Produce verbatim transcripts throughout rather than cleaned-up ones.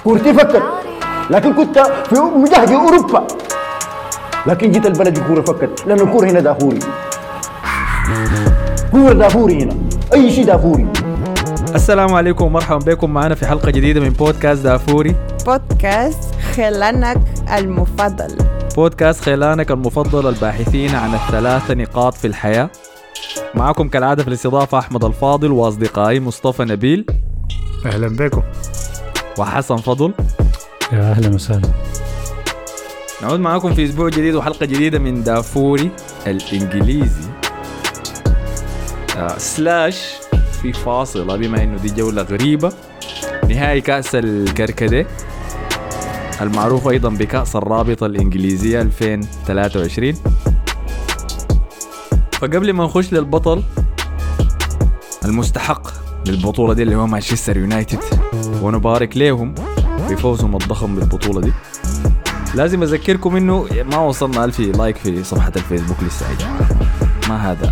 كورتي فكت، لكن كنت في مجهدي أوروبا، لكن جيت البلد الكورة فكت لأن الكورة هنا دافوري، كورة دافوري هنا، أي شيء دافوري. السلام عليكم ومرحبا بكم معنا في حلقة جديدة من بودكاست دافوري، بودكاست خيلانك المفضل بودكاست خيلانك المفضل الباحثين عن الثلاث نقاط في الحياة. معكم كالعادة في الاستضافة أحمد الفاضل وأصدقائي مصطفى نبيل. أهلا بكم. وحسن فضل. يا أهلا وسهلا. نعود معكم في أسبوع جديد وحلقة جديدة من دافوري الإنجليزي آه سلاش في فاصلة، بما إنه دي جولة غريبة، نهائي كأس الكركديه المعروف أيضا بكأس الرابطة الإنجليزية ألفين وثلاثة وعشرين. فقبل ما نخش للبطل المستحق للبطولة دي اللي هو مانشستر يونايتد، ونبارك لهم بفوزهم الضخم بالبطولة دي، لازم أذكركم إنه ما وصلنا ألف لايك في صفحة الفيسبوك لسه يا جماعة. ما هذا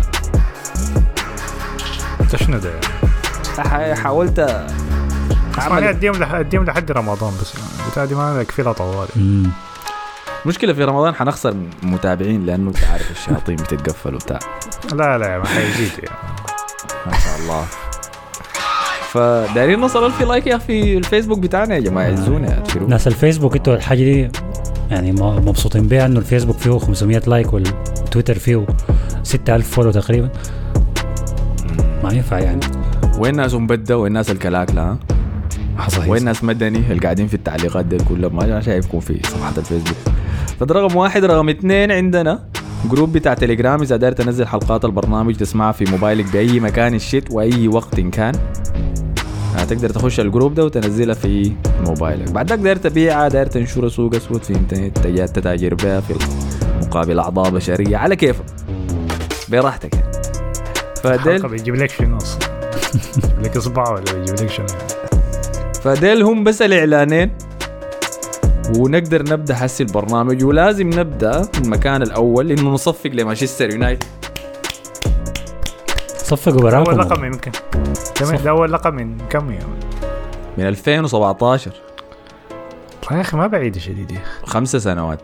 تشنو ده يعني؟ حاولت أعمل أديهم لح... أديهم لحد رمضان بس بتاع دي ما يكفي لها طوالي. مشكلة في رمضان حنخسر متابعين لأنه تعرف الشياطين بتتقفل وبتاع. لا لا ما حيزيد يعني. ما شاء الله. فدارين نصل ألف لايك يا في الفيسبوك بتاعنا يا جماعة، عزونا أدفروا ناس الفيسبوك انتوا الحاجة دي يعني مبسوطين بيها، انه الفيسبوك فيه خمسمية لايك والتويتر فيه ستة ألف فولو تقريبا. ما ينفع يعني. وين ناس مبدة وين ناس الكلاكلة، وين ناس مدني القاعدين في التعليقات دي كلهم؟ ما شايفكم في صفحة الفيسبوك. فده رقم واحد. رقم اثنين، عندنا جروب بتاع تليجرام، إذا داير تنزل حلقات البرنامج تسمعها في موبايلك بأي مكان الشيت وأي وقت إن كان، هتقدر تخش الجروب ده وتنزلها في موبايلك. بعدك داير تبيعها، داير تنشر سوق أسود في انترنت، تجار تتاجر بها في مقابل أعضاء بشرية على كيفك براحتك. فديل بيجيب لك شنو أصلا لك إصبع ولا بيجيب لك شنو؟ فديل هم بس الإعلانين ونقدر نبدأ حسي البرنامج. ولازم نبدأ المكان الأول إنه نصفق لمانشستر يونايتد. صفقوا براكم. أول لقب يمكن كم ده أول لقب من كم يوم؟ من ألفين وسبعة عشر. يا أخي ما بعيد شديد يا أخي. خمسة سنوات.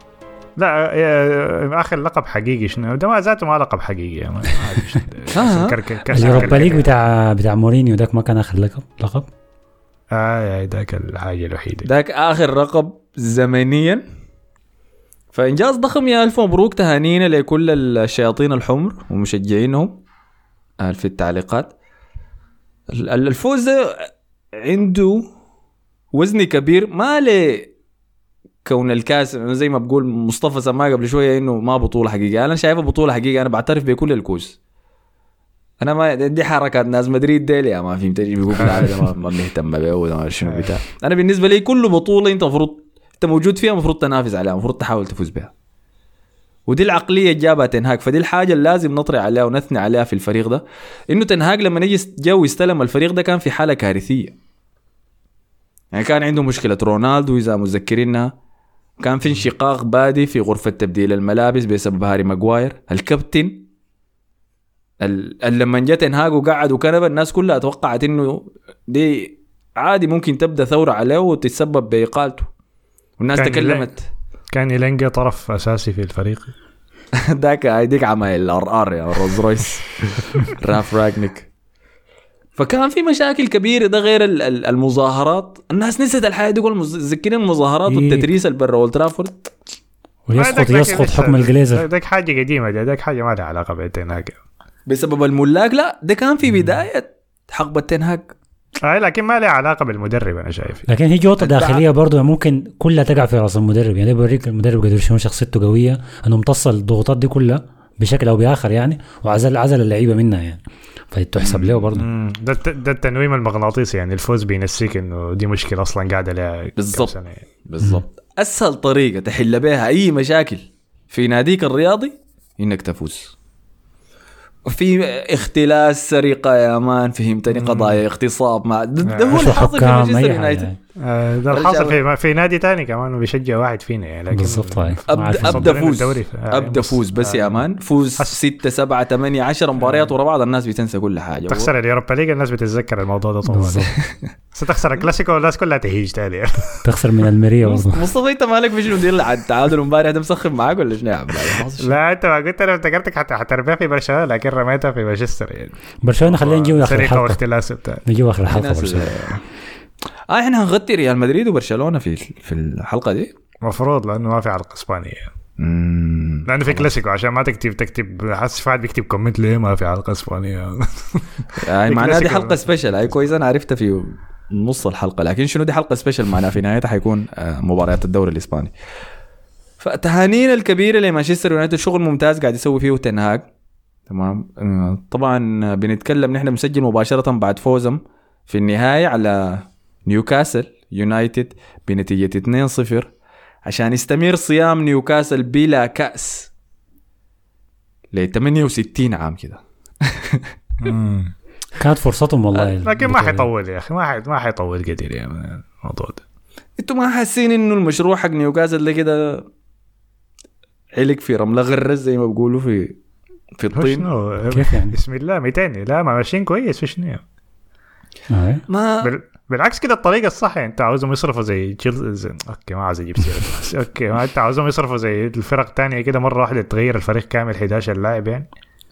لا آخر لقب حقيقي شنو ده؟ ما ذاته ما لقب حقيقي ما اليوروبا ليج بتاع بتاع مورينيو داك ما كان آخر لقب لقب آه ذاك الحاجة الوحيدة، ذاك آخر رقب زمنيا. فإنجاز ضخم يا ألف مبروك، تهانينا لكل الشياطين الحمر ومشجعينهم في التعليقات. الفوز عنده وزن كبير، ما له كون الكاس زي ما بقول مصطفى سما قبل شوية إنه ما بطولة حقيقية. أنا شايفه بطولة حقيقية، أنا بعترف بكل الكوز. أنا ما دي حركات ناس مدريد ديل يا ما فهمت تجي بيقول لا ما ما مهتم بيه ولا شنو بتاع. أنا بالنسبة لي كل بطولة أنت مفروض أنت موجود فيها مفروض تنافس عليها، مفروض تحاول تفوز بها. ودي العقلية جابها تنهاج. فدي الحاجة اللي لازم نطرح عليها ونثني عليها في الفريق ده، إنه تنهاج لما نجي جو يستلم الفريق ده كان في حالة كارثية. يعني كان عنده مشكلة رونالدو إذا متذكرينها، كان في انشقاق بادي في غرفة تبديل الملابس بسبب هاري ماغواير الكابتن. لما جت تنهاج وقعد وكنبه الناس كلها توقعت إنه دي عادي ممكن تبدأ ثورة عليه وتتسبب بإقالته، والناس كان تكلمت. كان يلنقى طرف أساسي في الفريق. داك هيديك عمل الار ار يا روز رويس راف راجنيك. فكان في مشاكل كبيرة. ده غير المظاهرات، الناس نسيت الحياة دي كل مذكرين المظاهرات والتدريس البرة والترافورد. ويسقط يسقط حكم الجليزر. داك حاجة قديمة، داك حاجة ما لها علاقة بالتنهاج بسبب الملاك. لا ده كان في بداية حقبة تنهاج. آه لكن ما لها علاقة بالمدرب أنا شايف. لكن هي جوطة داخلية برضو ممكن كلها تقع في رأس المدرب. يعني بوريك المدرب قدر شنو شخصيته قوية أنه امتص الضغوطات دي كلها بشكل أو بآخر يعني، وعزل عزل اللعيبة منها يعني، فتحسب له برضو. ده ده التنويم المغناطيسي يعني. الفوز بينسيك إنه دي مشكلة أصلا قاعدة لها بالضبط يعني. بالضبط. أسهل طريقة تحل بها أي مشاكل في ناديك الرياضي إنك تفوز. في اختلاس سرقة يا مان، فهمتني، قضايا اغتصاب، ما ده هو الحاصل في مانشستر يونايتد. آه، ده الحاصل في في نادي تاني كمان وبيشجع واحد فينا يعني. لكن بالضبط هاي ابدا ابدا فوز آه ابدا فوز بس يا مان فوز ستة سبعة ثمانية عشرة مباريات ورا بعض الناس بتنسى كل حاجه. تخسر اليوروبا ليج الناس بتتذكر الموضوع ده طبعا. ستخسر الكلاسيكو الناس كلها تهيج تاني. تخسر من الميريا برضه. مصطفى انت مالك في شنو دير على التعادل امبارح ده مسخن معاك ولا شنو يا عم؟ لا انت ما قلت انا افتكرتك حتى حتربيها في برشلونه لكن رميتها في مانشستر يعني. برشلونه خلينا نجيب اخر الحلقه نجيب اخر الحلقه برشلونه. اه احنا هنغطي ريال مدريد وبرشلونه في في الحلقه دي مفروض لانه ما في حلقه اسبانيه امم لانه في كلاسيكو عشان ما تكتب تكتب حاسس فاعل بيكتب كومنت ليه ما في حلقه اسبانيه. يعني معناها دي حلقه سبيشال هاي كويس انا عرفتها في نص الحلقه لكن شنو دي حلقه سبيشال معناها في نهايتها حيكون مباريات الدوري الاسباني. فتهانينا الكبيره لمانشستر يونايتد شغل ممتاز قاعد يسوي فيه تين هاج تمام. طبعا بنتكلم نحن مسجل مباشره بعد فوزهم في النهايه على نيوكاسل يونايتد بنتيجه اثنين صفر عشان يستمر صيام نيوكاسل بلا كأس ل ثمانية وستين عام كده. كانت فرصتهم والله لكن ما حيطول يا اخي ما حي ما حيطول كثير يا الموضوع ده. انتوا ما حاسين انه المشروع حق نيوكاسل ده كده علق في رمله غرز زي ما بيقولوا في في الطين؟ كيف يعني؟ بسم الله ميتين لا ما ماشيين كويس في شنو آه. ما بال... بالعكس كده الطريقه الصح يعني. انت عاوزهم يصرفوا زي تشيلسي اوكي ما عاوز اجيب سيره اوكي ما انت عاوزهم يصرفوا زي الفرق الثانيه كده مره واحده تغير الفريق كامل أحد عشر لاعب يعني.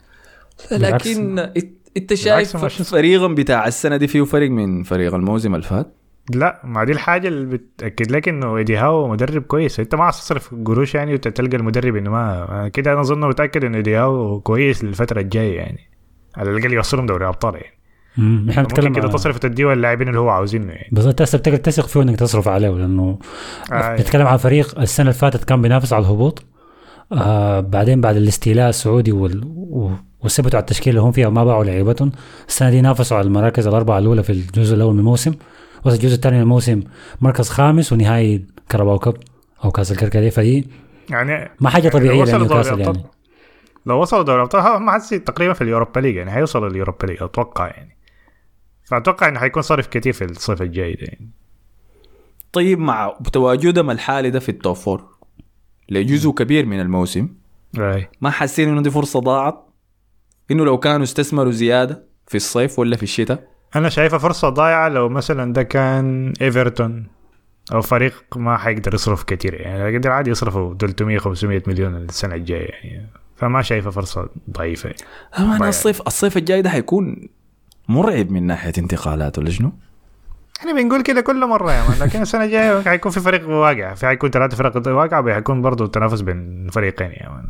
لكن انت شايف فريقهم بتاع السنه دي فيه فريق من فريق الموسم اللي فات؟ لا ما دي الحاجه اللي بتاكد لك انه ايدي هاو مدرب كويس. انت ما تصرف قروش يعني وتلقى المدرب انه ما كده. انا اظن متاكد انه ايدي هاو كويس للفتره الجايه يعني على الاقل يوصلهم دوري ابطال يعني. امم احنا بنتكلم كده تصرف تديه اللاعبين اللي هو عاوزينه يعني. بس انت تقدر تثق فيه انك تصرف عليه لانه آه بتتكلم عن فريق السنه اللي فاتت كان بينافس على الهبوط. آه بعدين بعد الاستيلاء السعودي وال... وثبتوا على التشكيله اللي هم فيها وما باعوا لعيبتهم. السنه دي نافسوا على المراكز الاربعه الاولى في الجزء الاول من الموسم وصل الجزء الثاني من الموسم مركز خامس ونهائي كاراباو كاب او كاس الكركديه. فدي يعني ما حاجه طبيعيه لنيوكاسل يعني. لو وصلوا دوري الابطال ما حسي تقريبا في اليوروبا ليج يعني هيوصلوا اليوروبا ليج اتوقع يعني. فأتوقع إنه حيكون صارف كتير في الصيف الجاي ده يعني. طيب مع تواجدهم الحالي ده في التوب فور لجزء كبير من الموسم راي. ما حاسين إنه دي فرصة ضاعت إنه لو كانوا استثمروا زيادة في الصيف ولا في الشتاء؟ أنا شايفة فرصة ضايعة لو مثلا ده كان إيفرتون أو فريق ما حيقدر يصرف كتير يعني. قدر عادي يصرفوا ثلاثمية خمسمية مليون السنة الجاية يعني. فما شايفة فرصة ضعيفة يعني. أنا الصيف الصيف الجاي ده حيكون مرعب من ناحية انتقالات ولا شنو؟ احنا بنقول كده كل مرة يا مان. لكن السنة الجاية حيكون في فريق واقع في حيكون ثلاثة فرق واقع وحيكون برضو التنافس بين فريقين يا مان.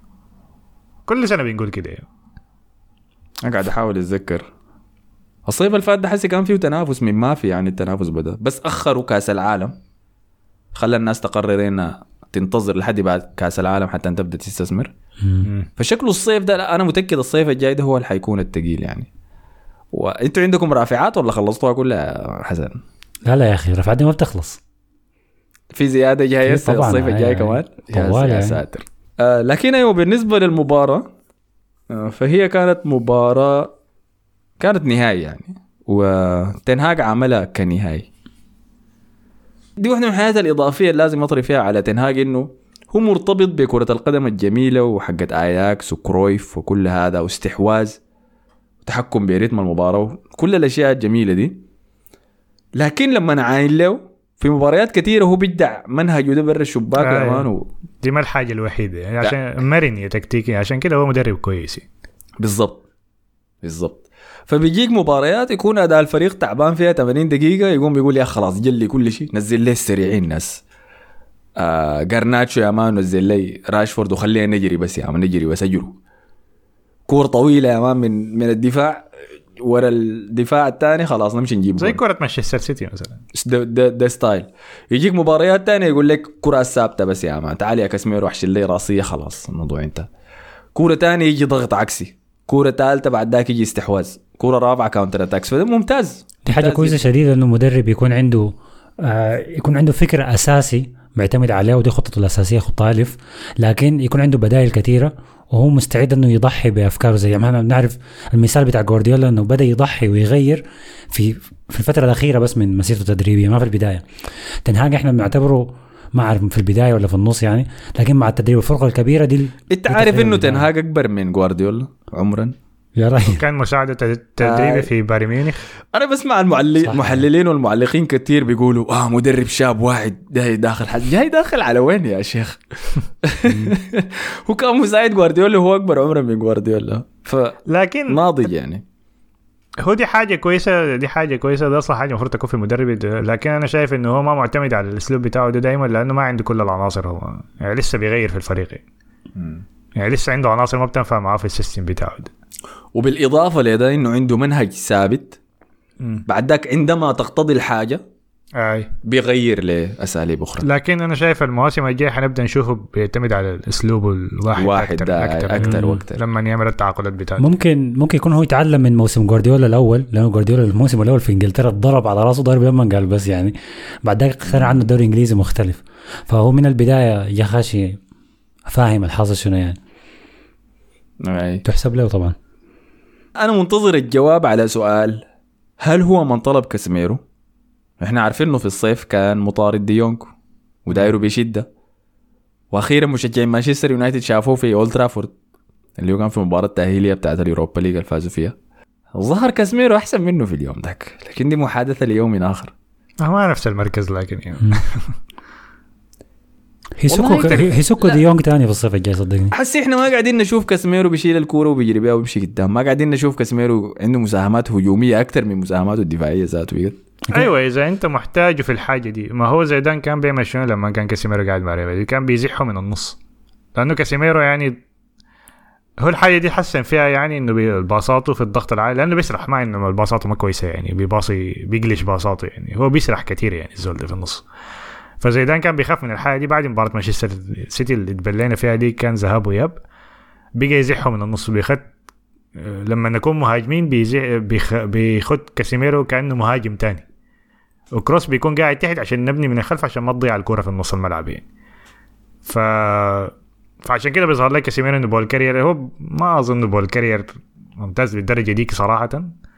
كل سنة بنقول كده. أنا قاعد أحاول أتذكر الصيف الفات ده حسي كان فيه تنافس من ما في يعني التنافس بدأ بس أخروا كأس العالم خلى الناس تقرر إنها تنتظر لحد بعد كأس العالم حتى تبدأ تستثمر. فشكله الصيف ده لا أنا متأكد الصيف الجاي ده هو اللي حيكون التقيل يعني. وانتوا عندكم رافعات ولا خلصتوها كلها حسن؟ لا لا يا اخي رافعات ما بتخلص. في زياده جايه الصيف الجاي كمان يا ساتر. آه لكن ايوه بالنسبه للمباراه آه فهي كانت مباراه كانت نهائي يعني وتنهاج عملها كنهائي. دي واحده من الحاجات الاضافيه اللي لازم اطري فيها على تنهاج انه هو مرتبط بكره القدم الجميله وحقت اياكس وكرويف وكل هذا واستحواذ تحكم بريتم المباراة كل الأشياء الجميلة دي. لكن لما نعاين له في مباريات كثيرة هو بيدع منهجه ده برا الشباك آه الأمان دي ما الحاجة الوحيدة يعني عشان مرن تكتيكي عشان كده هو مدرب كويس بالضبط بالضبط. فبيجيك مباريات يكون أداء الفريق تعبان فيها ثمانين دقيقة يقوم بيقول يا خلاص جلي كل شيء نزل لي السريعين ناس آه جارناتشو يا مان نزل لي راشفورد وخلينا نجري بس يا مان نجري وسجروا كور طويلة يا مان من من الدفاع ورا الدفاع الثاني خلاص نمشي نجيب زي كرة مانشستر سيتي مثلا ده ده, ده ستايل. يجيك مباريات تانية يقول لك كرة ثابتة بس يا مان تعالي يا كاسميرو وحش لي راسية خلاص الموضوع انتهى. كرة تانية يجي ضغط عكسي كرة ثالثة بعد ذاك يجي استحواذ كرة رابعة كاونتر اتاكس. فده ممتاز. دي حاجة كويسة شديدة انه مدرب يكون عنده آه يكون عنده فكر اساسي معتمد عليه ودي خطته الاساسية خطة الف لكن يكون عنده بدائل كثيرة وهو مستعد انه يضحي بافكاره. زي ما احنا بنعرف المثال بتاع جوارديولا انه بدا يضحي ويغير في في الفتره الاخيره بس من مسيرته التدريبيه، ما في البدايه. تنهاج احنا بنعتبره ما اعرف في البدايه ولا في النص يعني، لكن مع التدريب الفرقه الكبيره دي انت عارف انه تنهاج اكبر من جوارديولا عمرا؟ يا راجل كان مساعدة تدريبي في بايرن ميونخ. انا بسمع المحللين والمعلقين كتير بيقولوا اه مدرب شاب واحد ده داخل حد جاي داخل على وين يا شيخ. هو كان مساعد جوارديولا وهو اكبر عمرا من جوارديولا، ف لكن ناضج يعني. هو دي حاجة كويسة، دي حاجة كويسة، ده أصلا حاجة المفروض تكون في المدرب. لكن أنا شايف إنه هو ما معتمد على الأسلوب بتاعه ده دايما، لأنه ما عنده كل العناصر. هو يعني لسه بيغير في الفريق يعني, يعني لسه عنده عناصر ما بتنفع معاه في السيستم بتاعه ده. وبالإضافة لده إنه عنده منهج ثابت. مم. بعد ذاك عندما تقتضي الحاجة أي بيغير لأساليب أخرى. لكن أنا شايف المواسم الجاية حنبدأ نشوفه بيعتمد على الأسلوب الواحد واحد أكتر, ده أكتر, أكتر وأكتر لما يعمل التعاقدات بتاعته. ممكن ممكن يكون هو يتعلم من موسم جوارديولا الأول، لأنه جوارديولا الموسم الأول في إنجلترا ضرب على راسه ضرب لما قال بس يعني بعد ذاك اختار عنه دوري إنجليزي مختلف، فهو من البداية يا خاشي فاهم الحاصل شنو يعني. أي. تحسب له طبعا. أنا منتظر الجواب على سؤال، هل هو من طلب كاسيميرو؟ إحنا عارفين إنه في الصيف كان مطارد ديونج ودايرو بشدة، وأخيرا مشجعين مانشستر يونايتد شافوه في أولد ترافورد اللي هو كان في المباراة التأهيلية بتاعت اليوروبا ليج الفازوا فيها. ظهر كاسيميرو أحسن منه في اليوم ذاك، لكن دي محادثة ليوم آخر. ما نفس المركز لكن يعني هيسوكو هيسوكو ديونج تاني في الصيف الجاي صدقني. حسي احنا ما قاعدين نشوف كاسيميرو بيشيل الكوره وبيجري بيها وبيمشي قدام، ما قاعدين نشوف كاسيميرو عنده مساهمات هجوميه اكثر من مساهماته الدفاعيه ذاته بجد. ايوه اذا انت محتاجه في الحاجه دي. ما هو زيدان كان بيعمل شنو لما كان كاسيميرو قاعد مع ريال كان بيزحه من النص، لانه كاسيميرو يعني هو الحاجه دي حسن فيها يعني انه باصاته في الضغط العالي، لانه بيسرح ما انه باصاته ما كويسه يعني بيباصي بيقلش باصاته يعني هو بيسرح كتير يعني الزول ده في النص. فزيدان كان بيخاف من الحاجه دي. بعد مباراه مانشستر سيتي اللي تبلينا فيها دي كان ذهاب وياب، بقى يزحه من النص بيخد لما نكون مهاجمين بيخ... بيخد كاسيميرو كانه مهاجم تاني، وكروس بيكون قاعد تحت عشان نبني من الخلف عشان ما تضيع الكوره في النص الملعب يعني. ف فعشان كده بيظهر لك كاسيميرو انه بول كارير. هو ما اظن بول كارير ممتاز بالدرجه دي صراحه،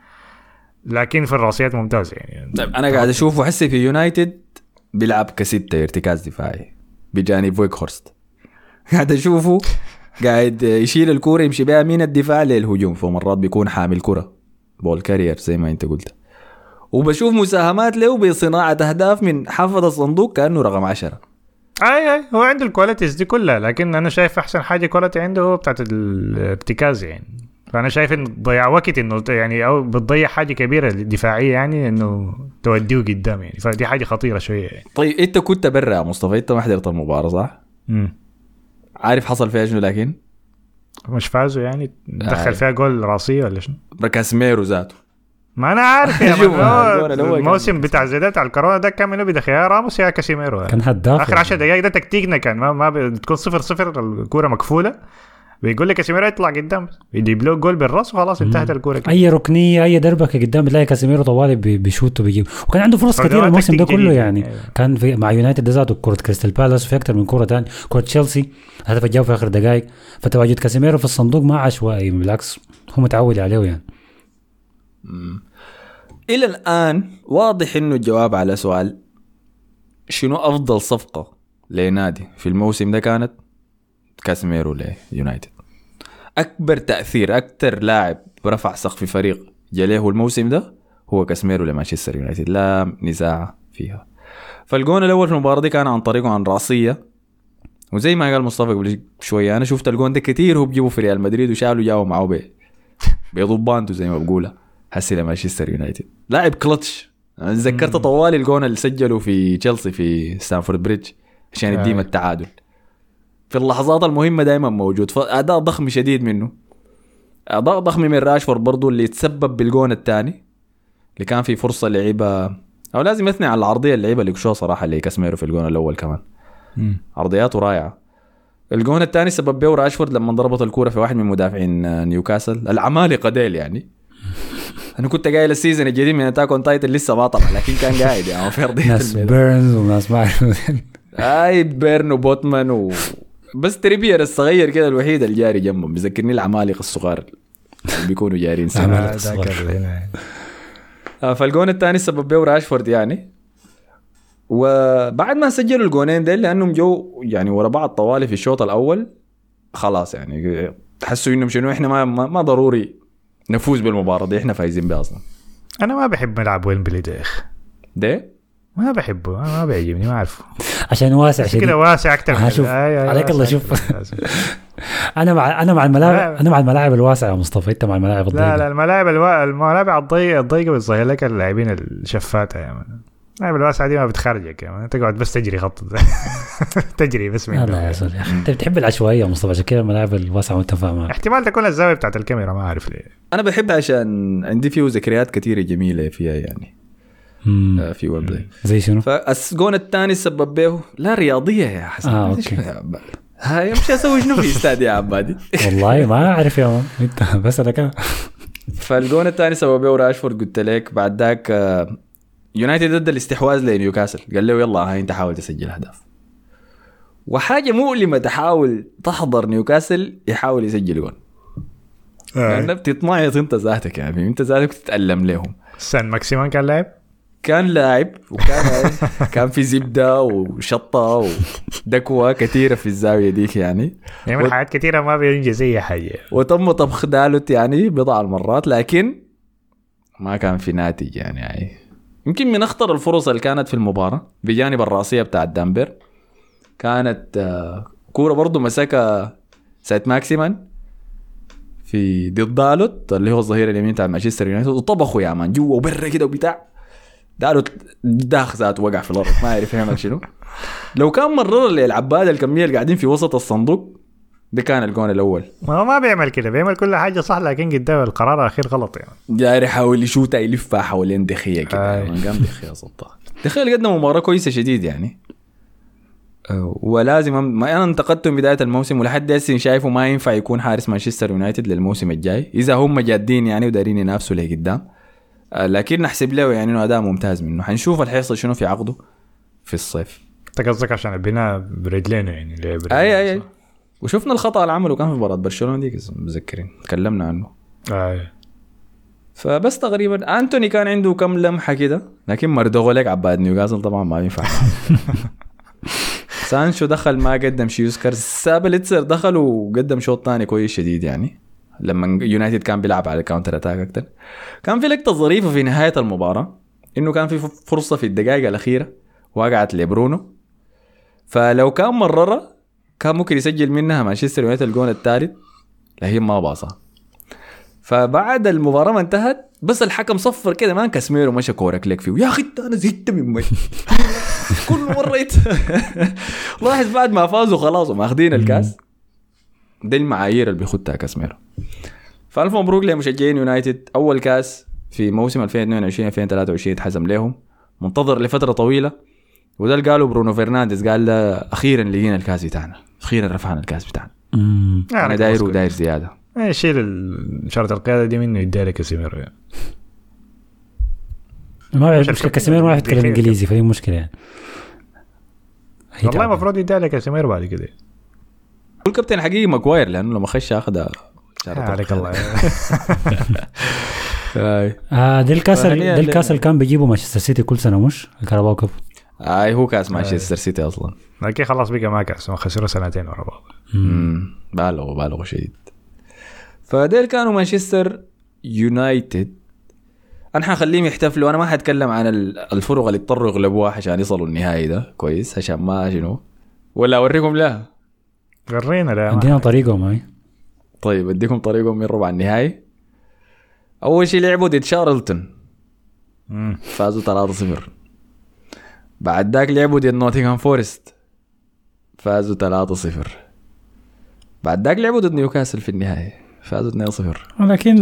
لكن في الراسيات ممتاز يعني. طيب انا قاعد اشوفه حسي في يونايتد بيلعب كستة ارتكاز دفاعي بجانب ويكهورست. قاعد اشوفه قاعد يشيل الكوره يمشي بها من الدفاع للهجوم، فمرات بيكون حامل كرة بول كارير زي ما انت قلت، وبشوف مساهمات له بصناعه اهداف من حافظ الصندوق كانه رقم عشرة. اي اي هو عنده الكواليتيز دي كلها، لكن انا شايف احسن حاجه كواليتي عنده هو بتاعت الارتكاز يعني. فانا شايف انه ضيع وقت انه يعني او بتضيع حاجه كبيره دفاعيه يعني انه توديه قدام يعني، فدي حاجه خطيره شويه يعني. طيب انت كنت برا يا مصطفى، انت ما حضرت المباراه صح؟ امم عارف حصل فيها شنو؟ لكن مش فازوا يعني دخل فيها جول راسيه ولا شنو؟ كاسيميرو ذاته ما انا عارف يا الموسم بتاع زيدات على الكورونا ده كان منو بيدخل يا راموس يا كاسيميرو كان هداف اخر عشر دقائق. ده تكتيكنا كان ما, ما بتكون صفر صفر الكوره مكفوله، بيقول لك كاسيميرو يطلع قدام يجيب له جول بالراس وخلاص انتهت الكوره. اي ركنيه اي دربكه قدام بتلاقي كاسيميرو طوالي بيشوت وبيجيب، وكان عنده فرص كثيره الموسم ده كله يعني. أيوة. كان في مع يونايتد ذاته كره كريستال بالاس وفي اكثر من كره ثانيه، كره تشيلسي هدف جاء في اخر دقائق. فتواجد كاسيميرو في الصندوق ما عشوائي، بالعكس هو متعود عليه يعني. امم الى الان واضح انه الجواب على سؤال شنو افضل صفقه لنادي في الموسم ده كانت كاسيميرو ليونايتد. اكبر تاثير اكتر لاعب رفع سقف فريق جليه الموسم ده هو كاسيميرو لمانشستر يونايتد، لا نزاع فيها. فالجون الاول في المباراه دي كان عن طريقه عن راسيه، وزي ما قال مصطفى قبل شويه انا شفت الجون ده كتير هو بيجيبه في ريال مدريد وشالوا جاوا معه بي بيضبانته زي ما بقولها حسي لمانشستر يونايتد. لاعب كلتش. انا تذكرت طوالي الجون اللي سجله في تشيلسي في ستانفورد بريدج عشان يديم التعادل في اللحظات المهمة دائما موجود. فأداء ضخم شديد منه، أداء ضخم من راشفورد برضو اللي يتسبب بالجون الثاني اللي كان في فرصة لعيبة، أو لازم أثني على العرضية اللعيبة اللي كشوا صراحة اللي كاسيميرو في الجون الأول كمان م. عرضياته رائعة. الجون الثاني سبب بيه راشفورد لما ضربت الكورة في واحد من مدافعين نيوكاسل العمالقة ديل يعني. أنا كنت قايل السيزن الجديد من أتاك أون تايتن لسه ما طلع، لكن كان قاعد يعني في أرضية ناس بيرنز وناس ما اي بيرن وبوتمان و بس تريبير الصغير كده الوحيد الجاري جنبهم بيذكرني العمالقة الصغار اللي بيكونوا جارين سوا. عمالقة ذاك الصغار. هنا. آه، فالجون الثاني سبب بيه راشفورد يعني. وبعد ما سجلوا الجونين ديل لانهم جو يعني ورا بعض طوالي في الشوط الاول خلاص يعني تحسوا انهم شنو احنا ما ما ضروري نفوز بالمباراه دي احنا فايزين بها اصلا. انا ما بحب ملعب ويمبلي ده يا اخي ده ما بحبه انا ما بيعجبني ما اعرفه عشان واسع بس شديد كده واسع اكتر من شوف آه آه عليك الله واسع شوف أكتر. انا مع انا مع الملاعب لا. انا مع الملاعب الواسعه يا مصطفى انت مع الملاعب لا الضيقه. لا الملاعب الوا... الملاعب الضيقه الضيقه بتظهر لك اللاعبين الشفاته يا مان. الملاعب الواسعه دي ما بتخرجك يا مان تقعد بس تجري خط تجري بس من لا يا سوري يا اخي انت بتحب العشوائيه يا مصطفى عشان كده الملاعب الواسعه متفق معك. احتمال تكون الزاويه بتاعت الكاميرا ما اعرف ليه. انا بحب عشان عندي فيه ذكريات كثيره جميله فيها يعني مم. آه، في ويمبلي. زي شنو؟ فالجون الثاني سبب به لا رياضيه يا حسن. آه، أوكي. هاي مش اسوي شنو في استاد يا عبادي. والله ما اعرف يا مان انت بس انا كده. فالجون الثاني سبب به راشفورد قلت لك. بعد ذاك آه، يونايتد ضد الاستحواذ لنيوكاسل قال له يلا هاي انت حاول تسجل اهداف. وحاجه مؤلمه تحاول تحضر نيوكاسل يحاول يسجل جون لأنه بتتمعيط انت ذاتك يعني انت ذاتك تتألم لهم. سان ماكسيمان كان لاعب كان لاعب وكان كان في زبده وشطه ودكوه كثيره في الزاويه ديك يعني يعمل و... حاجات كثيره ما بينجز اي حاجه وتم طبخ دالوت يعني بضع المرات لكن ما كان في ناتج يعني, يعني يمكن من اخطر الفرص اللي كانت في المباراه بجانب الراسيه بتاع دامبر كانت كوره برضو مسكها سايت ماكسيمان في ضد دالوت اللي هو الظهير اليمين بتاع مانشستر يونايتد وطبخوا يا مان جوا وبره كده وبتاع دالوت داخ ذات وقع في الارض ما يعرف يعمل شنو. لو كان مرر للعباد الكميه اللي قاعدين في وسط الصندوق ده كان الجون الاول. ما ما بيعمل كده بيعمل كل حاجه صح لكن قدام القرار الاخير غلط يعني جاي يحاول يشوتها يلفها حوالين دخيه كده من قام دخيه صدق دخيه قدم مباراه كويسه شديد يعني. ولازم ما انا انتقدته بدايه الموسم ولحد هسه شايفه ما ينفع يكون حارس مانشستر يونايتد للموسم الجاي اذا هم جادين يعني ودارين ينافسوا لقدام. لكن نحسب له يعني انه اداء ممتاز منه. حنشوف الحيصل شنو في عقده في الصيف. انت قصدك عشان البناء برجلينه يعني ليه اي اي اي وشفنا الخطا اللي عمله كان في مباراه برشلونه دي متذكرين تكلمنا عنه. اي فبس تقريبا انتوني كان عنده كم لمحه كده لكن مردغوا لك عباد نيوكاسل طبعا ما ينفع. سانشو دخل ما قدم شيء يذكر. سابليتسر دخل وقدم شوط ثاني كويس شديد يعني لما يونايتد كان بيلعب على كاونتر اتاك اكتر. كان في لقطه ظريفه في نهايه المباراه انه كان في فرصه في الدقائق الاخيره وقعت لبرونو فلو كان مرره كان ممكن يسجل منها مانشستر يونايتد الجون الثالث لكن ما باصه. فبعد المباراه ما انتهت بس الحكم صفر كده ما كاسميرو مشى كوره كليك فيه يا اخي انا زهقت من مي كل مره يت... لاحظ بعد ما فازوا خلاص وماخذين الكاس دي المعايير اللي بيخدها كاسميرو. فالف مبروك لمشجعين يونايتد أول كاس في موسم ألفين واثنين وعشرين ألفين وثلاثة وعشرين اتحسم لهم منتظر لفترة طويلة. وده اللي قالوا برونو فرنانديز قال له أخيرا لقينا الكاس بتاعنا أخيرا رفعنا الكاس بتاعنا أنا داير وداير زيادة شيل شرط القيادة دي منه يداري كاسيميرو يعني. ما بعرف مشكلة كاسيميرو ما يتكلم إنجليزي فدي مشكلة يعني والله المفروض يداري كاسيميرو بعد كده. والكابتن حقيقي ماكواير لأنه لما خش أخذها عليك الله. آه ده الكاس ده الكاس اللي كان بيجيبه مانشستر سيتي كل سنة مش الكاراباو كاب. آه هو كاس مانشستر سيتي أصلا لكن خلاص بقى ما كاس خسروا سنتين ورا بعض. امم بالغوا بالغوا شديد. فديل كانوا مانشستر يونايتد. أنا حخليهم يحتفلوا. أنا ما حتكلم عن الفرق اللي اضطروا يغلبوها عشان يصلوا النهائي ده كويس عشان ما شنو ولا أوريكم لا ورينا لا عندنا طريقهم هاي. طيب اديكم طريقهم من ربع النهائي. اول شيء لعبوا ضد شارلتون فازوا ثلاثة صفر. بعد ذاك لعبوا ضد نوتنغهام فورست فازوا ثلاثة صفر. بعد ذاك لعبوا ضد نيوكاسل في النهائي فازوا اثنين صفر. ولكن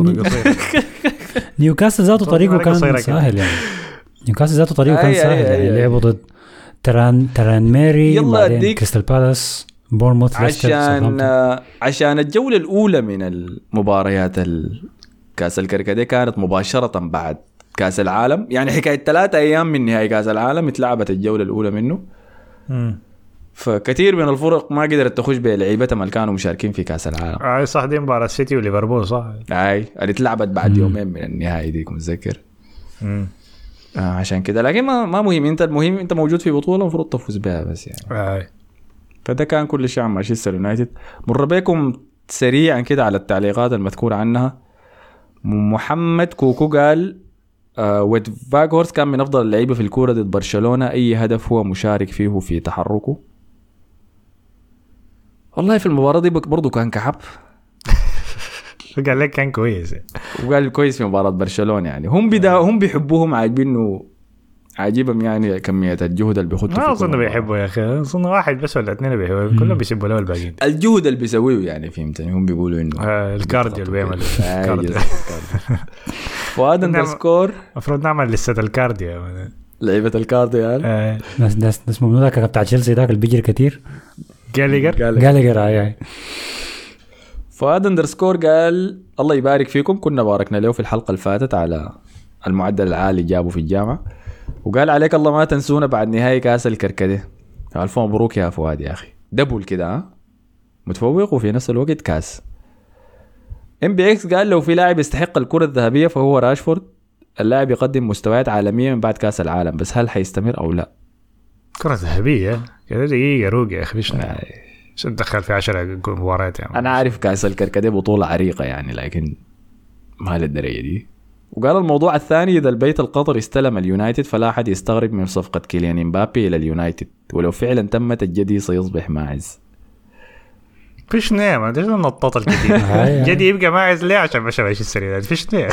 نيوكاسل ذاته طريقه كان سهل يعني نيوكاسل ذاته طريقه كان سهل يعني لعبوا ضد تران تران ماري بعدين كريستال بالاس بورموث عشان آه عشان الجولة الأولى من المباريات الكاس الكركديه كانت مباشرة بعد كاس العالم يعني حكاية ثلاثة أيام من نهاية كاس العالم اتلعبت الجولة الأولى منه. فكثير من الفرق ما قدرت تخش بلعيبتهم اللي كانوا مشاركين في كاس العالم. آه صح، دي مباراة السيتي وليفربول صح. اي اللي اتلعبت بعد يومين من النهائي ديك متذكر. امم آه عشان كده لكن ما ما مهم، انت المهم انت موجود في بطوله المفروض تفوز بها بس يعني. آه. فده كان كل شيء عن مانشستر يونايتد. مر بكم سريعا كده على التعليقات المذكوره عنها. محمد كوكو قال آه ويد فاغورس كان من افضل اللعيبه في الكوره ضد برشلونه، اي هدف هو مشارك فيه في تحركه. والله في المباراه دي برضو كان كحب. قال لك كان كويس، وقال كويس في مباراه برشلونه يعني. هم بدا هم بيحبوهم، عاجبينه عجيبهم يعني كميه الجهد اللي بيخطوا. ما اظن بيحبوا يا اخي، اظن واحد بس ولا اثنين بيحبوا، كلهم بيسبوا له الباقيين. الجهد اللي بيسويه يعني فهمتني. هم بيقولوا انه آه الكارديو اللي بيعمل الكارديو. فؤاد اندرسكور المفروض نعمل لسه الكارديو، لعيبه الكارديو يعني. آه. ناس ناس ناس ممنوع ذاك بتاع تشيلسي ذاك اللي بيجري كتير. جاليجر جاليجر هاي. فؤاد اندرسكور قال الله يبارك فيكم، كنا باركنا له في الحلقه اللي فاتت على المعدل العالي جابه في الجامعه، وقال عليك الله ما تنسونا بعد نهاية كاس الكركديه. ألف مبروك يا فؤاد يا أخي، دبل كده ها، متفوق وفي نفس الوقت كاس. ام بي اكس قال لو في لاعب يستحق الكرة الذهبية فهو راشفورد، اللاعب يقدم مستويات عالمية من بعد كاس العالم، بس هل حيستمر أو لا؟ كرة ذهبية كده دقيقة روق يا أخي، مش ندخل في عشرة مباريات يعني. أنا عارف كاس الكركديه بطولة عريقة يعني، لكن ما للدرجة دي. وقال الموضوع الثاني، إذا البيت القطري استلم اليونايتد فلا أحد يستغرب من صفقة كيليان امبابي إلى اليونايتد، ولو فعلا تمت الجدي سيصبح ماعز. فيش نية ما ديش النطاط الكثير. جدي يبقى ماعز ليه؟ عشان ما شبهش السرير. فيش نية.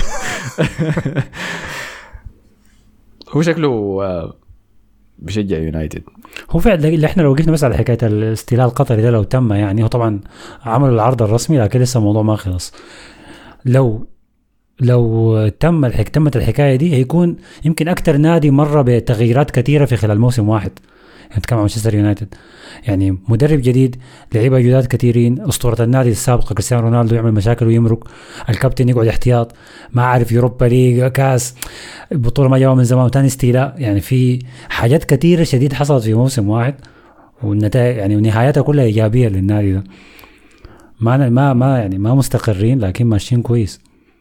هو شكله بشجع يونايتد. هو فعلا اللي احنا لو جينا بس على حكاية الاستيلاء القطري ده لو تم يعني، هو طبعا عملوا العرض الرسمي لكن لسه الموضوع ما خلص. لو لو تم الحك... تمت الحكاية دي هيكون يمكن أكتر نادي مرة بتغييرات كثيرة في خلال موسم واحد. يعني كما مانشستر يونايتد يعني مدرب جديد، لعيبة جداد كثيرين، أسطورة النادي السابقة كريستيانو رونالدو يعمل مشاكل ويمرق، الكابتن يقعد احتياط، ما عارف يوروبا ليج كاس بطولة ما جاوا من زمان وتاني استيلاء. يعني في حاجات كثيرة شديد حصلت في موسم واحد، والنتائج يعني ونهايتها كلها إيجابية للنادي ده. ما ما ما يعني ما مستقرين لكن ماشيين كويس.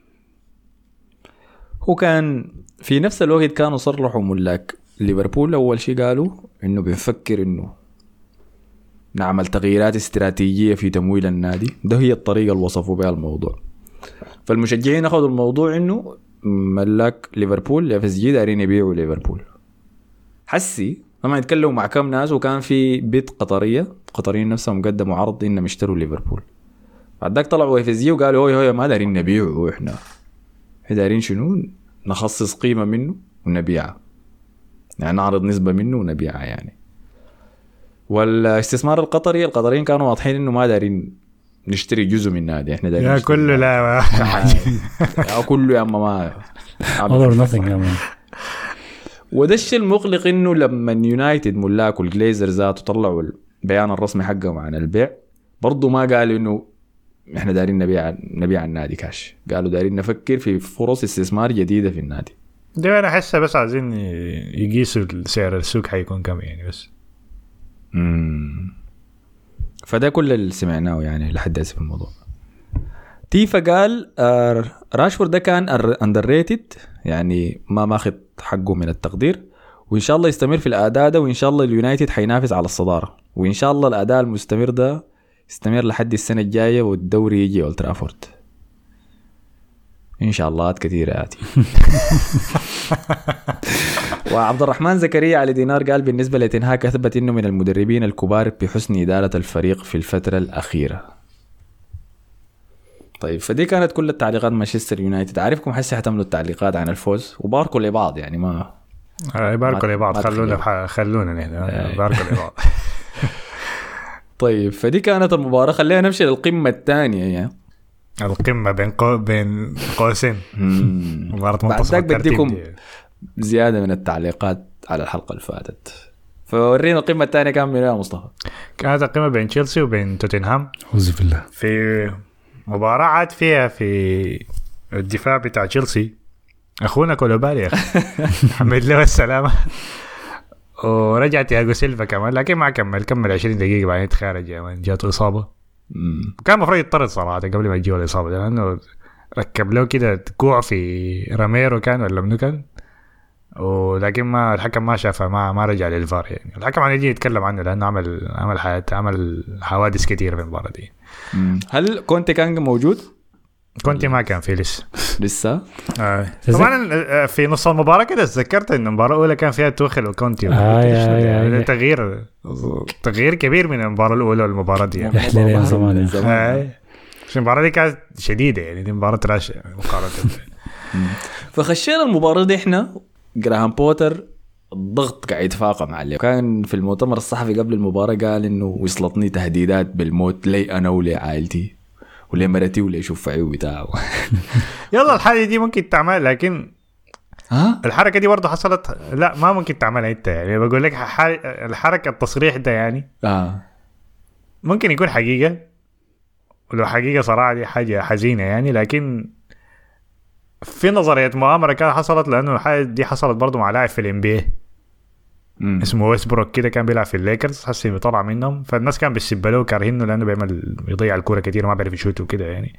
هو كان في نفس الوقت كانوا صرحوا ملاك ليفربول أول شيء قالوا إنه بنفكر إنه نعمل تغييرات استراتيجية في تمويل النادي. ده هي الطريقة اللي وصفوا بها الموضوع. فالمشجعين أخذوا الموضوع إنه ملاك ليفربول اف اس جي دارين يبيعوا ليفربول. حسي لما يتكلموا مع كم ناس وكان في بيت قطرية، قطريين نفسهم قدموا عرض إنهم يشتروا ليفربول. بعد ذاك طلعوا اف اس جي وقالوا هوي هوي ما دارين نبيعه، إحنا دارين شنو نخصص قيمة منه ونبيعها، يعني نعرض نسبة منه ونبيعها يعني. والاستثمار القطري القطريين كانوا واضحين انه ما دارين نشتري جزء من النادي، احنا دارين يا كله لا يا كله يا اما ما other nothing يا مان. وده الشيء المقلق انه لما يونايتد ملاك والجليزر ذاته طلعوا البيان الرسمي حقهم عن البيع برضو ما قالوا انه احنا دارين نبيع نبيع النادي كاش، قالوا دارين نفكر في فرص استثمار جديدة في النادي. ده انا احسه بس عايزين يقيسوا سعر السوق حيكون كم يعني بس. امم فده كل اللي سمعناه يعني لحد هسه في الموضوع. تيفا قال آه راشفورد ده كان اندر ريتد، يعني ما ماخذ حقه من التقدير، وان شاء الله يستمر في الاداء ده، وان شاء الله اليونايتد حينافس على الصدارة، وان شاء الله الاداء المستمر ده يستمر لحد السنة الجاية والدوري يجي أولد ترافورد إن شاء الله كثيرة ياتي. وعبد الرحمن زكريا علي دينار قال بالنسبة لتنهاك أثبت إنه من المدربين الكبار بحسن إدارة الفريق في الفترة الأخيرة. طيب فدي كانت كل التعليقات مانشستر يونايتد. عارفكم حسي حتملوا التعليقات عن الفوز وباركوا لبعض يعني ما باركوا لبعض خلونا خلونا نحن باركوا لبعض. طيب فدي كانت المباراة. خلينا نمشي للقمة الثانية يعني. القمة بين قو... بين قوسين. مباراة منتصف الترتيب. بديكم زيادة من التعليقات على الحلقة اللي فاتت. فورينا القمة الثانية كان من يا مصطفى. كانت القمة بين تشيلسي وبين توتنهام. أعوذ بالله. في مباراة عاد فيها في الدفاع بتاع تشيلسي أخونا كولوبالي حمد له السلامة. ورجع تياغو سيلفا كمان لكن ما كمل كمل عشرين دقيقة بعدين تخارج يا مان جاته إصابة. كان المفروض يضطرد صراحة قبل ما يجيه الإصابة لأنه ركب له كده كوع في راميرو كان ولا منو كان ولكن ما الحكم ما شافه ما ما رجع للفار يعني. الحكم عم يجي يتكلم عنه لأنه عمل عمل حياة عمل حوادث كثيرة في المباراة دي. هل كونتي كان موجود؟ كونتي ما كان في لسه لسه آه. طبعا في نص المباراة كده تذكرت إن المباراة الأولى كان فيها توخل وكونتي آه يعني تغيير تغيير كبير من المباراة الأولى والمباراة دي يعني. احنا يا زمان آه. المباراة دي كانت شديدة يعني دي مباراة راشة مقارنة. فخشينا المباراة دي احنا جراهام بوتر الضغط قاعد يتفاقم عليه. كان في المؤتمر الصحفي قبل المباراة قال إنه وصلتني تهديدات بالموت لي أنا ولي عائلتي ولي مرتي ولي شفعي وبتاعه. يلا الحاجة دي ممكن تعمل لكن ها الحركة دي برضه حصلت لا ما ممكن تعملها انت يعني بقول لك الحركة التصريح ده يعني آه. ممكن يكون حقيقة ولو حقيقة صراحة دي حاجة حزينة يعني لكن في نظرية مؤامرة كانت حصلت لأنه الحاجة دي حصلت برضو مع لاعب في الام بي اي اسمه ويستبروك كده كان بيلعب في الليكرز حسي بيطلع منهم فالناس كان بيسبلوه كارهينه لأنه بيعمل بيضيع الكورة كتير وما بيعرف يشوت وكده يعني.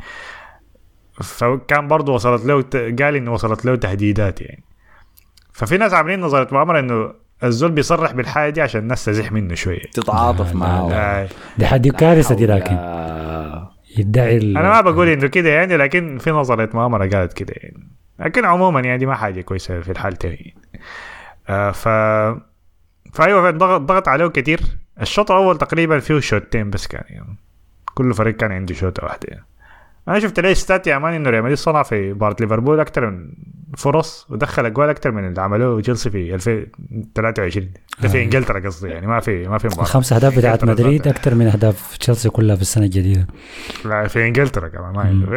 فكان برضو وصلت له قال إنه وصلت له تهديدات يعني. ففي ناس عاملين نظرية مؤامرة إنه الزول بيصرح بالحاجة دي عشان الناس تزح منه شوية تتعاطف معه. آه. دي حد كارثة دي لكن يدعي انا ما بقول انه كده يعني لكن في نظريه مؤامره قالت كده يعني. لكن عموما يعني دي ما حاجه كويسه في الحالتين. آه ف فايوه ضغط ضغط عليه كتير. الشوط الاول تقريبا فيه شوتين بس كان يعني كل فريق كان عنده شوطه واحده يعني. انا شفت ليه ستات يا مان انه ريال مدريد صنع في مباراه ليفربول اكثر من فرص ودخل اجوال اكثر من اللي عملوه تشيلسي في ألفين وثلاثة وعشرين ده في انجلترا قصدي يعني ما في ما في مباراه. الخمس اهداف بتاعت مدريد اكثر من اهداف تشيلسي كلها في السنه الجديده. لا في انجلترا كمان ما عنده.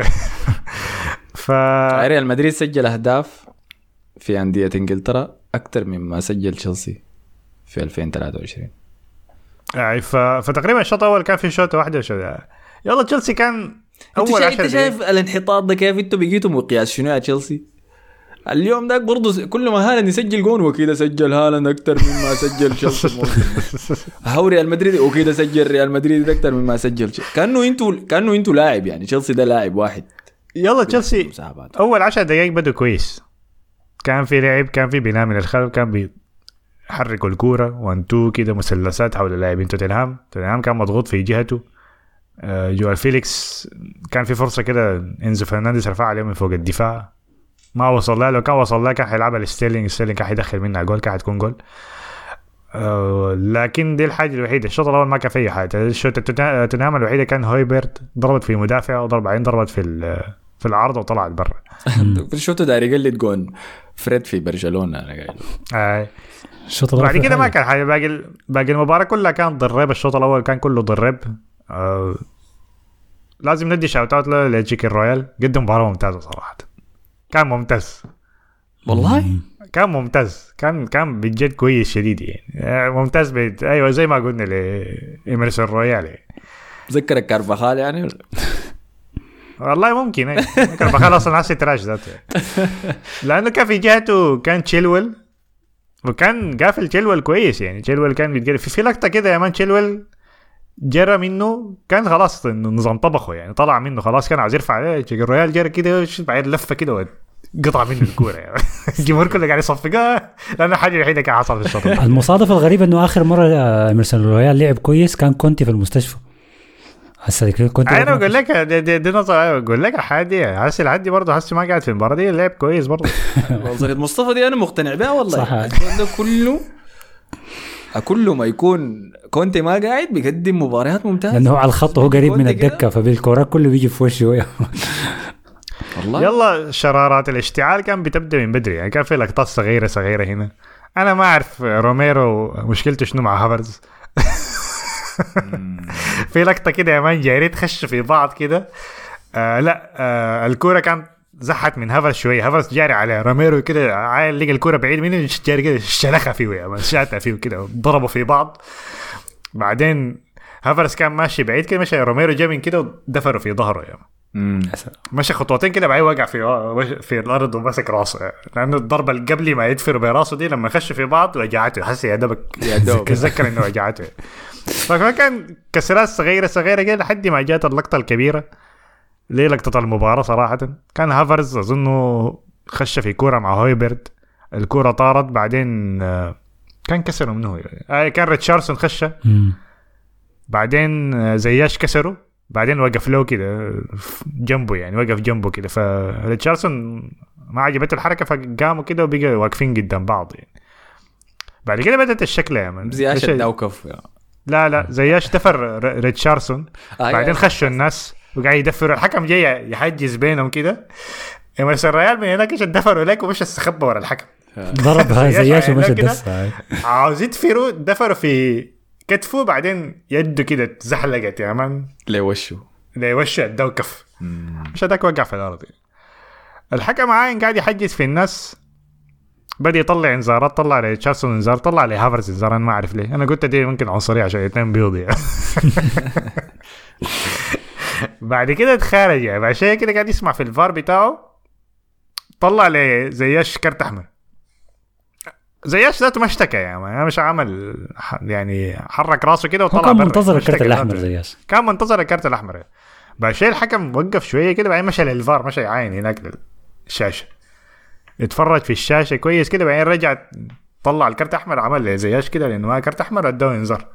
ف ريال مدريد سجل اهداف في انديه انجلترا اكثر مما سجل تشيلسي في ألفين وثلاثة وعشرين. يعني ف... فتقريبا الشوط الاول كان في شوطه واحده وشوط يلا تشيلسي كان اول عشرة. انت شايف الانحطاط ده كيف انتوا بقيتوا مقياس شنو يا تشيلسي اليوم ده برضه كل ما هالاند يسجل جون وكذا سجل هالاند اكثر مما سجل تشيلسي. هو ريال مدريد وكذا سجل ريال مدريد اكثر مما سجل كانه انتوا كانه انتوا لاعب يعني تشيلسي ده لاعب واحد. يلا تشيلسي اول عشر دقائق بدوا كويس كان في لعب كان في بناء من الخلف كان بيحركوا الكوره وانتو كده مثلثات حول اللاعبين. توتنهام توتنهام كان مضغوط في جهته. جوال فيليكس كان في فرصه كده انزو فرنانديز رفع عليه من فوق الدفاع ما وصل له. لو كان وصل له كان هيلعبها لستيرلينج ستيرلينج كان هيدخل منها جول كان هتكون جول. أه لكن دي الحاجه الوحيده. الشوط الاول ما كان فيه حاجه. الشوط توتنهام الوحيده كان هويبرت ضربت في مدافع وضرب بعدين ضربت في في العارضه وطلعت برا. في الشوط ده قلت جون فريد في برشلونه انا قايل. اي الشوط بعد كده ما كان حاجه. باقي باقي المباراه كلها كان ضرب. الشوط الاول كان كله ضرب. أه لازم ندي شاوت اوت لجيكي رويال قدم مباراه ممتازه صراحه. كان ممتاز والله كان ممتاز كان كان بجد كويس شديد يعني ممتاز بيت. ايوه زي ما قلنا لإميرسون رويال ذكرك كارفاخال يعني والله ممكن ايه كارفاخال اصلا ناسي تراش ذاته لانه كان في جهته كان تشيلويل وكان قافل تشيلويل كويس يعني. تشيلويل كان بيتقرب في, في لقطه كده يا مان تشيلويل جرى منه كان خلاص النظام طبخه يعني طلع منه خلاص كان عايز يرفع عليه الريال جرى كده بعد لفه كده قطع منه الكوره يعني. الجمهور كله قاعد يصفقها لانه حاجه الوحيده كان حصل في الشوط. المصادفه الغريبه انه اخر مره إميرسون رويال لعب كويس كان كونتي في المستشفى. هسه كنت انا بقول لك دي, دي, دي نظر بقول لك حاجه حاسس العدي برضه حاسس ما قاعد في المباراه دي لعب كويس برضه. نظريه مصطفى دي انا مقتنع بها والله. صح كله كله ما يكون كونتي ما قاعد بيقدم مباريات ممتازه لانه هو على الخط وهو قريب من الدكه فبالكورات كله بيجي في وشه والله. يلا شرارات الاشتعال كان بتبدا من بدري يعني. كان في لقطات صغيره صغيره هنا. انا ما اعرف روميرو مشكلته شنو مع هافرز. في لقطه كده يا مان جايين تخش في بعض كده. آه لا آه الكوره كانت زحت من هافرز شويه. هافرز جاري على روميرو كده عايل لقى الكوره بعيد منه جاري كده شلخها فيه يا مان شاتها فيه كده ضربوا في بعض. بعدين هافرز كان ماشي بعيد كده مشى روميرو جا من كده ودفره في ظهره يا مان مشى خطوتين كده بعدين وقع في في الارض ومسك راسه، لانه الضربه اللي قبل ما يدفر براسه دي لما خش في بعض وجعته، حس يا دبك يا دوب تذكر انه وجعته. فكان كسرات صغيره صغيره كده لحد ما جات اللقطه الكبيره ليه لقطه المباراه. صراحه كان هافرز اظنه خش في كوره مع هويبرد، الكوره طارت بعدين كان كسره منه آه كان ريتشاردسون خش بعدين زياش كسره بعدين وقف له كده جنبه يعني وقف جنبه كده، فريتشاردسون ما عجبته الحركه فقاموا كده وبقى واقفين قدام بعض يعني. بعد كده بدأت الشكل يا من زياش الدوكف يعني. لا لا زياش دفر ريتشاردسون آه بعدين خشوا الناس وقاعد يدفر، الحكم جاي يحجز بينهم كده، مرسل الريال من هناك ايش دفروا لك ومش استخبى ورا الحكم ضرب زياش ومش دس عاوز يدفروا دفروا في كتفه بعدين يده كده تزحلقت يا مان ليوشوا ليوشوا الدوكف مش هداك وقع في الارض. الحكم عاين قاعد يحجز في الناس، بدي يطلع انذارات، طلع لتشارلسون انذار، طلع لهافرز انذار، انا ما اعرف ليه، انا قلت دي ممكن عنصريه عشان اثنين بيض بعد كده تخارج يعني بعد شيء كده قاعد يسمع في الفار بتاعه، طلع لي زياش كارت احمر. زياش ذاته ما اشتكى يعني انا مش عمل يعني حرك راسه كده وطلع. كان منتظر الكارت الاحمر زياش، كان منتظر الكارت الاحمر. بعد شيء الحكم وقف شويه كده بعدين مشى للفار، مشى يعاين هناك للشاشه يتفرج في الشاشه كويس كده، بعدين رجع طلع الكارت احمر عمل زياش كده لانه ما كارت احمر اداه انذار.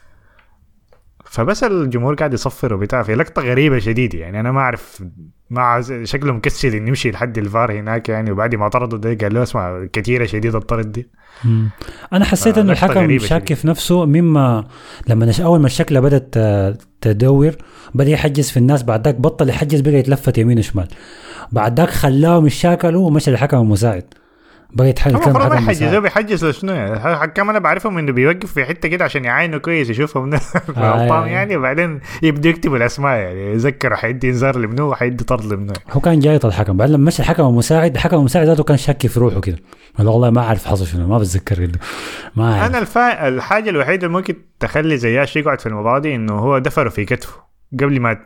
فبس الجمهور قاعد يصفر وبتاع في لقطه غريبه شديده يعني انا ما اعرف مع شكله مكسل انه يمشي لحد الفار هناك يعني، وبعد ما طردوا ده قال له اسمع كثيره شديده الطرد دي. مم. انا حسيت انه الحكم شاك في نفسه مما لما نش... اول ما الشكله بدات تدور بدا يحجز في الناس، بعد ذاك بطل يحجز بقى يتلفت يمين وشمال، بعد ذاك خلاهم يشاكلوا ومشى الحكم المساعد بقى يتحل كم حكم يحجز هو بيحجز لشنو يعني. الحكم انا بعرفهم انه بيوقف في حته كده عشان يعاينوا كويس يشوفهم غلطان آه يعني، وبعدين يبدو يكتبوا الاسماء يعني يذكروا حيدي انذار لمنو وحيدي طرد لمنو. هو كان جاي الحكم بعد لما مشى الحكم المساعد، الحكم المساعد ذاته كان شاكي في روحه كده، والله ما اعرف حصل شنو ما بتذكر ما أعرف. انا الفا... الحاجه الوحيده اللي ممكن تخلي زياش يقعد في المباراه دي انه هو دفره في كتفه قبل ما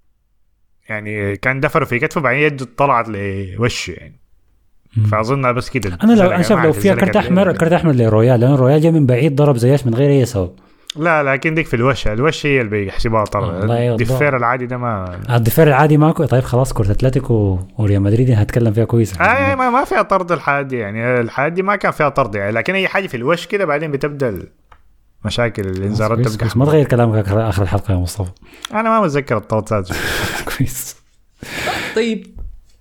يعني كان دفره في كتفه بعدين يده طلعت لوشه يعني، فاظن بس كده. انا لو انا شايف لو فيها كرت احمر كرت احمر لرويال، لان رويال جاي من بعيد ضرب زياش من غير اي سبب. لا لكن ديك في الوش الوش هي اللي بيحسبوها طرد. الدفير العادي ده ما الدفير العادي ماكو. طيب خلاص كرة اتلتيكو وريال مدريد هتكلم فيها كويس. آه ما ما فيها طرد الحادي يعني الحادي ما كان فيها طرد يعني، لكن اي حاجه في الوش كده بعدين بتبدا مشاكل الانذارات تبقى. ما تغير كلامك اخر الحلقه يا مصطفى. انا ما متذكر الطرد كويس. طيب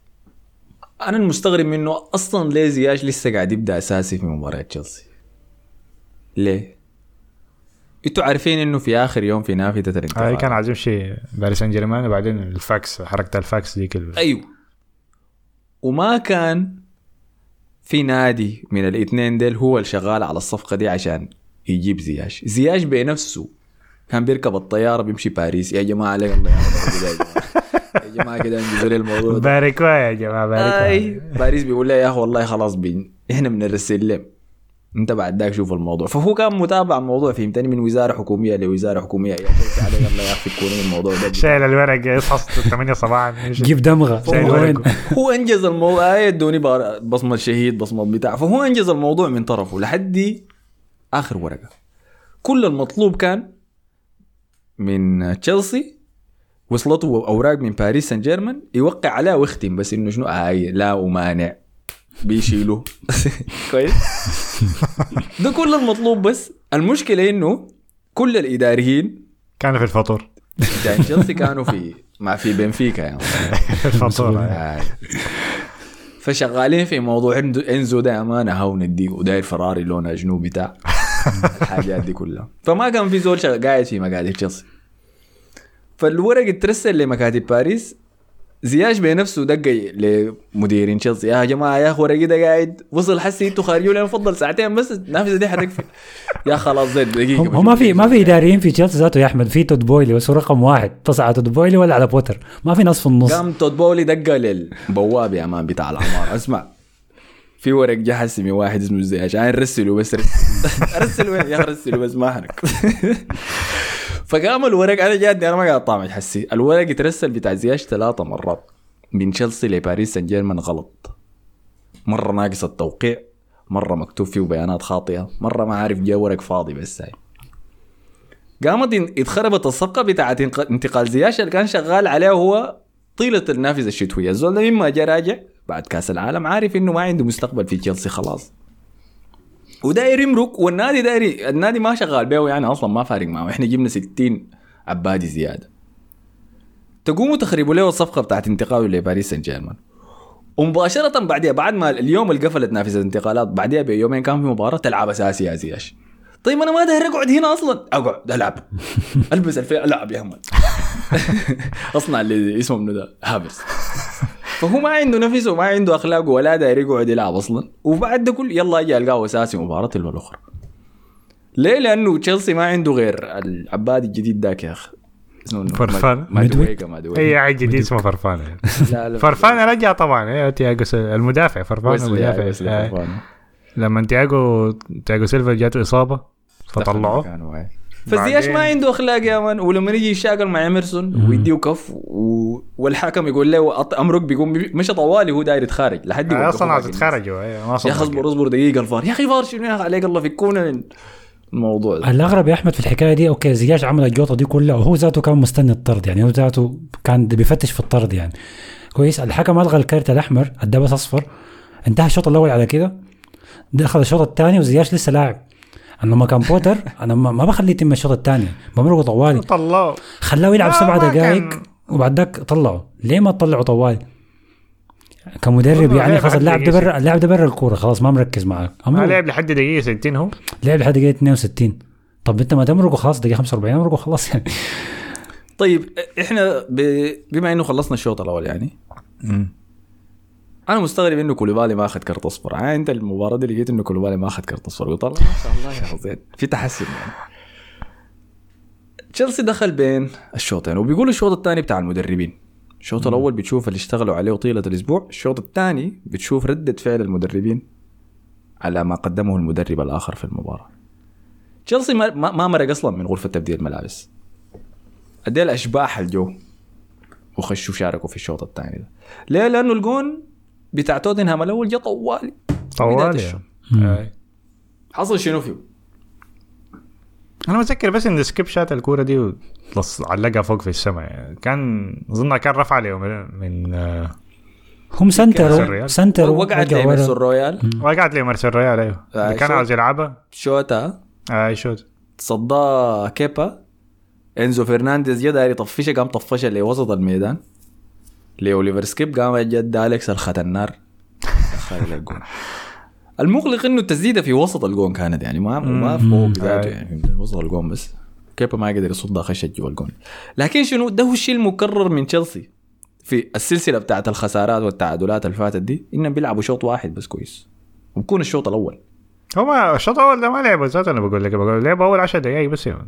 انا المستغرب منه اصلا ليه زياش لسه قاعد يبدا اساسي في مباراه تشيلسي؟ ليه؟ انتوا عارفين انه في اخر يوم في نافذه الانتقال آه كان عايز شيء باريس سان جيرمان وبعدين الفاكس حركه الفاكس دي كده. ايوه وما كان في نادي من الاثنين ديل هو اللي شغال على الصفقه دي عشان يجيب زياش. زياش بنفسه كان بيركب الطياره بيمشي باريس. يا جماعه عليك الله يا جماعه كده انجزوا لي الموضوع باركوا يا جماعه باركوا. اي باريس بيقول لي يا اخي والله خلاص بين احنا بنرسل لهم انت بعد ذاك شوف الموضوع. فهو كان متابع الموضوع فهمتني من وزاره حكوميه لوزاره حكوميه. يا شيخ عليك الله يعفيكم من الموضوع ده. شايل الورق يصحص ثمانية صباحا جيب دمغه. هو انجز الموضوع. يدوني بصمه شهيد بصمه بتاع. فهو انجز الموضوع من طرفه لحد اخر ورقه. كل المطلوب كان من تشيلسي وصلته اوراق من باريس سان جيرمان يوقع عليها ويختم بس انه شنو هاي لا ومانع بيشيلوا كويس. ده كل المطلوب. بس المشكله انه كل الاداريين كانوا في الفطور يعني تشيلسي كانوا في مع في بنفيكا يعني الفطور. فشغالين في موضوع انزو ده امانه هاو نديه وداير فراري لونها جنوبي بتاع الحاجات دي كلها. فما كان في زول قاعد في مقاعد تشيلسي. فالورق اترسل لمكاتب باريس. زياش بنفسه دق لمديرين تشيلسي يا جماعه يا اخي ورقي ده قاعد وصل حسي انتوا خارجوا لي نفضل ساعتين بس النافذه دي حتكفي يا خلاص زين دقيقه. هو ما في ما في اداريين في تشيلسي ذاته يا احمد. في تود بويلي بس هو رقم واحد تصعد تود بويلي ولا على بوتر ما في ناس في النص. قام تود بويلي دق للبواب يا مان بتاع العماره اسمع في ورق جه حسمي واحد اسمه زياش عين رسله بس رسله وين يا رسله بس ما حرك. فقام الورق انا جاتني انا ما قاعد طعم حسي الورق يترسل بتاع زياش ثلاثة مرات من تشيلسي لباريس سان جيرمان غلط. مره ناقص التوقيع، مره مكتوب فيه بيانات خاطئه، مره ما عارف جا ورق فاضي بس هاي. قامت اتخربت الصفقه بتاعت انتقال زياش اللي كان شغال عليه هو طيله النافذه الشتويه. الزول ده مما جا راجع بعد كاس العالم عارف انه ما عنده مستقبل في تشيلسي خلاص، وداير يمرق، والنادي داير النادي ما شغال بيه يعني اصلا ما فارق معه. احنا جبنا ستين عبادي زياده، تقوموا تخربوا له الصفقه بتاعت انتقاله لباريس سان جيرمان. ومباشره بعدها بعد ما اليوم اللي قفلت نافذه الانتقالات بعدها بيومين كان في مباراه تلعب اساسي يا زياش. طيب انا ما داير اقعد هنا اصلا، اقعد العب البس الفئه العب يا احمد اصنع اللي اسمه منو ده هافرز. فهو ما عنده نفس وما عنده اخلاق ولا داير يقعد يلعب اصلا، وبعد ده كل يلا اجي القاه اساسي مباراه الاخرى. ليه؟ لانه تشيلسي ما عنده غير العباد الجديد داك يا اخي اسمه فرفان مادويكا مادويكا اي عاد جديد اسمه فرفان. فرفان رجع طبعا ايه تياغو المدافع فرفان المدافع لما تياغو تياغو سيلفا جاته اصابه فطلعوه. فزياش ما عنده اخلاق يا مان، ولما يجي يشاغل مع اميرسون ويديه كف و... والحكم يقول له امرك بيقوم مش طوالي هو داير يتخارج لحد يقول اصلا عايز يتخارج يا اخي اصبر اصبر دقيقه الفار يا اخي فار شنو يا اخي عليك الله فيكونا الموضوع ده. الاغرب يا احمد في الحكايه دي اوكي زياش عمل الجوطه دي كلها وهو ذاته كان مستني الطرد، يعني هو ذاته كان بيفتش في الطرد يعني كويس. الحكم الغى الكارت الاحمر ادى بس اصفر، انتهى الشوط الاول على كده، دخل الشوط الثاني وزياش لسه لاعب. انا لما كان بوتر انا ما بخليه يتم الشوط الثاني بمرقه طوالي، طلعه خلاه يلعب سبع دقائق وبعد ذاك طلعه. ليه ما تطلعه طوالي كمدرب يعني؟ خلاص اللاعب ده برا، اللاعب ده برا الكوره خلاص ما مركز معك. ما لعب لحد دقيقه ستين، هو لعب لحد دقيقه اثنين وستين. طب انت ما تمرقه خلاص دقيقه خمسة وأربعين امرقه خلاص يعني. طيب احنا ب... بما انه خلصنا الشوط الاول يعني م. انا مستغرب انه كوليبالي ما اخذ كرت اصفر. يعني انت المباراه دي لقيت انه كوليبالي ما اخذ كرت اصفر وطلع ما شاء الله يا زين في تحسن يعني. تشيلسي دخل بين الشوطين وبيقولوا الشوط الثاني بتاع المدربين. الشوط الاول بتشوف اللي اشتغلوا عليه طيله الاسبوع، الشوط الثاني بتشوف رده فعل المدربين على ما قدمه المدرب الاخر في المباراه. تشيلسي ما ما مرق اصلا من غرفه تبديل الملابس، ادي الاشباح الجو وخشوا شاركوا في الشوط الثاني ده. ليه؟ لانه الجون بتاع توتنهام الاول جا طوالي طوالي حصل شنو فيه. انا متذكر بس ان سكيب شات الكوره دي وعلقها فوق في السماء يعني. كان اظن كان رفع عليه من آه هم سنتروا سنتروا وقعت لي مارسيل رويال وقعت لي مارسيل رويال ايوه آه كان عاوز يلعبها شوتا اي آه شوت صدى كيبا انزو فرنانديز جا داير يطفشها قام طفشها لوسط الميدان لأوليفر سكيب قام جد أليكس الختنار دخل الجون. المقلق إنه التسديدة في وسط الجون كانت يعني ما ما فوق ذاته يعني وسط الجون بس كيبا ما قدر يصدها خشت جوا الجون. لكن شنو ده هو الشيء المكرر من تشيلسي في السلسلة بتاعت الخسارات والتعادلات اللي فاتت دي، إنهم بيلعبوا شوط واحد بس كويس وبكون الشوط الأول. هما الشوط الأول ده ما لعبوا ذاته. أنا بقول لك بقول لعبوا أول عشر دقايق بس يعني.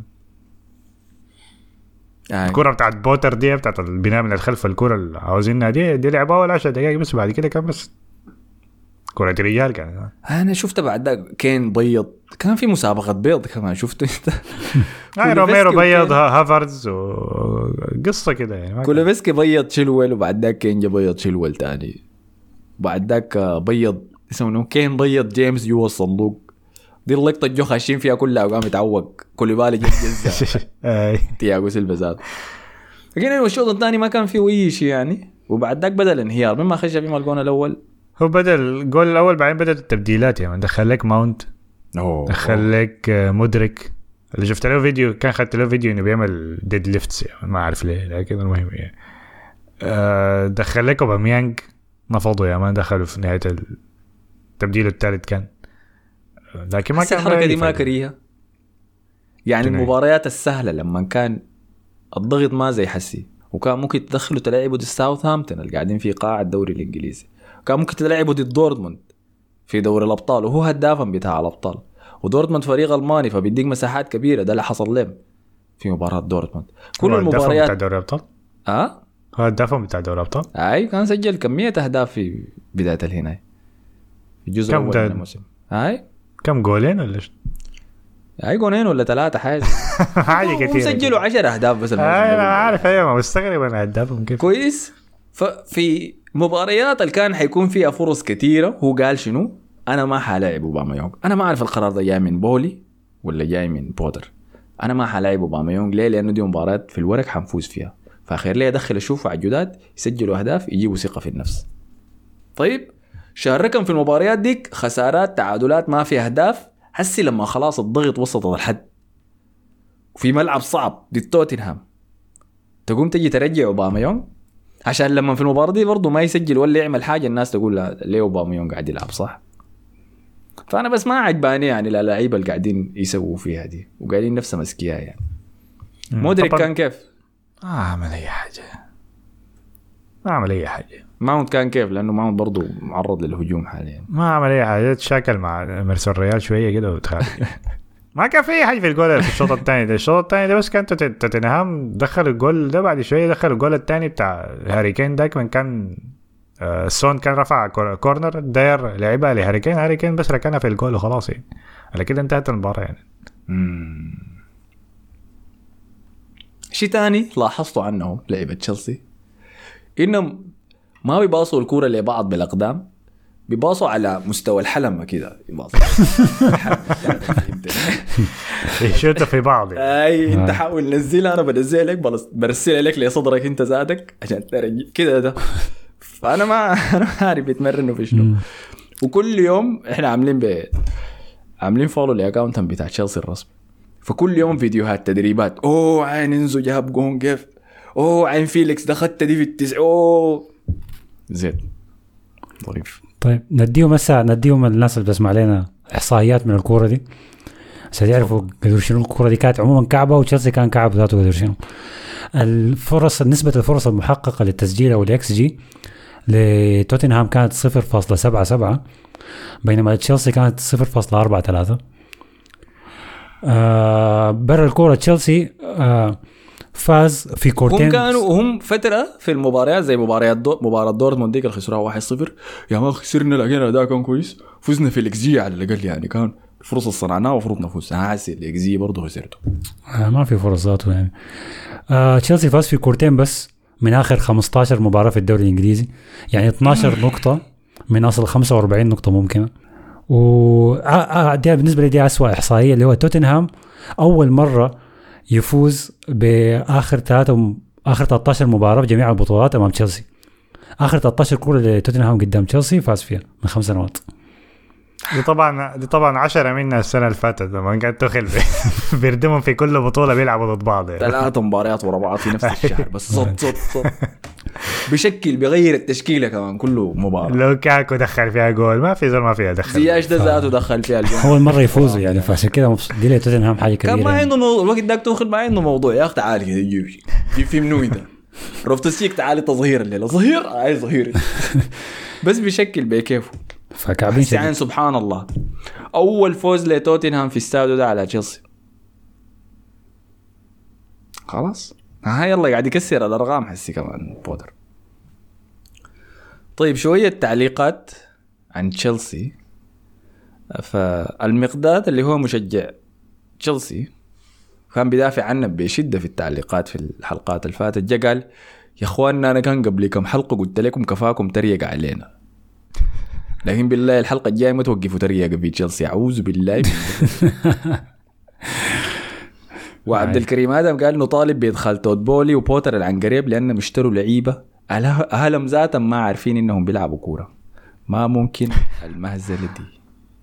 آه. الكرة بتاعت بوتر دي بتاعت البناء من الخلف، الكرة اللي عاوزينها دي دي لعبها أول عشر دقايق بس، بعد كده كان بس كرة رجال كان. أنا شفت بعد ده كين بيض، كان في مسابقة بيض كمان شفته أنت. آه روميرو بيض هافرز وقصة كده يعني. كولوفسكي بيض شيلويل وبعد ده كين بيض شيلويل تاني، بعد ذاك بيض اسمه كين بيض جيمس جوا الصندوق. دي اللقطة الجو خاشين فيها كلها وقام يتعوق كوليبالي جد جزا تياغو سيلفا زاد. لكن الشوط الثاني ما كان فيه أي شيء يعني، وبعد ذاك بدأ الانهيار مما خش فيه الجون الأول. هو بدأ الجول الأول بعدين بدأت التبديلات يعني. دخل لك ماونت، دخل لك مدرك اللي شفت له فيديو، كان خدت له فيديو إنه بيعمل ديد ليفتس يعني ما أعرف ليه لكن المهم يعني. دخل لك أوباميانج نفضوا يا مان، دخلوا في نهاية التبديل الثالث كان، لكن ما كان الحركة دي ما كريها يعني. المباريات السهلة لما كان الضغط ما زي حسي، وكان ممكن تدخلوا تلعبوا ضد ساوثهامبتون اللي قاعدين في قاع الدوري الإنجليزي، كان ممكن تلعبوا ضد دورتموند في دوري الأبطال وهو هدافا بتاع الأبطال، ودورتموند فريق ألماني فبيديك مساحات كبيرة. ده اللي حصل لهم في مباراة دورتموند. كل المباريات بتاع دوري الأبطال اه هو الدافع بتاع دوري الأبطال. اي كان سجل كمية أهداف في بداية الهناية في الجزء الأول من الموسم. هاي كم جولين ولا ايش؟ هاي جونين ولا ثلاثة حاجة حاجة كتير. وسجلوا عشر أهداف بس. أنا عارف أيوة مستغرب أنا أهدافهم كيف كويس. ففي مباريات اللي كان حيكون فيها فرص كتيرة هو قال شنو؟ أنا ما حلاعب أوباميونغ. أنا ما أعرف القرار ده جاي من بولي ولا جاي من بوتر. أنا ما حلاعب أوباميونغ ليه؟ لأنه دي مباراة في الورق حنفوز فيها، فأخير ليه أدخل أشوف على الجداد يسجلوا أهداف يجيبوا ثقة في النفس. طيب شهر رقم في المباريات ديك خسارات تعادلات ما في أهداف. حسي لما خلاص الضغط وسط الحد وفي ملعب صعب ضد توتنهام تقوم تجي ترجع أوباميونغ عشان لما في المباراة دي برضو ما يسجل ولا يعمل حاجة الناس تقول لا ليه أوباميونغ قاعد يلعب صح. فأنا بس ما عجباني يعني اللاعيبة اللي قاعدين يسووا فيها دي وقاعدين نفسها مسكيها يعني. مودريك كان كيف؟ ما عمل أي حاجة ما عمل أي حاجة. ماونت كان كيف؟ لأنه ماونت برضو معرض للهجوم حاليا. ما عمل أي حاجة. تشاكل مع مرسل الريال شوية كده وتخالف. ما كان في أي حاجة في الجول في الشوط الثاني ده. الشوط الثاني ده بس كان توتنهام دخل الجول ده بعد شوية دخل الجول الثاني بتاع هاري كين. داك من كان آه سون كان رفع كورنر داير لعبها لهاري كين. هاري كين بس ركنها في الجول وخلاص يعني. على كده انتهت المباراة يعني. شيء تاني لاحظته عنهم لعبة تشيلسي إنهم ما بيباصوا الكورة لبعض بالأقدام، بيباصوا على مستوى الحلمة كده يباصوا. يشوتوا في بعض. أي أنت حاول نزلها أنا بنزلها لك برسلها لك لصدرك أنت زادك عشان ترجع كده ده. فأنا ما أنا عارف بيتمرنوا في شنو. وكل يوم إحنا عاملين ب عاملين فولو لأكاونتهم بتاع تشيلسي الرسمي، فكل يوم فيديوهات تدريبات. أوه عين إنزو جاب جون كيف، أوه عين فيليكس دخلت دي في التسع. أوه زين ظريف. طيب نديهم مسا نديهم الناس اللي بتسمع علينا إحصائيات من الكورة دي عشان يعرفوا قدر شنو الكورة دي. كانت عموما كعبة وتشيلسي كان كعب ذاته قدر شنو. الفرص نسبة الفرص المحققة للتسجيل أو الإكس جي لتوتنهام كانت صفر فاصلة سبعة سبعة بينما تشيلسي كانت صفر فاصلة أربعة ثلاثة. آه برا الكورة تشيلسي آه فاز في كورتين. هم كانوا هم فترة في المباريات زي مباريات دو مباراة دورتموند ديك الخسرها واحد صفر. يا ما خسرنا لكن ده كان كويس. فزنا في الإكس جي على الأقل يعني كان فرصة صنعناها وفروض نفوز. أنا حاسس الإكس جي برضه خسرته. آه ما في فرص ذاته يعني. آه تشيلسي فاز في كورتين بس من آخر خمسة عشر مباراة في الدوري الإنجليزي يعني اثنا عشر نقطة من أصل خمسة وأربعين نقطة ممكنة. ودي بالنسبة لي دي أسوأ إحصائية اللي هو توتنهام أول مرة يفوز بآخر ثلاثة آخر ثلاثة عشر مباراة في جميع البطولات أمام تشيلسي. آخر ثلاثة عشر كورة لتوتنهام قدام تشيلسي فاز فيها من خمسة نقاط. دي طبعا دي طبعا عشرة منها السنة اللي فاتت لما كان تخل بيردمهم في كل بطولة بيلعبوا ضد بعض يعني. ثلاث مباريات ورا بعض في نفس الشهر بس صد صد صد بشكل بيغير التشكيلة كمان كله مباراة. لو كاكو دخل فيها جول ما في زول ما فيها دخل. زياش ده ذاته دخل فيها الجول. أول مرة يفوزوا يعني فعشان كده دي لي توتنهام حاجة كبيرة. كان ما يعني. عنده موضوع الوقت داك تأخذ ما عنده موضوع يا أخي تعال كده يجيب جيب في منو ده رفت السيك تعالي تظهير الليلة ظهير عايز ظهير بس بشكل بكيفه. فكعبين يعني سبحان الله أول فوز لتوتنهام في استادو ده على تشيلسي. خلاص ها يلا قاعد يكسر الأرقام حسي كمان بودر. طيب شوية تعليقات عن تشيلسي. فالمقداد اللي هو مشجع تشيلسي كان بيدافع عنه بشدة في التعليقات في الحلقات الفاتت. جا قال يا اخواننا انا كان قبل كم حلقة قلت لكم كفاكم تريق علينا لكن بالله الحلقة الجاية ما توقفوا تريق في تشيلسي أعوذ بالله. وعبد الكريم آدم قال نطالب بإدخال تود بولي وبوتر العنقريب لأنهم مشتروا لعيبة أهلهم ذاتا ما عارفين إنهم بيلعبوا كورة. ما ممكن المهزلة دي.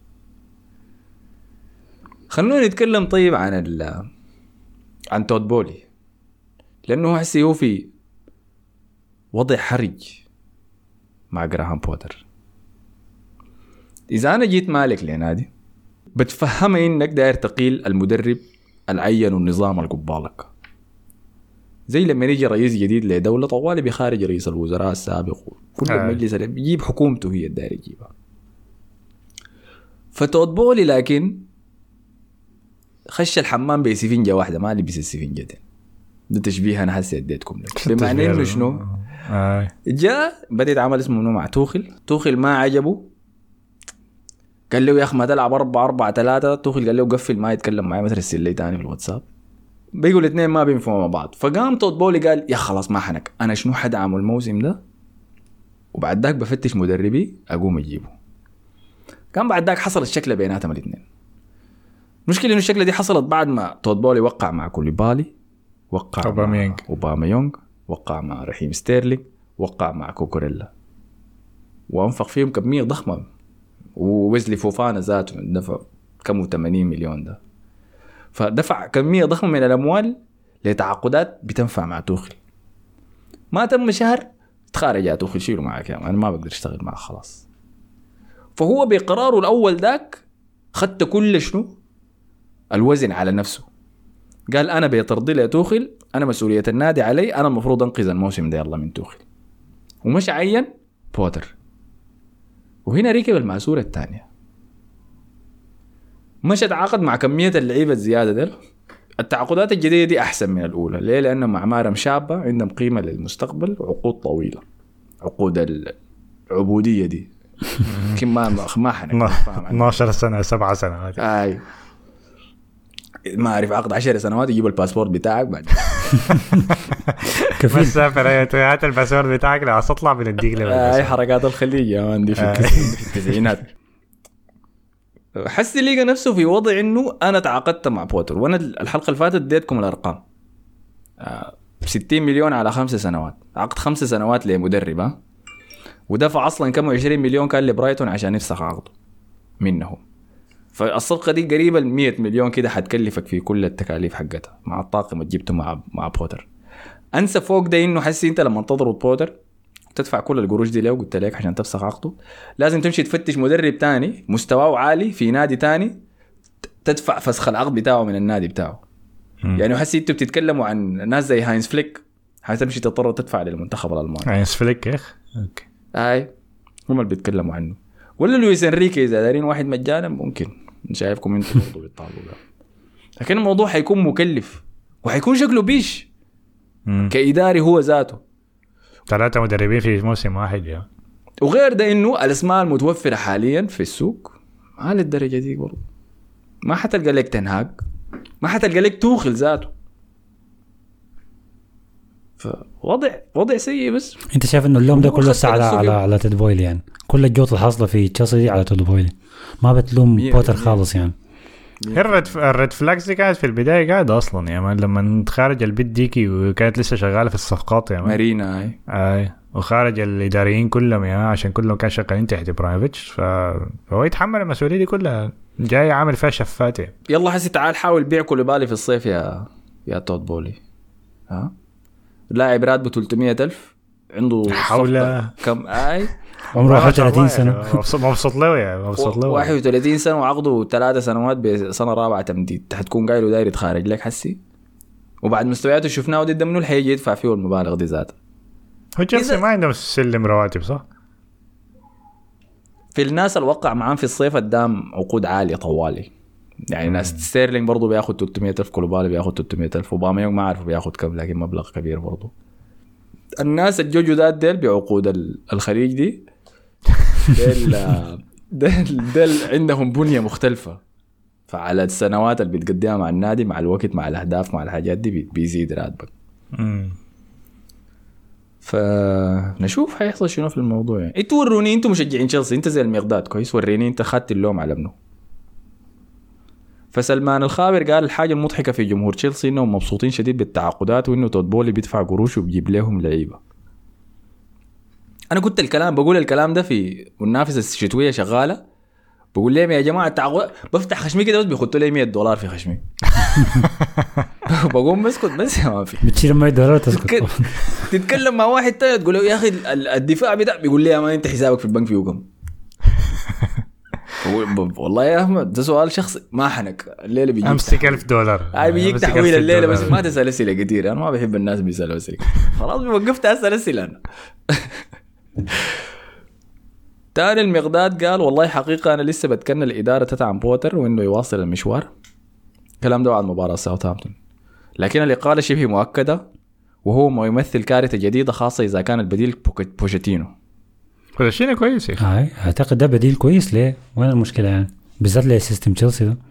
خلونا نتكلم طيب عن ال عن تود بولي لأنه حسي هو في وضع حرج مع جراهام بوتر. إذا أنا جيت مالك لنادي بتفهم إنك داير تقيل المدرب العين والنظام القبالك زي لما يجي رئيس جديد لدولة طوالي بخارج رئيس الوزراء السابق كل المجلس اللي بيجيب حكومته هي الداير يجيبها. فتود بولي لكن خش الحمام بسفنجة واحدة ما لبس السفنجة دي. ده تشبيه أنا حسي اديتكم لك بمعنى إنه شنو جاء بدأت عمل اسمه مع توخل. توخل ما عجبه قال له يا اخي ما تلعب أربعة أربعة ثلاثة. توخيل قال له قفل ما يتكلم معي، مثلا رسل لي تاني في الواتساب. بيقول الاثنين ما بينفعوا مع بعض. فقام توت بولي قال يا خلاص ما حنك، انا شنو حدعمه الموسم ده وبعد ذاك بفتش مدربي اقوم اجيبه. كان بعد ذاك حصل الشكله بيناتهم الاثنين. المشكله انه الشكله دي حصلت بعد ما توت بولي وقع مع كوليبالي، وقع أوباميانغ. مع اوباميونغ، وقع مع رحيم ستيرلينج، وقع مع كوكوريلا، وانفق فيهم كميه ضخمه. وويزلي فوفانا ذاته دفع كم ثمانين مليون ده. فدفع كميه ضخمه من الاموال لتعاقدات بتنفع مع توخيل. ما تم شهر تخارج يا توخيل شيله معك يا انا ما بقدر اشتغل معك خلاص. فهو بقراره الاول ذاك خدت كل شنو الوزن على نفسه. قال انا بيطرد لي توخيل، انا مسؤوليه النادي علي، انا المفروض انقذ الموسم ده يلا من توخيل. ومش عين بوتر. وهنا ركب الماسوره الثانيه، مش تعاقد مع كميه اللعيبه الزياده دي. التعاقدات الجديده دي احسن من الاولى. ليه؟ لانهم اعمارهم شابه، عندهم قيمه للمستقبل وعقود طويله. عقود العبوديه دي كم ما ما حنك اثناشر سنه سبعة سنوات. اي ما اعرف عقد عشر سنوات يجيب الباسبورت بتاعك بعد كيف تسافر هات الباسبورت بتاعك لو تطلع بنديك له. اي حركات الخليج يا مان دي في التسعينات. حس لقى نفسه في وضع انه انا تعاقدت مع بوتر. وانا الحلقه اللي فاتت اديتكم الارقام. ستين مليون على خمس سنوات، عقد خمس سنوات لمدرب، ودفع اصلا كم عشرين مليون كان لبرايتون عشان يفسخ عقده منهم. فالصفقه دي قريبه ل مية مليون كده حتكلفك في كل التكاليف حقتها مع الطاقم اللي جبته مع مع بوتر. انسى فوق ده انه حسي انت لما تضرب بوتر تدفع كل القروش دي لو قلت لك عشان تفسخ عقده، لازم تمشي تفتش مدرب تاني مستواه عالي في نادي تاني تدفع فسخ العقد بتاعه من النادي بتاعه. م. يعني حسي انتوا بتتكلموا عن ناس زي هاينز فليك حتمشي تضطر تدفع للمنتخب الالماني. هاينز فليك يا اخي اوكي اي هم اللي بيتكلموا عنه. ولا لويس انريكي اذا دارين واحد مجانا ممكن شايفكم انتوا برضه بتطالبوا ده. لكن الموضوع حيكون مكلف وحيكون شكله بيش م. كإداري هو ذاته ثلاثة مدربين في موسم واحد يا. وغير ده انه الاسماء المتوفرة حاليا في السوق ما للدرجة دي برضه. ما حتلقى لك تنهاج، ما حتلقى لك توخل ذاته. فوضع وضع سيء. بس انت شايف انه اللوم ده كله ساعة على على, على تود بويلي يعني. كل الجوط الحاصلة في تشيلسي دي على تود بويلي، ما بتلوم بوتر خالص يعني. الريد الريد فلاكس دي كانت في البدايه قاعده اصلا يا مان لما خارج البيت ديكي وكانت لسه شغاله في الصفقات يا مان. مارينا اي اي وخارج الاداريين كلهم يا عشان كلهم كانوا شغالين تحت ابراهيموفيتش. فهو يتحمل المسؤوليه دي كلها، جاي عامل فيها شفات. يلا حسي تعال حاول بيع كوليبالي في الصيف يا يا تود بولي. ها لاعب راتبه ثلاثمية ألف عنده حول كم اي عمره واحد وثلاثين سنة. مبسوط له يا مبسوط له واحد وثلاثين سنة وعقده ثلاثة سنوات بسنة رابعة تمديد. حتكون قايله داير يتخارج لك حسي. وبعد مستوياته شفناه ضد منه اللي هيجي يدفع فيه المبالغ دي ذاته. هو تشيلسي ما عندهم سلم رواتب صح؟ في الناس اللي وقع معاه في الصيف قدام عقود عالية طوالي يعني. ناس ستيرلينج برضو بياخد ثلاثمية ألف، كولوبالي بياخد ثلاثمية ألف، وباميونغ ما عارف بياخد كم لكن مبلغ كبير برضو. الناس الجوجو ذات ديل بعقود الخليج دي ديل ديل, ديل عندهم بنية مختلفة. فعلى السنوات اللي بتقضيها مع النادي مع الوقت مع الأهداف مع الحاجات دي بيزيد راتبك. فنشوف هيحصل شنو في الموضوع يعني. انتوا وروني انتوا مشجعين تشيلسي، انت زي المقداد كويس، وريني انت خدت اللوم على منه. فسلمان الخابر قال الحاجة المضحكة في جمهور تشيلسي انهم مبسوطين شديد بالتعاقدات وانه تود بولي بيدفع قروش وبيجيب لهم لعيبة. انا قلت الكلام بقول الكلام ده في منافسة الشتوية شغالة، بقول لهم يا جماعة التعاقدات بفتح خشمي كده بس بيخطوا لي مية دولار في خشمي. بقوم بسكت بس ما في بتشيل مية دولار تسكت. تتكلم مع واحد تاني تقول له يا اخي الدفاع بتاع بيقول لي يا ما انت حسابك في البنك فيه كم. والله يا احمد ده سؤال شخصي ما حنك. الليله بيجيك امسك ألف دولار هاي بيجيك تحويل الليله بس ما تسال اسئله كثير. انا ما بحب الناس بيسالوا اسئله خلاص وقفت اسال اسئله انا. تاني المقداد قال والله حقيقه انا لسه بتكنى الاداره تتعب بوتر وانه يواصل المشوار. الكلام ده بعد مباراه ساوثهامبتون، لكن الاقاله شبه مؤكده وهو ما يمثل كارثه جديده خاصه اذا كان البديل بوشيتينو. كوتشينو كويس يا اخي. هاي اعتقد ده بديل كويس ليه. وين المشكله يعني بالذات لسيستم تشيلسي ده.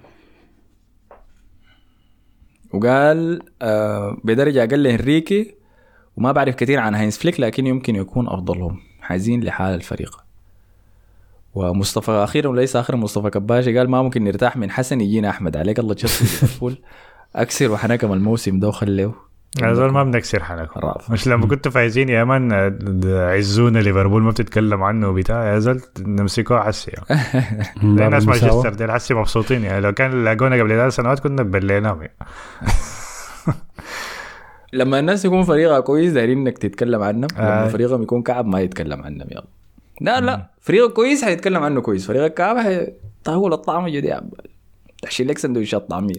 وقال آه بدرجه اقل هنريكي، وما بعرف كثير عن هاينز فليك لكن يمكن يكون افضلهم، حزين لحال الفريق. ومصطفى اخيرا وليس اخر مصطفى كباشي قال ما ممكن نرتاح من حسن يجينا احمد عليك الله تشتري ليفربول اكسر وحنكم الموسم ده وخليه. هذول ما بنكسر حنكم، مش لما كنتوا فايزين يا مان عزونا ليفربول ما بتتكلم عنه وبتاع يا زلمه نمسكوه حسي يعني. الناس مانشستر دي حسي مبسوطين يعني، لو كان لاقونا قبل ثلاث سنوات كنا بليناهم يعني. لما الناس يكون فريقها كويس دايرين انك تتكلم عنهم، لما فريقهم يكون كعب ما يتكلم عنهم يلا. لا لا فريقك كويس هيتكلم عنه كويس، فريقك كعب هيطول الطعم جدي تحشي لك سندويشات طعميه.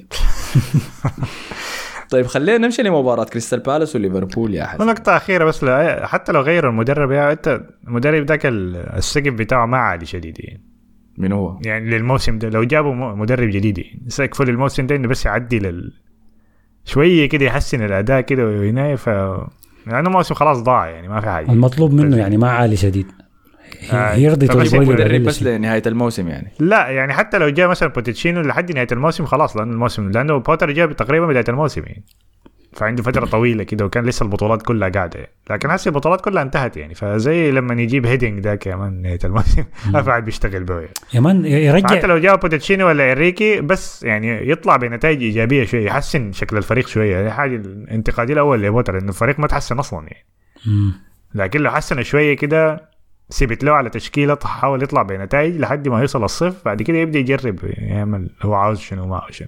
طيب خلينا نمشي لمباراة كريستال بالاس وليفربول يا حسن. نقطة أخيرة بس، لا حتى لو غيروا المدرب يا أنت المدرب ذاك السقف بتاعه ما عالي شديد يعني. من هو؟ يعني للموسم ده لو جابوا مدرب جديد يعني سقفوا للموسم ده إنه بس يعدي لل شوية كده يحسن الأداء كده وهنا ف لأنه موسم خلاص ضاع يعني ما في حاجة. المطلوب منه يعني ما عالي شديد. آه يرضي تقول بس لنهاية الموسم يعني. لا يعني حتى لو جاء مثلا بوتشينو لحد نهاية الموسم خلاص، لأن الموسم لأنه بوتر جاء تقريبا بداية الموسم يعني، فعنده فترة طويلة كده وكان لسه البطولات كلها قاعدة يعني. لكن هسه البطولات كلها انتهت يعني، فزي لما يجيب هيدينج ده كمان نهاية الموسم أفعد بيشتغل به يعني. يمان يرجع حتى لو جاء بوتشينو ولا إنريكي بس يعني يطلع بنتائج إيجابية شوية يحسن شكل الفريق شوية. هذه حاجة الانتقادي الأول لبوتر إنه الفريق ما تحسن أصلا يعني. مم. لكن لو حسن شوية كده سيبت له على تشكيلة حاول يطلع بنتائج لحد ما يوصل الصف، بعد كده يبدأ يجرب يعمل هو عاوز شنو ما عاوز شنو.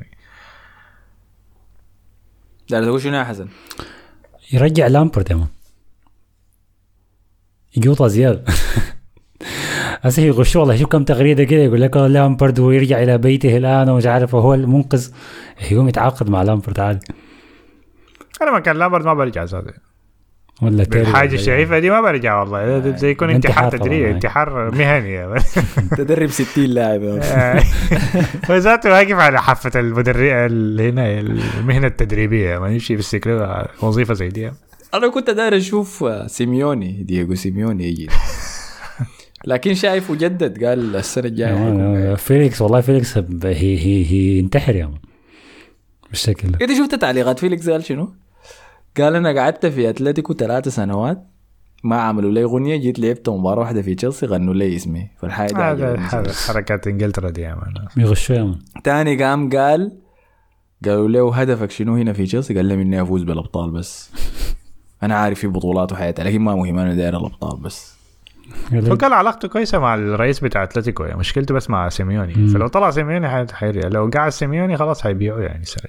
لا تقول شنو يا حسن؟ يرجع لامبرد يا مان يجوطه زيادة. هسه يغشوا والله شوف كم تغريدة كده يقول لك لامبرد ويرجع إلى بيته الآن ومش عارف وهو المنقذ، يقوم يتعاقد مع لامبرد عادي. أنا ما كان لامبرد ما برجع زاد ولا بالحاجة الشريفة دي ما برجع والله. زي يكون انتحار تدريبي انتحار مهني تدرب ستين لاعب وذاته واقف على حافة المدرب هنا المهنة التدريبية ما يمشي بالسكرة وظيفة زي دي. أنا كنت داير أشوف سيميوني دييغو سيميوني يجي لكن شايفه جدد قال السنة الجاية. فيليكس والله فيليكس هي هي هي انتحر يا بالشكل ده. إذا شفت تعليقات فيليكس قال شنو؟ قال أنا قعدت في أتلتيكو ثلاثة سنوات ما عملوا لي غنية، جيت لعبت مباراة واحدة في تشيلسي غنوا لي اسمي، فالحاجة هذا حركات إنجلترا دي يا مان يغشوا يا مان. تاني قام قال قالوا له هدفك شنو هنا في تشيلسي؟ قال لهم إني أفوز بالأبطال بس. أنا عارف في بطولات وحياتي لكن ما مهم أنا داير الأبطال بس. فكان علاقته كويسة مع الرئيس بتاع أتلتيكو يعني، مشكلته بس مع سيميوني. مم. فلو طلع سيميوني حيرجع، لو قاعد سيميوني خلاص هيبيعوا يعني سرج.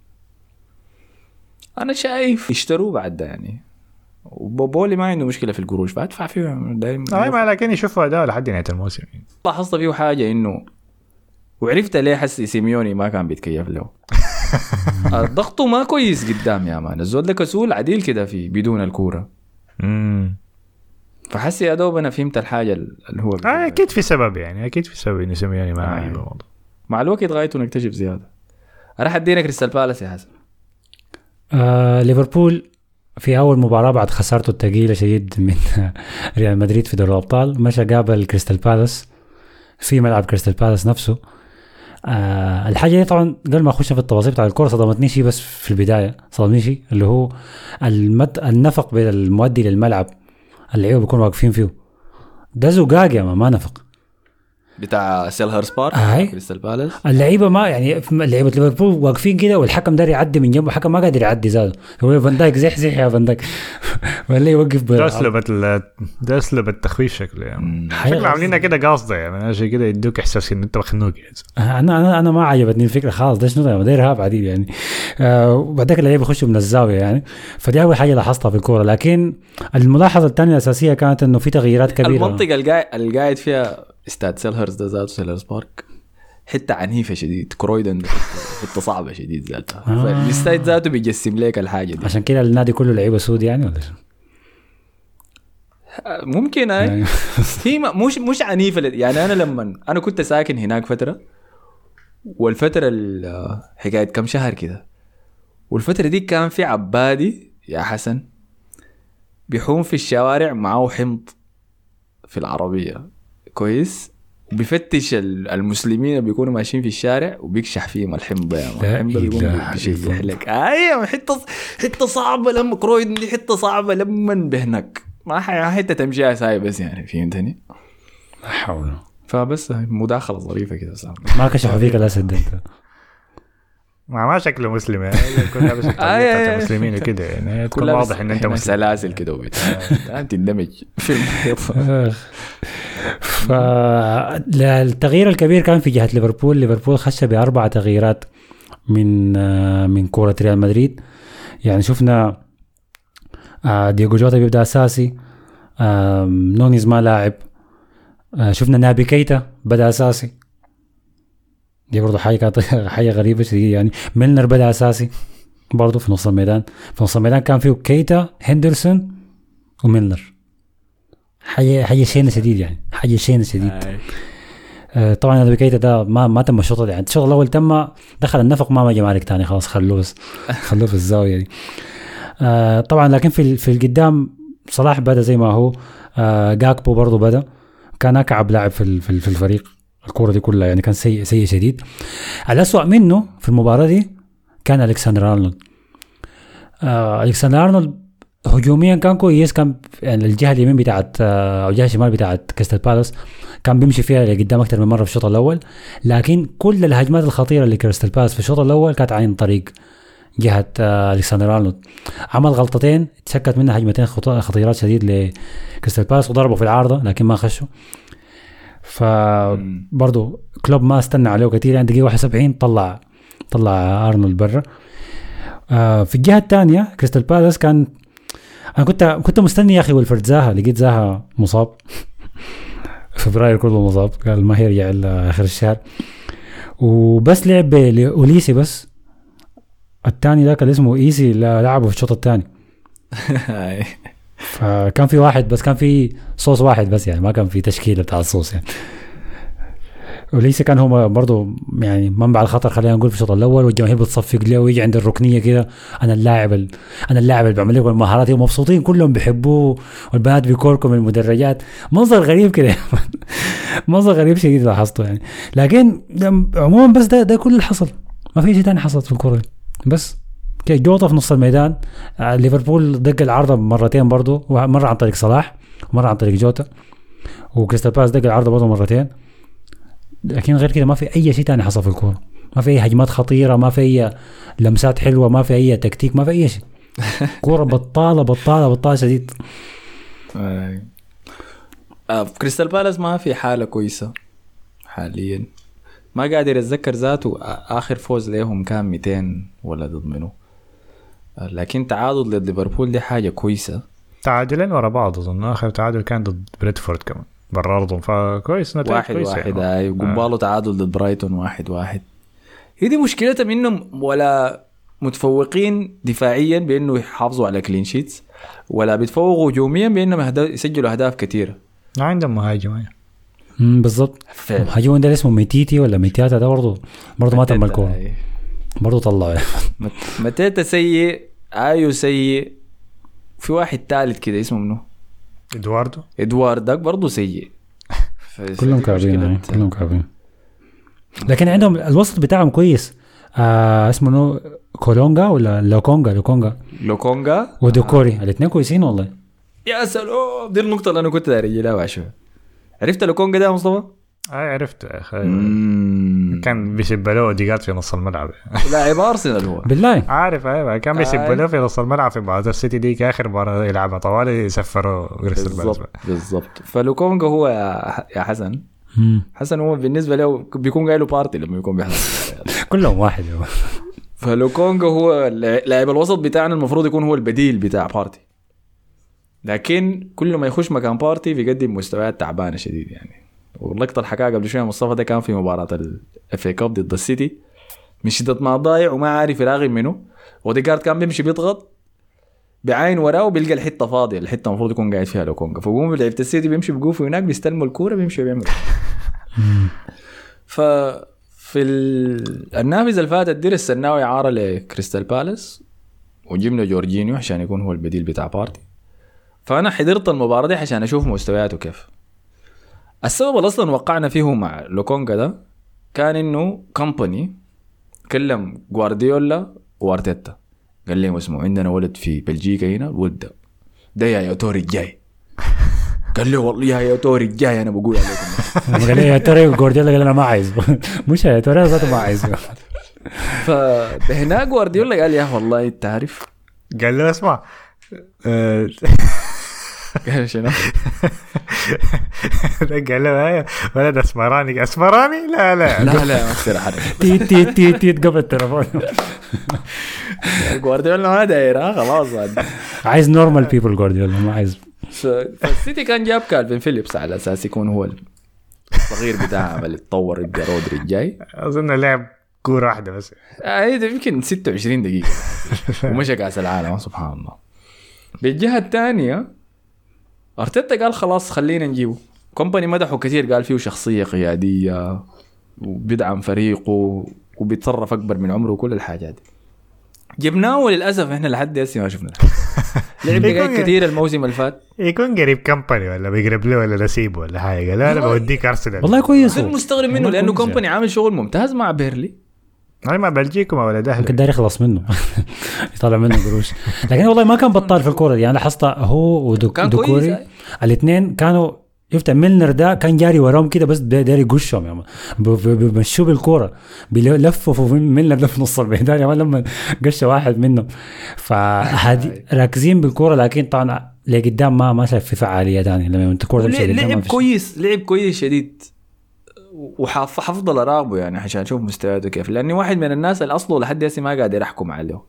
أنا شايف يشتروا بعد ده يعني، وبولي ما عنده مشكلة في القروش فأدفع فيه دايما. أي ما لكن يشوفوا أداء لحد نهاية الموسم. لاحظت فيه حاجة إنه وعرفت ليه حس سيميوني ما كان بيتكيف له. ضغطه ما كويس قدام يا مان، الزول ده كسول عديل كده في بدون الكورة. امم فحسي يا دوب أنا فهمت الحاجة اللي هو آه أكيد في سبب يعني، أكيد في سبب إنه سيميوني ما عجبه الموضوع. مع الوقت غايته نكتشف زيادة. أنا حدينا كريستال بالاس يا حسن. آه ليفربول في أول مباراة بعد خسارته الثقيلة شديد من ريال مدريد في دوري الأبطال مشى قابل كريستال بالاس في ملعب كريستال بالاس نفسه. آه الحاجة دي طبعا قبل ما أخش في التفاصيل بتاع الكورة صدمتني شيء بس في البداية صدمني شيء اللي هو المد... النفق بين المؤدي للملعب اللعيبة بيكونوا واقفين فيه ده زقاق يا ما, ما نفق بتاع سيلهرز بارك كريستال بالاس. اللعيبه ما يعني لعيبه ليفربول واقفين كده والحكم داري يعدي من جنبه، الحكم ما قادر يعدي زاد هو فان دايك زح زح يا فان دايك ولا يوقف ده اسلوب ده اسلوب التخويف شكله يعني شكله عاملينها كده قاصده يعني عشان كده يدوك احساس ان انت مخنوق يعني. انا انا انا ما عجبتني الفكره خالص ده شنو ده داير هاب عديد يعني. آه وبعدك اللعيبه يخشوا من الزاويه يعني، فدي اول حاجه لاحظتها في الكوره. لكن الملاحظه الثانيه الاساسيه كانت انه في تغييرات كبيره. المنطقه القاعد القاعد فيها استاد سيلهرز ده ذات سيلهرز بارك حتى عنيفه شديد، كرويدن حتى صعبه شديد ذاتها. آه. فالاستاد ذاته بيجسم لك الحاجه دي عشان كده النادي كله لعيبه سود يعني ولا شو؟ ممكن اي هي مش مش عنيفه يعني. انا لما انا كنت ساكن هناك فتره، والفتره حكايه كم شهر كده، والفتره دي كان في عبادي يا حسن بيحوم في الشوارع معه حمض في العربيه كويس بيفتش المسلمين اللي بيكونوا ماشيين في الشارع وبيكشح فيهم الحمضه يا مان. الحمضه بيقوم بيشيح لك ايوه حته حته صعبه لما كرويد دي حته صعبه لما بهنك ما حته تمشيها ساي بس يعني فهمتني. لا حول. فبس مداخله ظريفه كده صار ما كشفوا فيك الاسد انت ما ما شكله مسلم يعني كلها بس الطبيعة المسلمين وكده يعني تكون واضح ان انت مسلم سلاسل كده وبتاع انت تندمج في المحيط. فالتغيير الكبير كان في جهة ليفربول. ليفربول خش بأربع تغييرات من من كرة ريال مدريد. يعني شفنا دييغو جوتا بيبدأ أساسي، نونيز ما لاعب، شفنا نابي كيتا بدأ أساسي، دي برضو حاجة كانت حاجة غريبة شديد يعني. ميلنر بدأ أساسي برضو في نص الميدان. في نص الميدان كان فيه كيتا هندرسون وميلنر. حاجة حاجة شينة شديد يعني حاجة شينة شديد. آه طبعا نابي كيتا ده ما ما تم الشوط يعني الشوط الأول تم دخل النفق ما ما جا مالك تاني خلاص خلوه بس خلوه في الزاوية دي. آه طبعا لكن في في القدام صلاح بدأ زي ما هو. آه جاكبو برضو بدأ، كان أكعب لاعب في في الفريق الكورة دي كلها يعني كان سيء سيء شديد. الأسوأ منه في المباراة دي كان ألكسندر أرنولد. آه ألكسندر أرنولد هجوميا كان كويس، كان يعني الجهة اليمين بتاعت آه أو الجهة الشمال بتاعت كريستال بالاس كان بيمشي فيها لقدام أكتر من مرة في الشوط الأول، لكن كل الهجمات الخطيرة اللي كريستال بالاس في الشوط الأول كانت عن طريق جهة آه ألكسندر أرنولد. عمل غلطتين تشكت منها هجمتين خطيرات شديد لكريستال بالاس وضربوا في العارضة لكن ما خشوا. فبرضو كلوب ما استنى عليه كتير يعني دقيقة واحد وسبعين طلع طلع أرنولد برا. آه في الجهة الثانية كريستال بالاس كان أنا كنت كنت مستني يا أخي ويلفرد زاها، لقيت زاها مصاب فبراير كله مصاب قال ما هيرجع إلا آخر الشهر، وبس لعب لأوليسي بس الثاني ذاك اللي اسمه إيسي لعبه في الشوط الثاني. فكان في واحد بس كان في صوص واحد بس يعني ما كان في تشكيلة بتاع الصوص يعني. وليس كان هو برضو يعني منبع الخطر خلينا نقول في الشوط الاول، والجماهير بتصفق له ويجي عند الركنيه كده انا اللاعب ال... انا اللاعب اللي بعمل لكم المهارات ومبسوطين كلهم بيحبوه والبنات بيكوركم المدرجات. منظر غريب كده منظر غريب شديد لاحظته يعني. لكن عموما بس ده ده كل اللي حصل، ما في شيء ثاني حصل في الكره بس كده. جوطه في نص الميدان، ليفربول دق العارضه مرتين برضو، مره عن طريق صلاح ومره عن طريق جوتا، وكريستال بالاس دق العارضه برضو مرتين. لكن غير كده ما في اي شيء تاني حصل في الكوره، ما في اي هجمات خطيره، ما في اي لمسات حلوه، ما في اي تكتيك، ما في اي شيء. كوره بطاله بطاله بطاله شديد. آه. في كريستال بالاس ما في حاله كويسه حاليا، ما قادر اتذكر ذاته اخر فوز لهم كان مئتين ولا ضد منه. لكن تعادل ضد ليفربول دي حاجه كويسه، تعادلين ورا بعض اظن. اخر تعادل كان ضد بريدفورد كمان برا ارضهم، فكويس نتائج واحد كويسه واحد يعني. آه. قباله تعادل ضد برايتون واحد واحد. هي دي مشكلتهم انهم ولا متفوقين دفاعيا بانه يحافظوا على كلين شيتس، ولا بيتفوقوا هجوميا بانهم يسجلوا اهداف كثيره. ما عندهم مهاجم. امم بالضبط. هجوم ده اسمه ميتيتي ولا ميتياتا ده برضه برضه ما تم الكوره برضه طلعوا. متيتا سيء، ايو سيء، في واحد ثالث كده اسمه منه ادواردو ادواردك برضه سيء. كلهم كعبين كلهم كعبين. لكن عندهم الوسط بتاعهم كويس. آه اسمه نو كولونجا ولا لوكونجا لوكونجا لوكونجا ودوكوري آه. الاثنين كويسين والله. يا سلام، دي النقطة اللي أنا كنت داري لها وعشوها. عرفت لوكونجا ده مصطفى؟ آه عرفت يا أخي. كان بيسبلوه ديجات في نص الملعب. لاعب أرسنال هو. بالله عارف أيوة، كان بيسبلوه في نص الملعب في بعض السيتي دي كآخر مرة يلعبها طوالي يسفروا كريستال بالاس. بالضبط بالضبط. فلوكونجا هو يا حسن حسن هو بالنسبة له بيكون جاي له بارتي لما يكون بيحصل. كلهم واحد. فلوكونجا هو لاعب الوسط بتاعنا، المفروض يكون هو البديل بتاع بارتي، لكن كل ما يخش مكان بارتي بيقدم مستويات تعبانة شديد يعني. واللقطة الحكاية قبل شوية مصطفى ده كان في مباراة الاف اي كاب ضد السيتي، من شدة ما ضايع وما عارف يراغب منه، وديكارت كان بيمشي بيضغط بعين وراه وبيلقى الحتة فاضية، الحتة المفروض يكون قاعد فيها لوكونجا، فقوم لعيبة السيتي بيمشي بيقوفوا هناك بيستلموا الكورة بيمشي بيعملوا. ففي النافذة اللي فاتت دير السناوي عارة لكريستال بالاس وجبنا جورجينيو عشان يكون هو البديل بتاع بارتي. فأنا حضرت المباراة دي عشان أشوف مستوياته كيف. السبب اللي اصلا وقعنا فيه مع لوكونجا ده كان انه كومباني كلم جوارديولا وارتيتا قال لهم اسمعوا عندنا ولد في بلجيكا هنا الولد ده ده يا يوتوري الجاي. قال له والله يا يوتوري الجاي انا بقول عليكم. قال لي يا توري جوارديولا قال انا ما عايز مش يا توري ذاته ما عايز. فهنا جوارديولا قال يا والله انت عارف قال له اسمع قال شنو قال له ولد اسمراني اسمراني لا لا لا لا ما تصير حركه تي تي تي تي قبل التليفون. جوارديولا ما داير خلاص عايز نورمال بيبل جوارديولا ما عايز. فالسيتي كان جاب كالفين فيليبس على اساس يكون هو الصغير بتاعه اللي يتطور يبقى رودري الجاي. اظن لعب كوره واحده بس اي ده يمكن ستة وعشرين دقيقه ومشى كاس العالم سبحان الله. بالجهه الثانيه ارتيتا قال خلاص خلينا نجيبه. كومباني مدحه كثير قال فيه شخصيه قياديه وبيدعم فريقه وبيتصرف اكبر من عمره وكل الحاجات دي. جبناه وللاسف احنا لحد هسه ما شفنا لعب دقائق كثير الموسم اللي فات. يكون قريب كمباني ولا بيقرب له ولا نسيبه ولا حاجه. لا انا بوديك ارسنال والله كويس. انا مستغرب منه لانه كومباني عامل شغل ممتاز مع بيرلي. هاي ما بلجيكم ولا ده كان داير يخلص منه يطلع منه قروش. لكن والله ما كان بطال في الكوره يعني لاحظت هو ودوكوري الاثنين كانوا يفتح ميلنر ده كان جاري وراهم كده بس داري يقشهم يعني بمشوا بالكوره بيلفوا ميلنر في نص الميدان يعني لما قش واحد منهم. فهذه راكزين بالكوره لكن طبعا لقدام ما ما شايف في فعاليه ثانيه لما انت الكوره تمشي قدام. لعب كويس لعب كويس شديد وحافظ اراقبه يعني عشان اشوف مستوياته كيف لاني واحد من الناس اللي اصله لحد هسه ما قادر احكم عليه.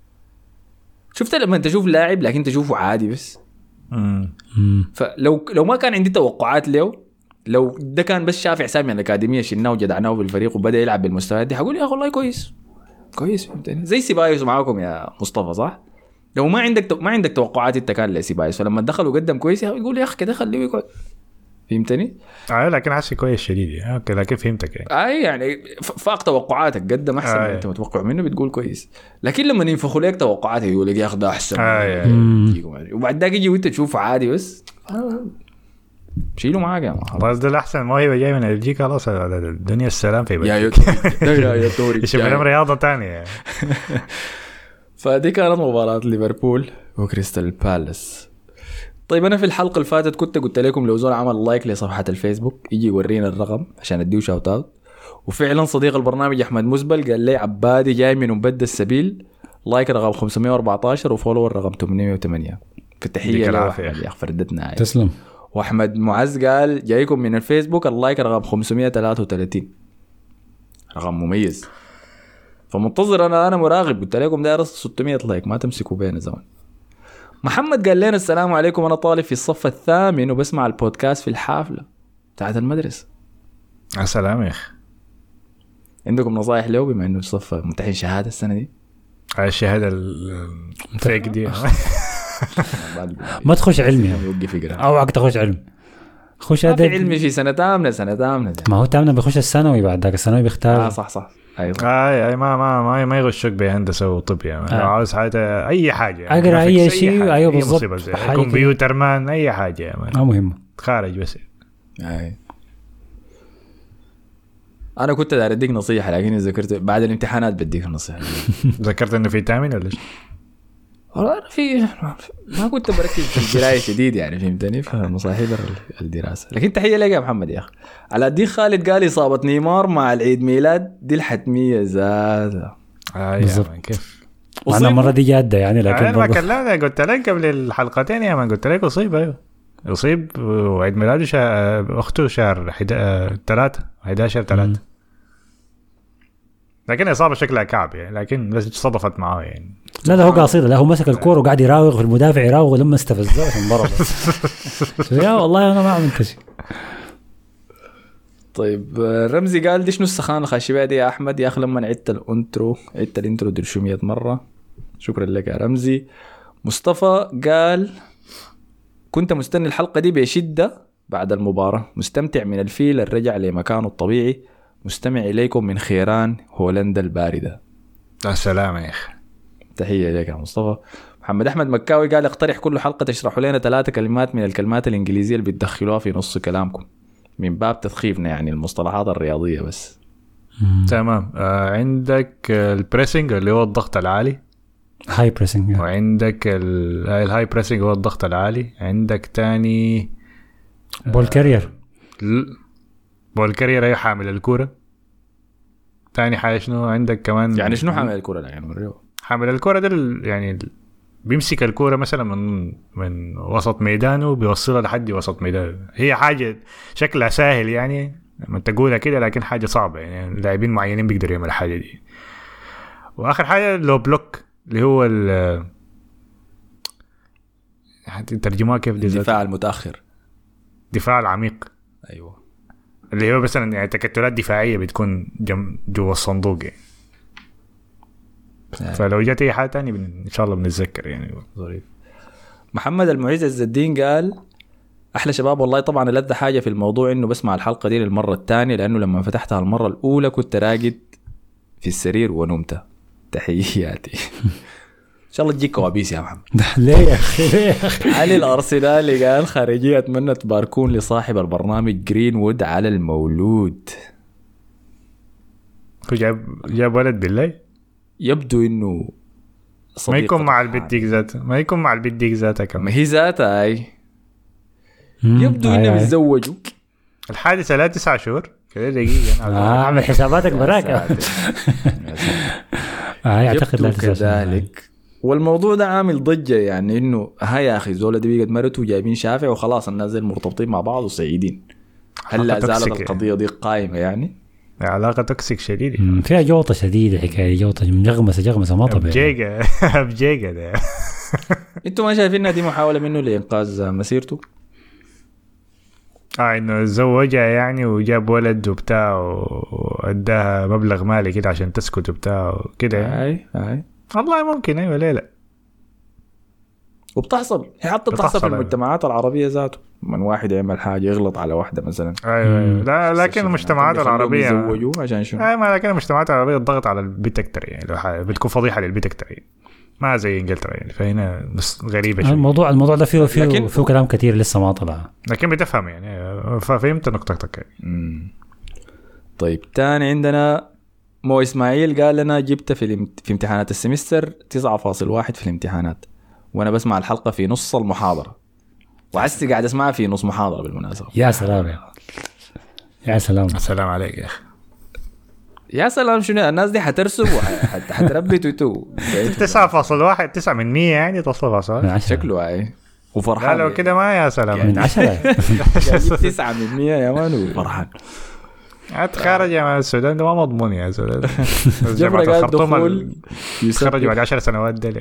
شفت لما انت تشوف لاعب لكن تشوفه عادي بس. امم فلو لو ما كان عندي توقعات له لو ده كان بس شافع سامي الاكاديميه شلناه وجدعناه بالفريق وبدا يلعب بالمستويات دي حقول يا اخي والله كويس كويس فهمتني زي سيبايوس معاكم يا مصطفى صح. لو ما عندك ما عندك توقعات انت كان لسيبايوس فلما دخل وقدم كويس يقول يا اخي كده خليه يقعد فهمتني. اه لكن حسي كويس شديد يعني اوكي لكن فهمتك يعني اي يعني فاق توقعاتك قدم احسن آه من انت متوقع منه بتقول كويس. لكن لما ينفخوا لك توقعاتك يقول لك يا اخي ده احسن آه وبعد ذاك يجي وانت تشوفه عادي بس شيله معاك يا ما خلاص ده الاحسن موهبه جاي من الجي خلاص الدنيا السلام في يا يا يا دوري يشوف لهم رياضه ثانيه. فدي كانت مباراه ليفربول وكريستال بالاس. طيب أنا في الحلقة اللي فاتت كنت قلت لكم لو زول عمل لايك لصفحة الفيسبوك يجي يورينا الرقم عشان أديه شاوت أوت. وفعلا صديق البرنامج أحمد مسبل قال لي عبادي جاي من مبدأ السبيل لايك رقم خمسمية وأربعتاشر وفولور رقم ثمانمية وثمانية. في التحية له أحمد يا أخ فردتنا عاي. تسلم. وأحمد معز قال جايكم من الفيسبوك اللايك رقم خمسمية وثلاثة وثلاثين رقم مميز. فمنتظر أنا أنا مراقب قلت لكم ده رص ستمية لايك ما تمسكوا بين زمان. محمد قال لنا السلام عليكم أنا طالب في الصف الثامن وبسمع البودكاست في الحافلة بتاعت المدرسة. السلام يا أخي. عندكم نصائح له بما إنه الصف ممتحن شهادة السنة دي؟ الشهادة الفيك دي ما تخش علمي أو تخش علم خش هذا علمي في سنة تامنة سنة تامنة ما هو تامنة بيخش الثانوي بعد ذاك الثانوي بيختار. آه صح صح ايوه اي اي ما ما ما ما يغشك بهندسه وطب يعني آه. عاوز حاجه اي حاجه يعني اقرا اي شيء ايوه بالضبط كمبيوتر مان اي حاجه يعني اه مهم خارج بس. اي انا كنت داير اديك نصيحه لكن ذكرت بعد الامتحانات بديك نصيحه. ذكرت انه في تامين ولا ايش؟ والله في ما كنت بركز في القرايه شديد يعني فهمتني فمصاحب الدراسه. لكن تحيه لك يا محمد يا اخي. على الدين خالد قال اصابه نيمار مع العيد ميلاد دي الحتميه ذاتها. اه بالضبط كيف انا المره دي جاده يعني لكن انا ما كلمنا قلت لك قبل الحلقتين يا من قلت لك اصيب ايوه اصيب وعيد ميلاده شهر اخته شهر ثلاثة احد عشر ثلاثة لكن اصابه شكلها كعب يعني لكن بس صدفت معاه يعني. لا لا هو قاصد لا هو مسك الكوره وقاعد يراوغ في المدافع يراوغ لما استفزه عشان ضربه. يا والله انا ما عملت شيء. طيب رمزي قال دي شنو السخان الخاشبه دي يا احمد يا اخي لما عدت الانترو عدت الانترو درشمية مره. شكرا لك يا رمزي. مصطفى قال كنت مستني الحلقه دي بشده بعد المباراه مستمتع من الفيل الرجع لمكانه الطبيعي مستمع إليكم من خيران هولندا الباردة. السلام يا أخي. تحية لك يا مصطفى. محمد أحمد مكاوي قال اقترح كل حلقة تشرحوا لنا ثلاثة كلمات من الكلمات الإنجليزية اللي بتدخلوها في نص كلامكم من باب تثقيفنا يعني المصطلحات الرياضيه بس. تمام. آه عندك البريسنج اللي هو الضغط العالي، هاي بريسنج. وعندك الهاي بريسنج هو الضغط العالي. عندك تاني بول كارير. بول كارير هي حامل الكرة. تاني حاجة شنو عندك كمان؟ يعني شنو حامل الكرة ده يعني مريو؟ حامل الكرة ده يعني بيمسك الكرة مثلا من من وسط ميدانه بيوصلها لحد وسط ميدانه. هي حاجة شكلها سهل يعني لما تقولها كده، لكن حاجة صعبة يعني لاعبين معينين بيقدروا يعملوا الحاجة دي. وآخر حاجة لو بلوك اللي هو ال ترجمها كيف؟ الدفاع المتأخر، الدفاع العميق. أيوة، اللي هو مثلا يعني تكتلات دفاعية بتكون جم جوا الصندوق يعني. فلو جات اي حاجه تانية ان شاء الله بنتذكر يعني. ظريف. محمد المعز عز الدين قال احلى شباب والله. طبعا لذة حاجه في الموضوع انه بسمع الحلقه دي للمره الثانيه، لانه لما فتحتها المره الاولى كنت راقد في السرير ونمت. تحياتي. ان شاء الله تجيك كوابيس يا محمد. ليه يا اخي؟ ليه يا اخي؟ علي الارسنالي قال خارجيه اتمنى تباركون لصاحب البرنامج جرين وود على المولود. هو جاب جاب ولد بالله. يبدو انه ما يكون مع البيت ديك ذاته، ما يكون مع البيت ديك ذاته كمان. ما هي ذاتها اي. يبدو انه بيتزوجوا. الحادثه لا تسعة شهور كده دقيقه. اه اعمل حساباتك براك. اه اعتقد لا كذلك. والموضوع ده عامل ضجه يعني انه ها يا اخي زوله دي بقت مرته وجايبين شافع وخلاص الناس زي مرتبطين مع بعض وسعيدين. هل لا زالت القضيه دي قائمه يعني؟ علاقة توكسيك شديدة فيها جوطة شديدة. حكاية جوطة مجغمسة جغمسة ما طبيعي. بجيجا بجيجا ده. انتوا ما شايفين دي محاولة منه لإنقاذ مسيرته؟ اه انه تزوجها يعني وجاب ولد وبتاع واداها مبلغ مالي كده عشان تسكت وبتاع كده يعني. اي اي والله ممكن. ايوه ليه لا. وبتحصل هي حتى بتحصل في المجتمعات العربية ذاته. من واحد يعمل حاجة يغلط على واحدة مثلا. ايوه ايوه. لا لكن المجتمعات العربية يزوجوا عشان شنو؟ اي ما لكن المجتمعات العربية الضغط على البيت اكتر يعني. لو بتكون فضيحة للبيت اكتر يعني. ما زي انجلترا يعني. فهنا بس غريبة شوي. الموضوع الموضوع ده فيه فيه فيه كلام كتير لسه ما طلع. لكن بتفهم يعني. ففهمت نقطتك يعني. امم طيب تاني عندنا مو اسماعيل قال لنا جبت في الامت... في امتحانات السمستر تسعة فاصلة واحد في الامتحانات، وانا بسمع الحلقة في نص المحاضرة، وعسي قاعد اسمعها في نص محاضرة بالمناسبة. يا سلام يا يا سلام. السلام عليك يا اخي. يا سلام. شنو الناس دي حترسب وحتربي توتو. تسعة فاصلة واحد تسعة من مية يعني تصل فاصلة شكله هاي وفرحان. لا لو كده ما يا سلام من عشرة. تسعة من مية يا مان وفرحان. اتخرج يا السودان ده ما مضمون يا سودان. جبرة قال دخول يخرج بعد عشر سنوات ده.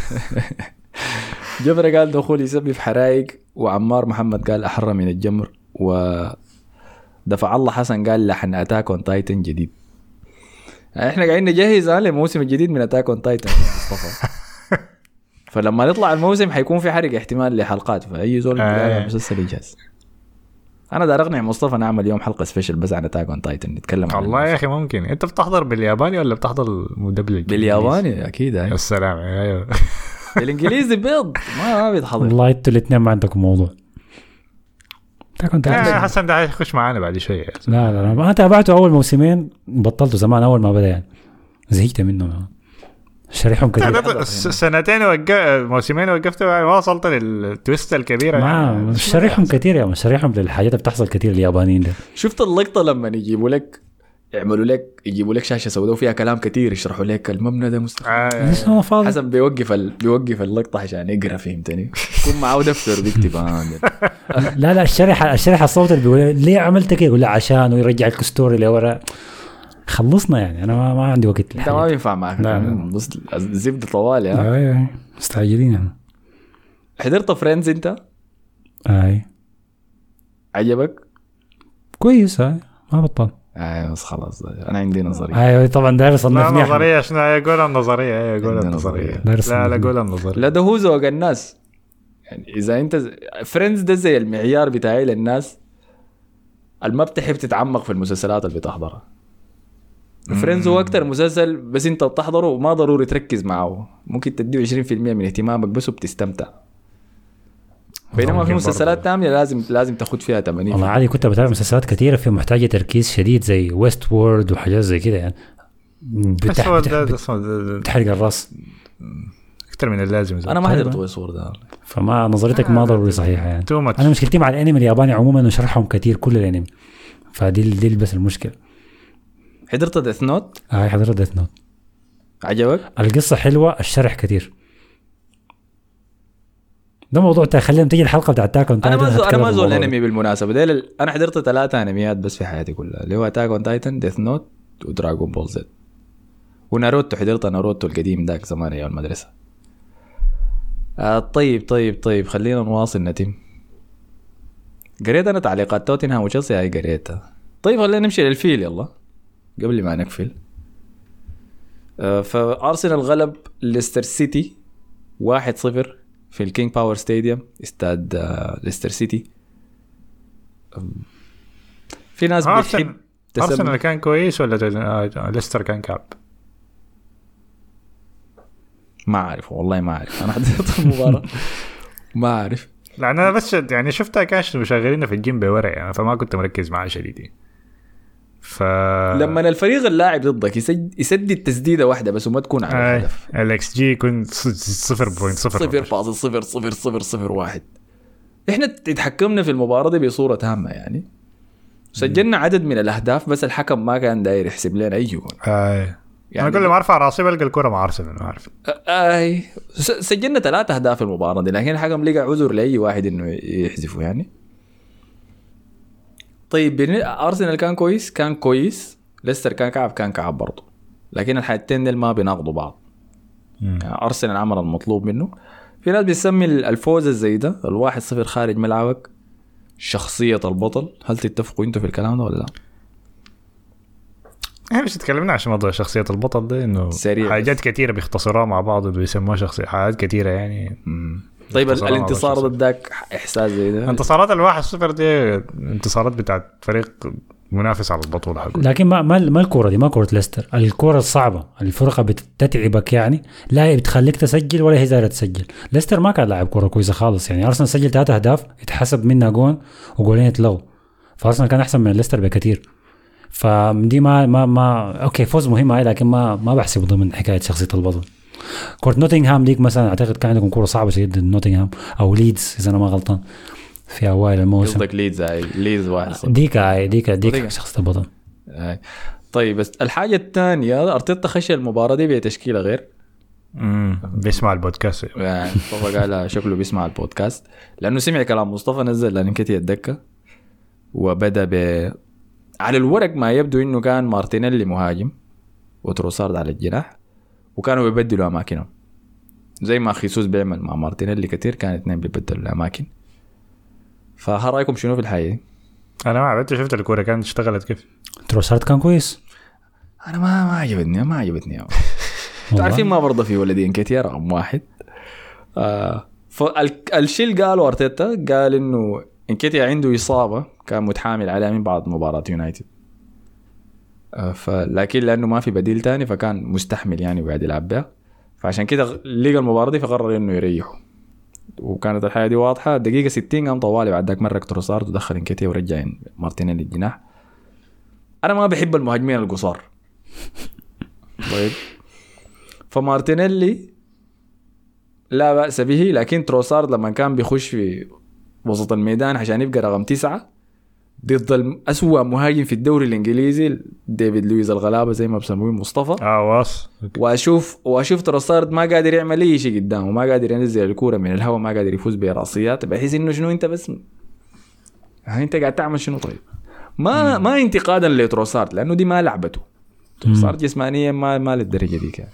جبرة قال دخول يسبب حرايق، وعمار محمد قال أحرى من الجمر، ودفع الله حسن قال لحن أتاك اون تايتن جديد. احنا قاعدين نجهز على الموسم الجديد من أتاك اون تايتن مصطفى. فلما نطلع الموسم حيكون في حرق احتمال لحلقات، فأي زول بيتابع مسلسل يجهز. أنا دار أقنع مصطفى نعمل يوم حلقة سبيشل بس عن أتاك اون تايتن نتكلم عن الله يا أخي ممكن. أنت بتحضر بالياباني ولا بتحضر مدبلج؟ بالياباني أكيد. أيوة. السلام. أيوه. الإنجليزي بيض ما ما بيتحضر. والله أنتوا الاثنين ما عندكم موضوع. كنت حسن ده هيخش معانا بعد شوية. لا لا ما تابعته أول موسمين، بطلته زمان أول ما بدأ يعني زهقت منه. شريحهم كثير. سنتين وقف موسمين وقفت ما وصلت للتويست الكبيرة. ما يعني. شريحهم كثير يا شريحهم للحاجات بتحصل كثير اليابانيين ده. شفت اللقطة لما يجيبوا لك يعملوا لك يجيبوا لك شاشة سوداء وفيها كلام كثير يشرحوا لك المبنى ده مستقبل. آه. حسن بيوقف ال... بيوقف اللقطة عشان يقرأ. فهمتني؟ يكون معه دفتر بيكتب. لا لا الشريحة الشريحة الصوت اللي بيقول ليه عملت كده، يقول لا عشان ويرجع الكستوري لورا. خلصنا يعني. أنا ما, ما عندي وقت. أنت ما بينفع معك. بص الزبدة طوال يا. أي مستعجلين يعني. حضرت فريندز أنت؟ أي عجبك؟ كويس. هاي ما بطل. ايوه بس خلاص انا عندي نظريه. ايوه طبعا داير صنفني. نظريه شنو هي؟ قول النظريه. ايوه قول النظريه. لا لا قول النظريه. لا ده هو ذوق الناس يعني. اذا انت فريندز ده زي المعيار بتاعي للناس اللي ما بتحب تتعمق في المسلسلات اللي بتحضرها. فريندز هو اكتر مسلسل بس انت بتحضره وما ضروري تركز معه، ممكن تديه عشرين بالمية من اهتمامك بس وبتستمتع. بينما في مسلسلات تانية لازم لازم تاخد فيها ثمانين. والله عادي كنت بتابع مسلسلات كثيره في محتاجه تركيز شديد زي ويست وورد وحاجات زي كده يعني بتح... بتح... بتحرق الراس اكثر من اللازم. انا ما حضرت ويست وورد ده، فما نظرتك ما ضروري صحيحه يعني. انا مشكلتي مع الانمي الياباني عموما انه شرحهم كثير كل الانمي، فدي دي بس المشكله. حضرت ديث نوت؟ هاي حضرت ديث نوت. عجبك؟ القصه حلوه، الشرح كثير. ده موضوع تخليهم تيجي الحلقه بتاعت تاكون تايتن. انا ما زو... انا ما زول انمي بالمناسبه ديل ال... انا حضرت ثلاثه انميات بس في حياتي كلها، اللي هو تاكون تايتن، ديث نوت، ودراغون بول زد، وناروتو. حضرت ناروتو القديم داك زمان ايام المدرسه. آه طيب طيب طيب خلينا نواصل نتيم. قريت انا تعليقات توتنهام وتشيلسي، هاي قريتها. طيب خلينا نمشي للفيل يلا قبل ما نقفل. آه فارسنال غلب ليستر سيتي واحد صفر في الكينج باور ستاديوم استاد آه ليستر سيتي. في ناس بتحب ارسنال كان كويس ولا ليستر كان كعب؟ ما أعرف والله ما أعرف. أنا حضرت المباراة ما أعرف. لا أنا بس يعني شفتها كاش مشغلين في الجيم بورق يعني، فما كنت مركز معاه شديد. ف لما الفريق اللاعب ضدك يسد يسدد تسديدة واحدة بس وما تكون على الهدف، الإكس جي يكون صفر بوينت صفر صفر فاصل صفر صفر صفر صفر واحد. إحنا تحكمنا في المباراة دي بصورة تامة يعني، سجلنا عدد من الأهداف بس الحكم ما كان داير يحسب لنا أي جول. آه. يعني أنا كل ما أرفع راسي بلقى الكرة مع أرسنال ما أعرف. أي سجلنا ثلاثة أهداف في المباراة دي، لكن الحكم لقى عذر لأي واحد إنه يحذفه يعني. طيب أرسنال كان كويس كان كويس ليستر كان كعب كان كعب برضه، لكن الحاجتين دول ما بيناقضوا بعض. يعني أرسنال عمل المطلوب منه. في ناس بيسمي الفوز الزي ده الواحد صفر خارج ملعبك شخصية البطل. هل تتفقوا انتوا في الكلام ده ولا لا؟ احنا مش تكلمنا عشان موضوع شخصية البطل ده انه حاجات بس. كتيرة بيختصروها مع بعض وبيسموها شخصية حاجات كتيرة يعني. مم. طيب الانتصار ضدك احساس زي ده؟ انتصارات الواحد صفر دي انتصارات بتاعت فريق منافس على البطولة حقول. لكن ما ما, ما الكرة دي ما كرة ليستر، الكرة الصعبة الفرقة بتتعبك يعني، لا هي بتخليك تسجل ولا هي زايرة تسجل. ليستر ما كان لاعب كرة كويسة خالص يعني. أرسنال سجل ثلاثة أهداف يتحسب منها جون وجولين يتلغوا، فأرسنال كان أحسن من ليستر بكثير. فدي ما ما ما أوكي فوز مهم هاي، لكن ما ما بحسب ضمن حكاية شخصية البطل. كرة نوتنغهام ديك مثلا أعتقد كان عندكم كرة صعبة جدا نوتنغهام أو ليدز إذا أنا ما غلطان في أوائل الموسم. قصدك ليدز هاي ليدز واحد ديك هاي ديك ديك شخصية البطل. طيب بس الحاجة الثانية أرتيتا خش المباراة دي بتشكيلة غير. امم بيسمع البودكاست يعني مصطفى قال شكله بيسمع البودكاست لأنه سمع كلام مصطفى نزل لانكتي الدكة وبدأ ب على الورق ما يبدو إنه كان مارتينيلي مهاجم وتروسارد على الجناح وكانوا بيبدلوا أماكنهم زي ما خيسوس بيعمل مع مارتينيلي كتير، كان اثنين بيبدلوا الأماكن. فهل رأيكم شنو في الحقيقة؟ أنا ما عرفت شفت الكورة كانت اشتغلت كيف. تروسارد كان كويس. أنا ما ما عجبتني ما عجبتني تعرفين ما برضه في ولدي انكيتيا رقم واحد. آه فالشيء اللي قاله أرتيتا قال إنه انكيتيا عنده إصابة كان متحامل عليها من بعد مباراة يونايتد، آه فلكن لأنه ما في بديل تاني فكان مستحمل يعني وقاعد يلعب بها، فعشان كده لقى المباراة دي فقرر إنه يريحه. وكانت الحياة دي واضحة. دقيقة ستين قام طوالي بعد ذاك مرة تروسارد ودخل انكيتيا ورجع مارتينيلي الجناح. أنا ما بحب المهاجمين القصار طيب فمارتينيلي لا بأس به، لكن تروسارد لما كان بيخش في وسط الميدان عشان يبقى رقم تسعة ضد أسوأ مهاجم في الدوري الإنجليزي ديفيد لويز الغلابة زي ما بسموه مصطفى اه واس وأشوف وأشوف تروسارد ما قادر يعمل أي شيء قدامه، ما قادر ينزل الكورة من الهواء، ما قادر يفوز برأسيات، بحيث إنه شنو أنت بس أنت قاعد تعمل شنو طيب. ما ما انتقادا لتروسارد لأنه دي ما لعبته، تروسارد جسمانيا ما ما للدرجة دي كان،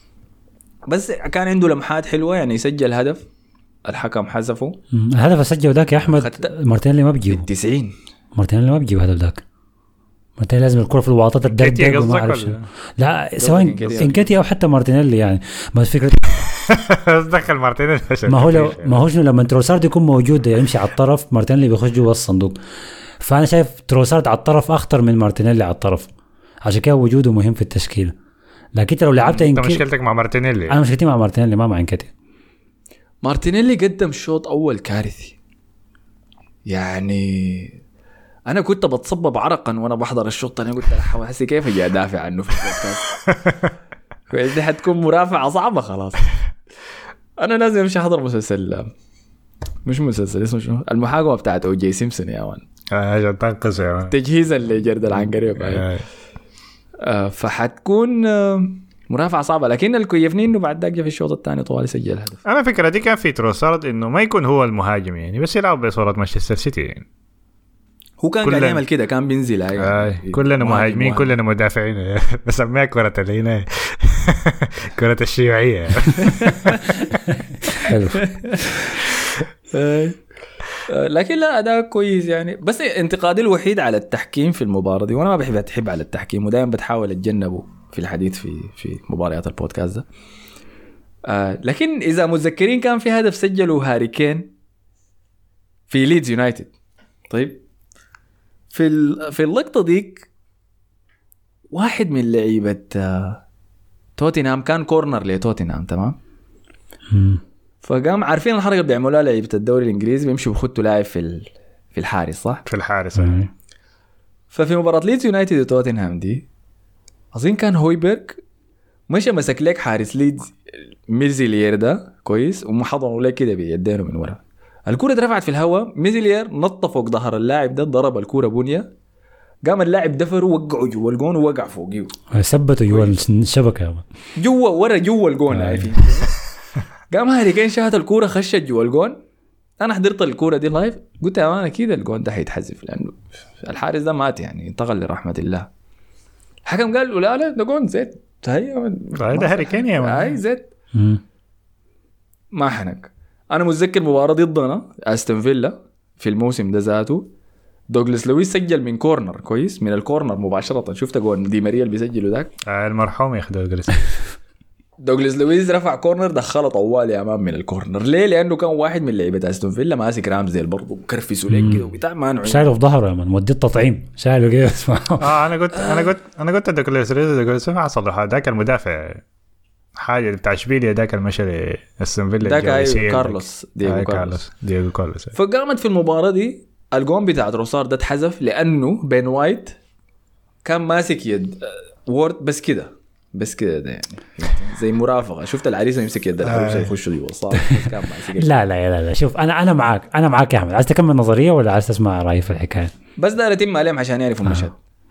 بس كان عنده لمحات حلوة يعني يسجل هدف الحكم حذفه. الهدف سجله ذاك يا أحمد مارتينيلي ما بيجيبه التسعين. مارتينيلي ما بيجيب هدف ذاك. مارتينيلي لازم الكرة في الواطات الدردق وما أعرف لا سواء إنكيتيا أو حتى مارتينيلي يعني. ما فكرة دخل مارتينيلي ما هو لو ما هو شنو لما تروسارد يكون موجود يمشي على الطرف مارتينيلي بيخش جوا الصندوق، فأنا شايف تروسارد على الطرف أخطر من مارتينيلي على الطرف، عشان كده وجوده مهم في التشكيلة. لكن لو لعبت انت مشكلتك مع مارتينيلي. انا مشكلتي مع مارتينيلي ما مع انكيتيا. مارتينيلي قدم شوط اول كارثي يعني انا كنت بتصبب عرقا وانا بحضر الشوط. انا قلت لا حسي كيف اجي ادافع عنه في البودكاست. دي حتكون مرافعه صعبه خلاص. انا لازم امشي احضر مسلسل، مش مسلسل اسمه شنو، المحاكمه بتاعت او جي سيمسون يا مان. عشان تنقص يا مان تجهيزا لجرد العنقريب. آه فحتكون آه مرافعه صعبه. لكن الكيفني انه بعد ذاك في الشوط الثاني طوال سجل هدف. انا فكرة دي كان في تروسارد انه ما يكون هو المهاجم يعني، بس يلعب بصورة مانشستر سيتي يعني. هو كان قاعد يعمل كده، كان بينزل هاي آه. كلنا مهاجمين مهاجم. كلنا مدافعين. بسميها كرة اللي كرة الشيوعية. حلو. لكن لا أداء كويس يعني. بس انتقادي الوحيد على التحكيم في المباراة دي، وانا ما بحب اتحب على التحكيم ودائما بتحاول اتجنبه في الحديث في في مباريات البودكاست ده. آه لكن اذا متذكرين كان في هدف سجله هاري كين في ليدز يونايتد. طيب في في اللقطة ديك واحد من لعيبة آه توتنهام كان كورنر لتوتنهام تمام. فقام عارفين الحركة اللي بيعملوها لعيبة الدوري الإنجليزي، بيمشوا بيخطوا لاعب في في الحارس صح؟ في الحارس. ففي مباراة ليدز يونايتد وتوتنهام دي أظن كان هويبرغ مشى مسك لك حارس ليدز ميزيلير ده كويس ومحضنه لك كده بيدينه من ورا. الكرة اترفعت في الهواء، ميزيلير نط فوق ظهر اللاعب ده، ضرب الكرة بنية، قام اللاعب دفره ووقعه جوا الجون ووقع فوقيه، ثبته جوا الشبكة جوا ورا جوا الجون. عارفين قام هاري كين شاهد الكرة خشت جوا الجون. انا حضرت الكرة دي لايف قلت يا مان اكيد الجون ده حيتحذف لانه الحارس ده مات يعني انتقل لرحمة الله. الحكم قال لا لا ده جون زيت هي ده هاري كين يا مان اي زيت ما حنك. انا متذكر مباراة ضدنا استون فيلا في الموسم ده ذاته، دوغلاس لويس سجل من كورنر كويس، من الكورنر مباشرة. شفت جون دي ماريا اللي بيسجلوا ذاك آه المرحوم يا اخي دوغلاس. دوغلاس لويس رفع كورنر دخله طوال يا امام من الكورنر. ليه؟ لانه كان واحد من لعيبه استون فيلا ماسك رامزديل برضه كرفسوا لك كده وبتاع مانع شايله في ظهره يا مان، مودي التطعيم شايله كده اسمع. اه انا قلت انا قلت انا قلت دوغلاس لويس ما حصل له ذاك المدافع حاجه بتاع اشبيليه ذاك المشى لاستون فيلا ذاك اي كارلوس دييغو كارلوس دييغو كارلوس. فقامت في المباراه دي الجون بتاع تروسار ده اتحذف لانه بين وايت كان ماسك يد وورد بس كده بس كده ده يعني زي مرافقه. شفت العريس يمسك يد العروسه يخش جوا صار كان ماسك. لا لا لا لا شوف انا انا معاك انا معاك يا احمد. عايز تكمل نظريه ولا عايز تسمع رايي في الحكايه؟ بس ده يتم عليهم عشان يعرفوا المشهد.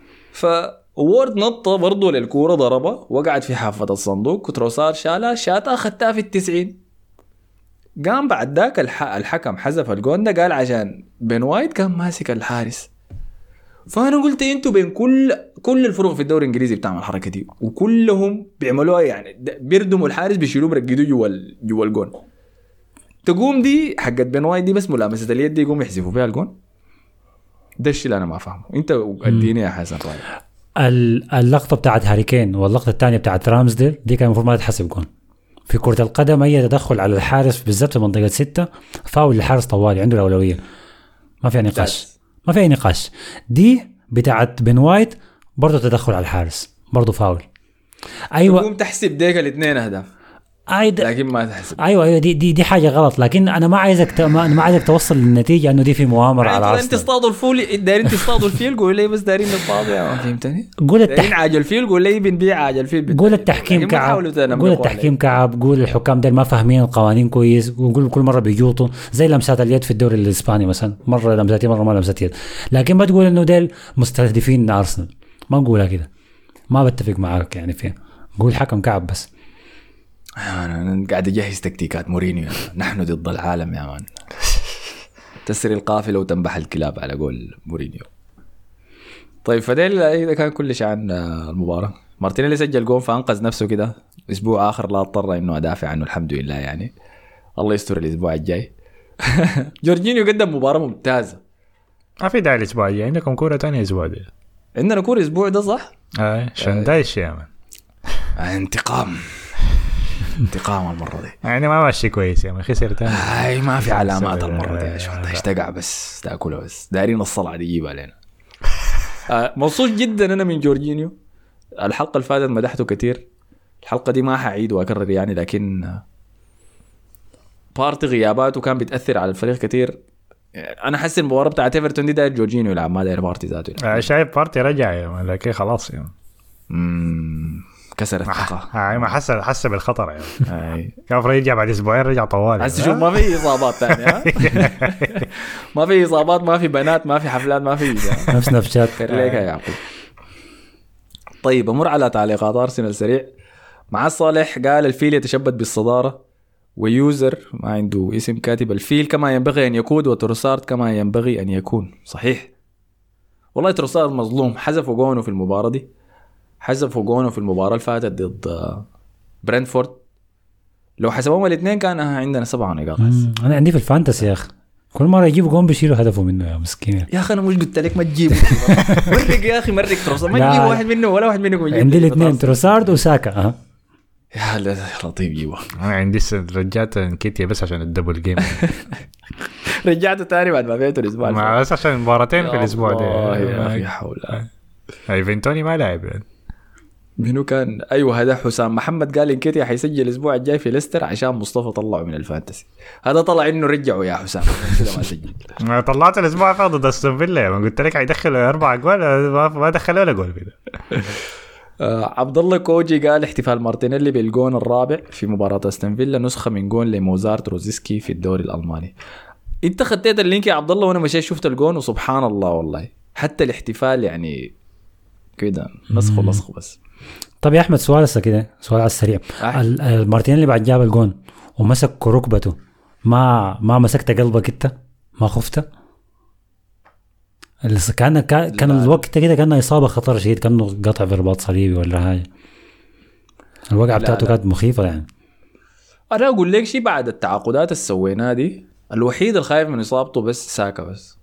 فوورد نط برضه للكوره ضربه وقعد في حافه الصندوق وتروسار شالها شاتها اخذتها في التسعين. قام بعد ذاك الح... الحكم حذف الجون ده قال عشان بين وايت كان ماسك الحارس. فانا قلت انتوا بين كل كل الفرق في الدوري الانجليزي بتعمل الحركه دي وكلهم بيعملوها يعني بيردموا الحارس بيشيلوه برقدوه جوا جوا الجون. تقوم دي حقت بين وايت دي بس ملامسه اليد دي يقوم يحذفوا فيها الجون. ده الشيء اللي انا ما فاهمه. انت اديني يا حسن رايك. اللقطه بتاعت هاري كين واللقطه الثانيه بتاعت رامزديل دي كان المفروض ما تتحسب جون. في كرة القدم اي تدخل على الحارس بالذات في منطقه ستة فاول الحارس طوالي عنده الاولويه، ما فيها نقاش ما فيها نقاش. دي بتاعت بن وايت برضو تدخل على الحارس برضو فاول. ايوه تقوم تحسب ديك الاثنين اهداف عايد... لكن ما تحسب. ايوه ايوه دي دي دي حاجه غلط. لكن انا ما عايزك ت... ما... ما عايزك توصل للنتيجه انه دي في مؤامره على العصر. انت تصطادوا الفول دايرين تصطادوا الفيل قول لي بس دايرين نصطاد يا فهمتني. قول التح... عاجل الفيل قول لي بنبيع عاجل الفيل. قول التحكيم كعب قول التحكيم كعب قول الحكام دول ما فاهمين القوانين كويس وقول كل مره بيجوطوا زي لمسات اليد في الدوري الاسباني مثلا مره لمسات مره ما لمسات يد. لكن ما تقول انه دول مستهدفين ارسنال ما نقولها كده. ما بتفق معاك يعني فيها. قول حكم كعب بس. أنا قاعد أجهز تكتيكات مورينيو. نحن ضد العالم يا مان. تسري القافلة وتنبح الكلاب على قول مورينيو. طيب فديل إذا كان كل شيء عن المباراة. مارتينيلي سجل جون فأنقذ نفسه كده. أسبوع آخر لا اضطر إنه أدافع عنه الحمد لله يعني. الله يستر الأسبوع الجاي. جورجينيو قدم مباراة ممتازة. ما في داعي الأسبوع الجاي عندكم كورة تانية أسبوع ده. عندنا كورة أسبوع ده صح؟ آه شندايش يا مان. انتقام. انتقام المرة دي يعني ما ماشي كويس يا ما خسر تاني. هاي ما في علامات المرة دي شو اشتقع بس تاكلها بس دارين الصلعة دي يجيبها لنا. آه مبسوط جدا انا من جورجينيو. الحلقة اللي فاتت مدحته كتير. الحلقة دي ما حعيد واكرر يعني لكن بارت غياباته كان بيتأثر على الفريق كتير. انا حاسس المباراه بتاعت ايفرتون دي داير جورجينيو يلعب ما داير بارتي ذاته. شايف بارتي رجع يا مان لكن خلاص يا امم كسر الثقه. هاي ما حس حس بالخطر يعني. هاي كان يرجع بعد اسبوعين رجع طوال. هسه شوف ما في اصابات ثانيه. ما في اصابات ما في بنات ما في حفلات ما في نفس نفشات خليك يا يعقوب. طيب امر على تعليقات ارسنال سريع. مع صالح قال الفيل يتشبث بالصداره ويوزر ما عنده اسم كاتب الفيل كما ينبغي ان يكون وتروسارد كما ينبغي ان يكون. صحيح والله تروسارد مظلوم. حذفوا جونه في المباراه دي. حذفوا جونه في المباراه اللي فاتت ضد برنتفورد. لو حسبوهم الاثنين كان عندنا سبعة نقاط. انا عندي في الفانتسي يا اخي كل مره يجيبوا جون بيشيلوا هدفه منه يا مسكين. يا اخي انا مش قلت لك ما تجيبه. مرق يا اخي مرق تروسارد ما تجيب واحد منه ولا واحد منكم يجيب. عندي الاثنين تروسارد وساكا. اه يا لا لطيف جيبه. انا عندي رجعت انكيتيا بس عشان الدبل جيم. رجعته تاني بعد ما فيته الاسبوع ما بس عشان مباراتين في الاسبوع ده. ما في حول. ايفنتوني ما لعب يعني. منو كان؟ ايوه هذا حسام محمد قال انكيتيا حيسجل الاسبوع الجاي في ليستر عشان مصطفى طلعه من الفانتسي. هذا طلع انه رجعه يا حسام كده ما سجل. ما طلعت الاسبوع فاضي ضد استون فيلا ما قلت لك حيدخل اربع جول ما دخل ولا جول كده. آه عبد الله كوجي قال احتفال مارتينيلي بالجون الرابع في مباراة استون فيلا نسخة من جون لموزارت روزيسكي في الدوري الألماني. انت خديت اللينك يا عبد الله وانا مشيت شفت الجون وسبحان الله والله حتى الاحتفال يعني كده نسخ ولصق بس. طب يا احمد سؤال هسه كده سؤال على السريع. مارتينيلي بعد جاب الجون ومسك ركبته ما ما مسكت قلبك انت ما خفت؟ كان كان الوقت كده كان إصابة خطر شديد كأنه قطع في رباط صليبي ولا حاجة. الوقعة بتاعته كانت مخيفة يعني. أنا أقول لك شيء بعد التعاقدات السويناه دي الوحيد الخايف من إصابته بس ساكا بس.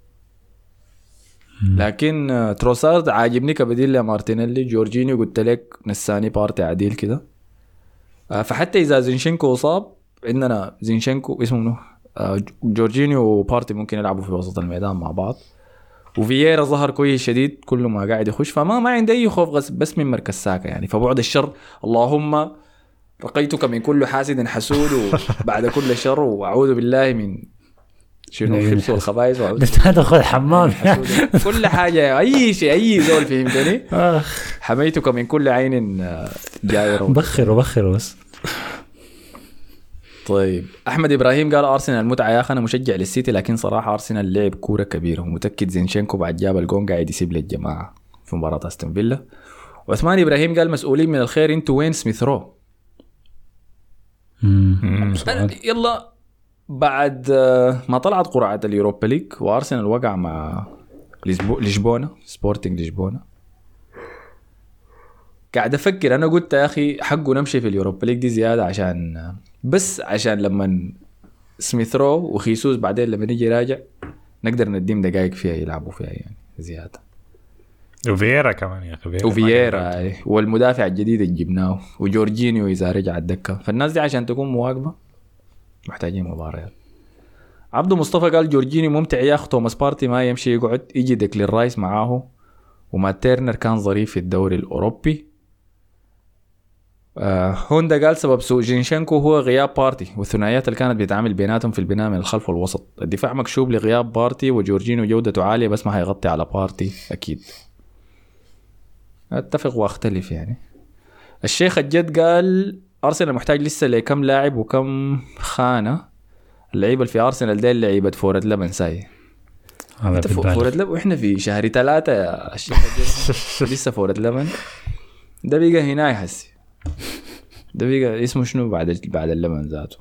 لكن تروسارد عاجبني كبديل لمارتينيلي. جورجينيو قلت لك نساني بارتي عديل كده. فحتى إذا زينشينكو أصاب عندنا زينشينكو اسمه منه جورجينيو وبارتي ممكن يلعبوا في وسط الميدان مع بعض. وفييرا ظهر كويس شديد كل ما قاعد يخش فما ما عندي أي خوف بس من مركز ساكا يعني. فبعد الشر اللهم رقيتك من كل حاسد حسود وبعد كل شر وأعوذ بالله من شنو الخبث والخبائث تدخل الحمام كل حاجة أي شيء أي زول فهمتني. حميتك من كل عين جائر. بخر وبخر بس. طيب أحمد إبراهيم قال أرسنال المتعة يا أخي أنا مشجع للسيتي لكن صراحة أرسنال لعب كورة كبيرة ومتأكد زينشينكو بعد جاب الجون قاعد يسيب للجماعة في مباراة أستون فيلا. وعثمان إبراهيم قال مسؤولين من الخير أنتوا وين سميث رو؟ يلا بعد ما طلعت قرعة اليوروبا ليج وأرسنال وقع مع لشبونة سبورتينج لشبونة قاعد أفكر أنا قلت يا أخي حقه نمشي في اليوروبا ليج دي زيادة عشان بس عشان لما سميث رو وخيسوس بعدين لما نيجي راجع نقدر نديم دقائق فيها يلعبوا فيها يعني زيادة. وفييرا كمان يا أخي وفييرا والمدافع الجديد اللي جبناه وجورجينيو إذا رجع الدكة. فالناس دي عشان تكون مواقبة محتاجين مباريات. عبدو مصطفى قال جورجينيو ممتع يا أخي توماس بارتي ما يمشي يقعد يجي ديكلين رايس معاه وما تيرنر كان ظريف في الدوري الأوروبي. آه هوندا قال سبب سوء جينشينكو هو غياب بارتي والثنائيات اللي كانت بيتعامل بيناتهم في البناء من الخلف والوسط. الدفاع مكشوف لغياب بارتي وجورجينيو جودته عالية بس ما هيغطي على بارتي أكيد. أتفق وأختلف يعني. الشيخ الجد قال أرسنال محتاج لسه لكم لاعب وكم خانة. اللعيبة في أرسنال ده اللعيبة فورة لبن ساي فورة لبن وإحنا في شهر ثلاثة يا الشيخ الجد لسه فورة لبن ده بيقى هنا يحسي ده بيقى اسمه شنو بعد بعد اللبن ذاته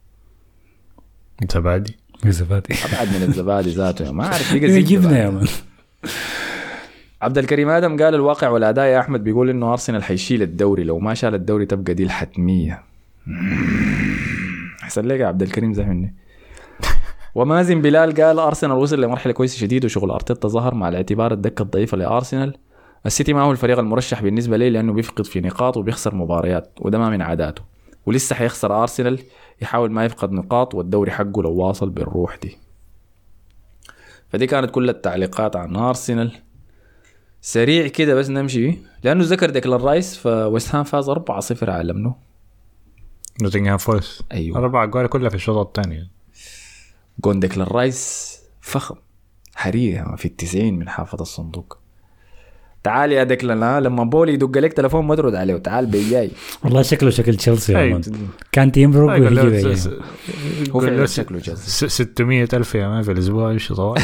زبادي زبادي أبعد من الزبادي ذاته ما أعرف بيقى جبنة يا من. عبد الكريم آدم قال الواقع والأداء يا أحمد بيقول إنه أرسنال حيشيل الدوري لو ما شال الدوري تبقى دي الحتمية. أحسن لك يا عبد الكريم زي مني. ومازن بلال قال أرسنال وصل لمرحلة كويسة شديد وشغل أرتيتا ظهر مع الاعتبار الدكة الضعيفة لأرسنال. السيتي ما هو الفريق المرشح بالنسبة لي لأنه بيفقد في نقاط وبيخسر مباريات وده ما من عاداته ولسه حيخسر أرسنال يحاول ما يفقد نقاط والدوري حقه لو واصل بالروح دي. فدي كانت كل التعليقات عن أرسنال سريع كده بس نمشي لأنه ذكر ديكلان رايس فويست هام فاز أربعة صفر على منه نوتنغهام فورست. أيوة أربعة أجوال كلها في الشوط الثاني. جون ديكلان رايس فخم حرير في التسعين من حافظ الصندوق. تعال يا ديكلان لما بولي يدق لك تلفون ما ترد عليه وتعال بيجاي. والله شكله شكل تشيلسي أي. والله. كان تيمبروك يقول له ويجي س- بيجي. هو يقول فعلا له شكله جاز. س- ستمية ألف يا مان في الأسبوع يمشي طوال.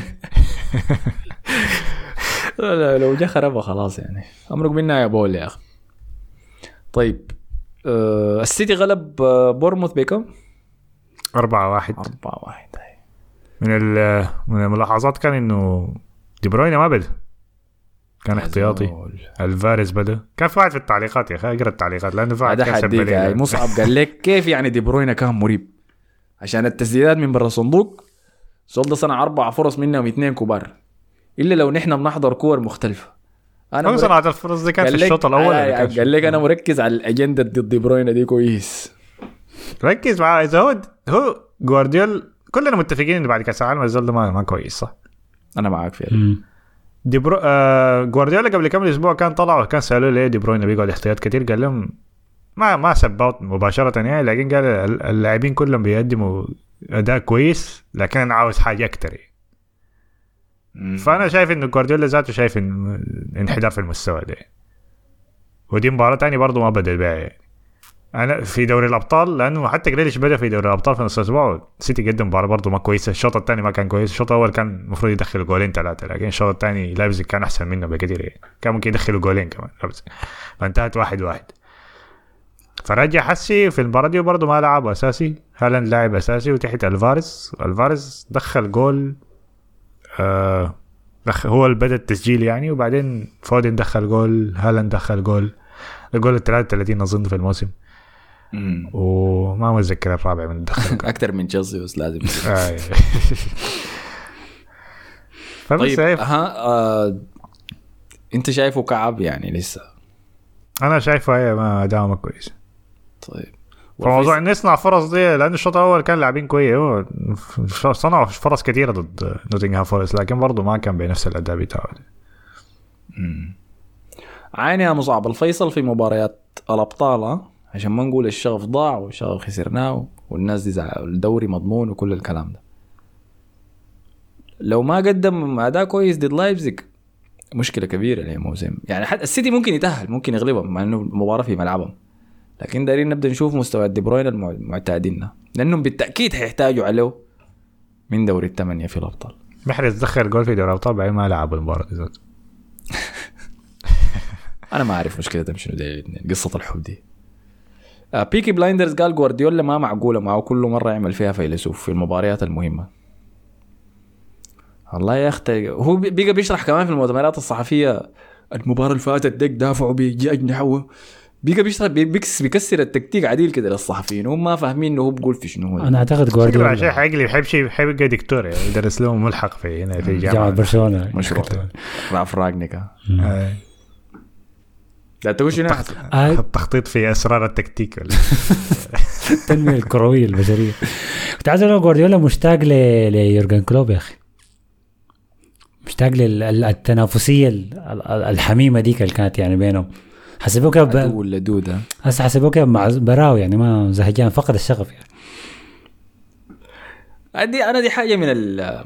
لا لا لو جا خربها خلاص يعني امرك منا يا بول يا اخي. طيب آه السيتي غلب آه بورموث بكم أربعة واحد. أربعة واحد. من ال- من الملاحظات كان إنه دي بروين ما بدأ، كان احتياطي. الفاريز بدأ. كان في واحد في التعليقات يا أخي اقرأ التعليقات لأنه في واحد هذا كان سب حديك لي. يا مصعب قال لك كيف يعني دي بروينا كان مريب عشان التسديدات من برا الصندوق سول ده صنع أربع فرص منهم اثنين كبار إلا لو نحن بنحضر كور مختلفة. أنا مرك- صنعت الفرص دي كان في قال لك- الشوط الأول. آه، اللي آه، كان قال لك أنا مركز على الأجندة ضد دي بروينا دي كويس. ركز معاه. إذا هو هو جوارديول كلنا متفقين إنه بعد كأس العالم الزول ده ما ما كويس صح. أنا معاك في هذا. مم. دي برو... آه... جوارديولا قبل كم اسبوع كان طلع وكان سالوه ليه دي بروين بيقعد احتياط كتير، قال لهم ما ما سبوت مباشره يعني، لكن قال ال- اللاعبين كلهم بيقدموا اداء كويس لكن انا عاوز حاجه اكتر. فانا شايف انه جوارديولا ذاته شايف إن انحدار في المستوى ده، ودي مباراه تانية برضه ما بدا بها يعني. انا في دوري الابطال لانه حتى جريليش بدا في دوري الابطال في نص الاسبوع، سيتي قدم مباراه برضه ما كويسه. الشوط الثاني ما كان كويس، الشوط الاول كان المفروض يدخل جولين ثلاثه، لكن الشوط الثاني لايبزيج كان احسن منه بكثير يعني. كان ممكن يدخلوا جولين كمان لايبزيج، فانتهت واحد واحد. فرجع حسي في المباراه دي برضه ما لعب اساسي، هالاند لاعب اساسي وتحت الفاريز. الفاريز دخل جول آه دخل هو اللي بدا التسجيل يعني، وبعدين فودن دخل جول، هالاند دخل جول، الجول ال ثلاثة وثلاثين اظن في الموسم. مم. وما متذكر الرابع من دخل. أكتر من تشيلسي بس لازم. آه. فبس طيب شايف ها آه أنت شايفه كعب يعني لسه؟ انا شايفه هي ما داومه كويس. طيب فموضوع ان نصنع فرص دي لان الشوط الاول كان لاعبين كويس، هو صنعوا فرص كثيره ضد نوتنغهام فورست، لكن برضه ما كان بنفس الاداء بتاعه. عيني يا مصعب الفيصل في مباريات الأبطال ها؟ عشان ما نقول الشغف ضاع والشغف خسرناه والناس دي زع... الدوري مضمون وكل الكلام ده. لو ما قدم أداء كويس ضد لايبزيج مشكلة كبيرة للموسم يعني. حتى السيتي ممكن يتأهل ممكن يغلبهم مع إنه المباراة في ملعبهم، لكن دارين نبدأ نشوف مستوى دي بروين المعتادين لأنهم بالتأكيد هيحتاجوا عليه من دوري الثمانية في الأبطال. محرز دخل جول في دوري الابطال بعدين ما لعب المباراه دي. أنا ما أعرف مشكلة شنو دي قصة الحب دي. آه بيكي بلايندرز قال جوارديولا ما معقولة معه كل مرة يعمل فيها فيلسوف في المباريات المهمة. الله يا أختي هو بيقى بيشرح كمان في المؤتمرات الصحفية المباراة اللي فاتت ديك دافعوا بيجي أجنحة، بيقى بيشرح بيكس بيكسر التكتيك عديل كده للصحفيين هم ما فاهمين إنه هو بقول في شنو. انا اعتقد شكله جوارديولا عشان حيقلب يحب شيء يحب يبقى دكتور يعني، يدرس لهم ملحق في هنا في جامعة جامعه برشلونة مشروع راف راجنيكا. آه. لا تقول شنو آه، التخطيط في اسرار التكتيك ولا التنمية الكروية البشرية. كنت عايز اقول جوارديولا مشتاق ل- ليورجن كلوب يا اخي، مشتاق للتنافسية الحميمة ديك اللي كانت يعني بينهم. حسبوه كيف ب... ولا دودة هسه حسبوه كيف مع براو يعني ما زهجان فقد الشغف يعني. دي أنا دي حاجة من ال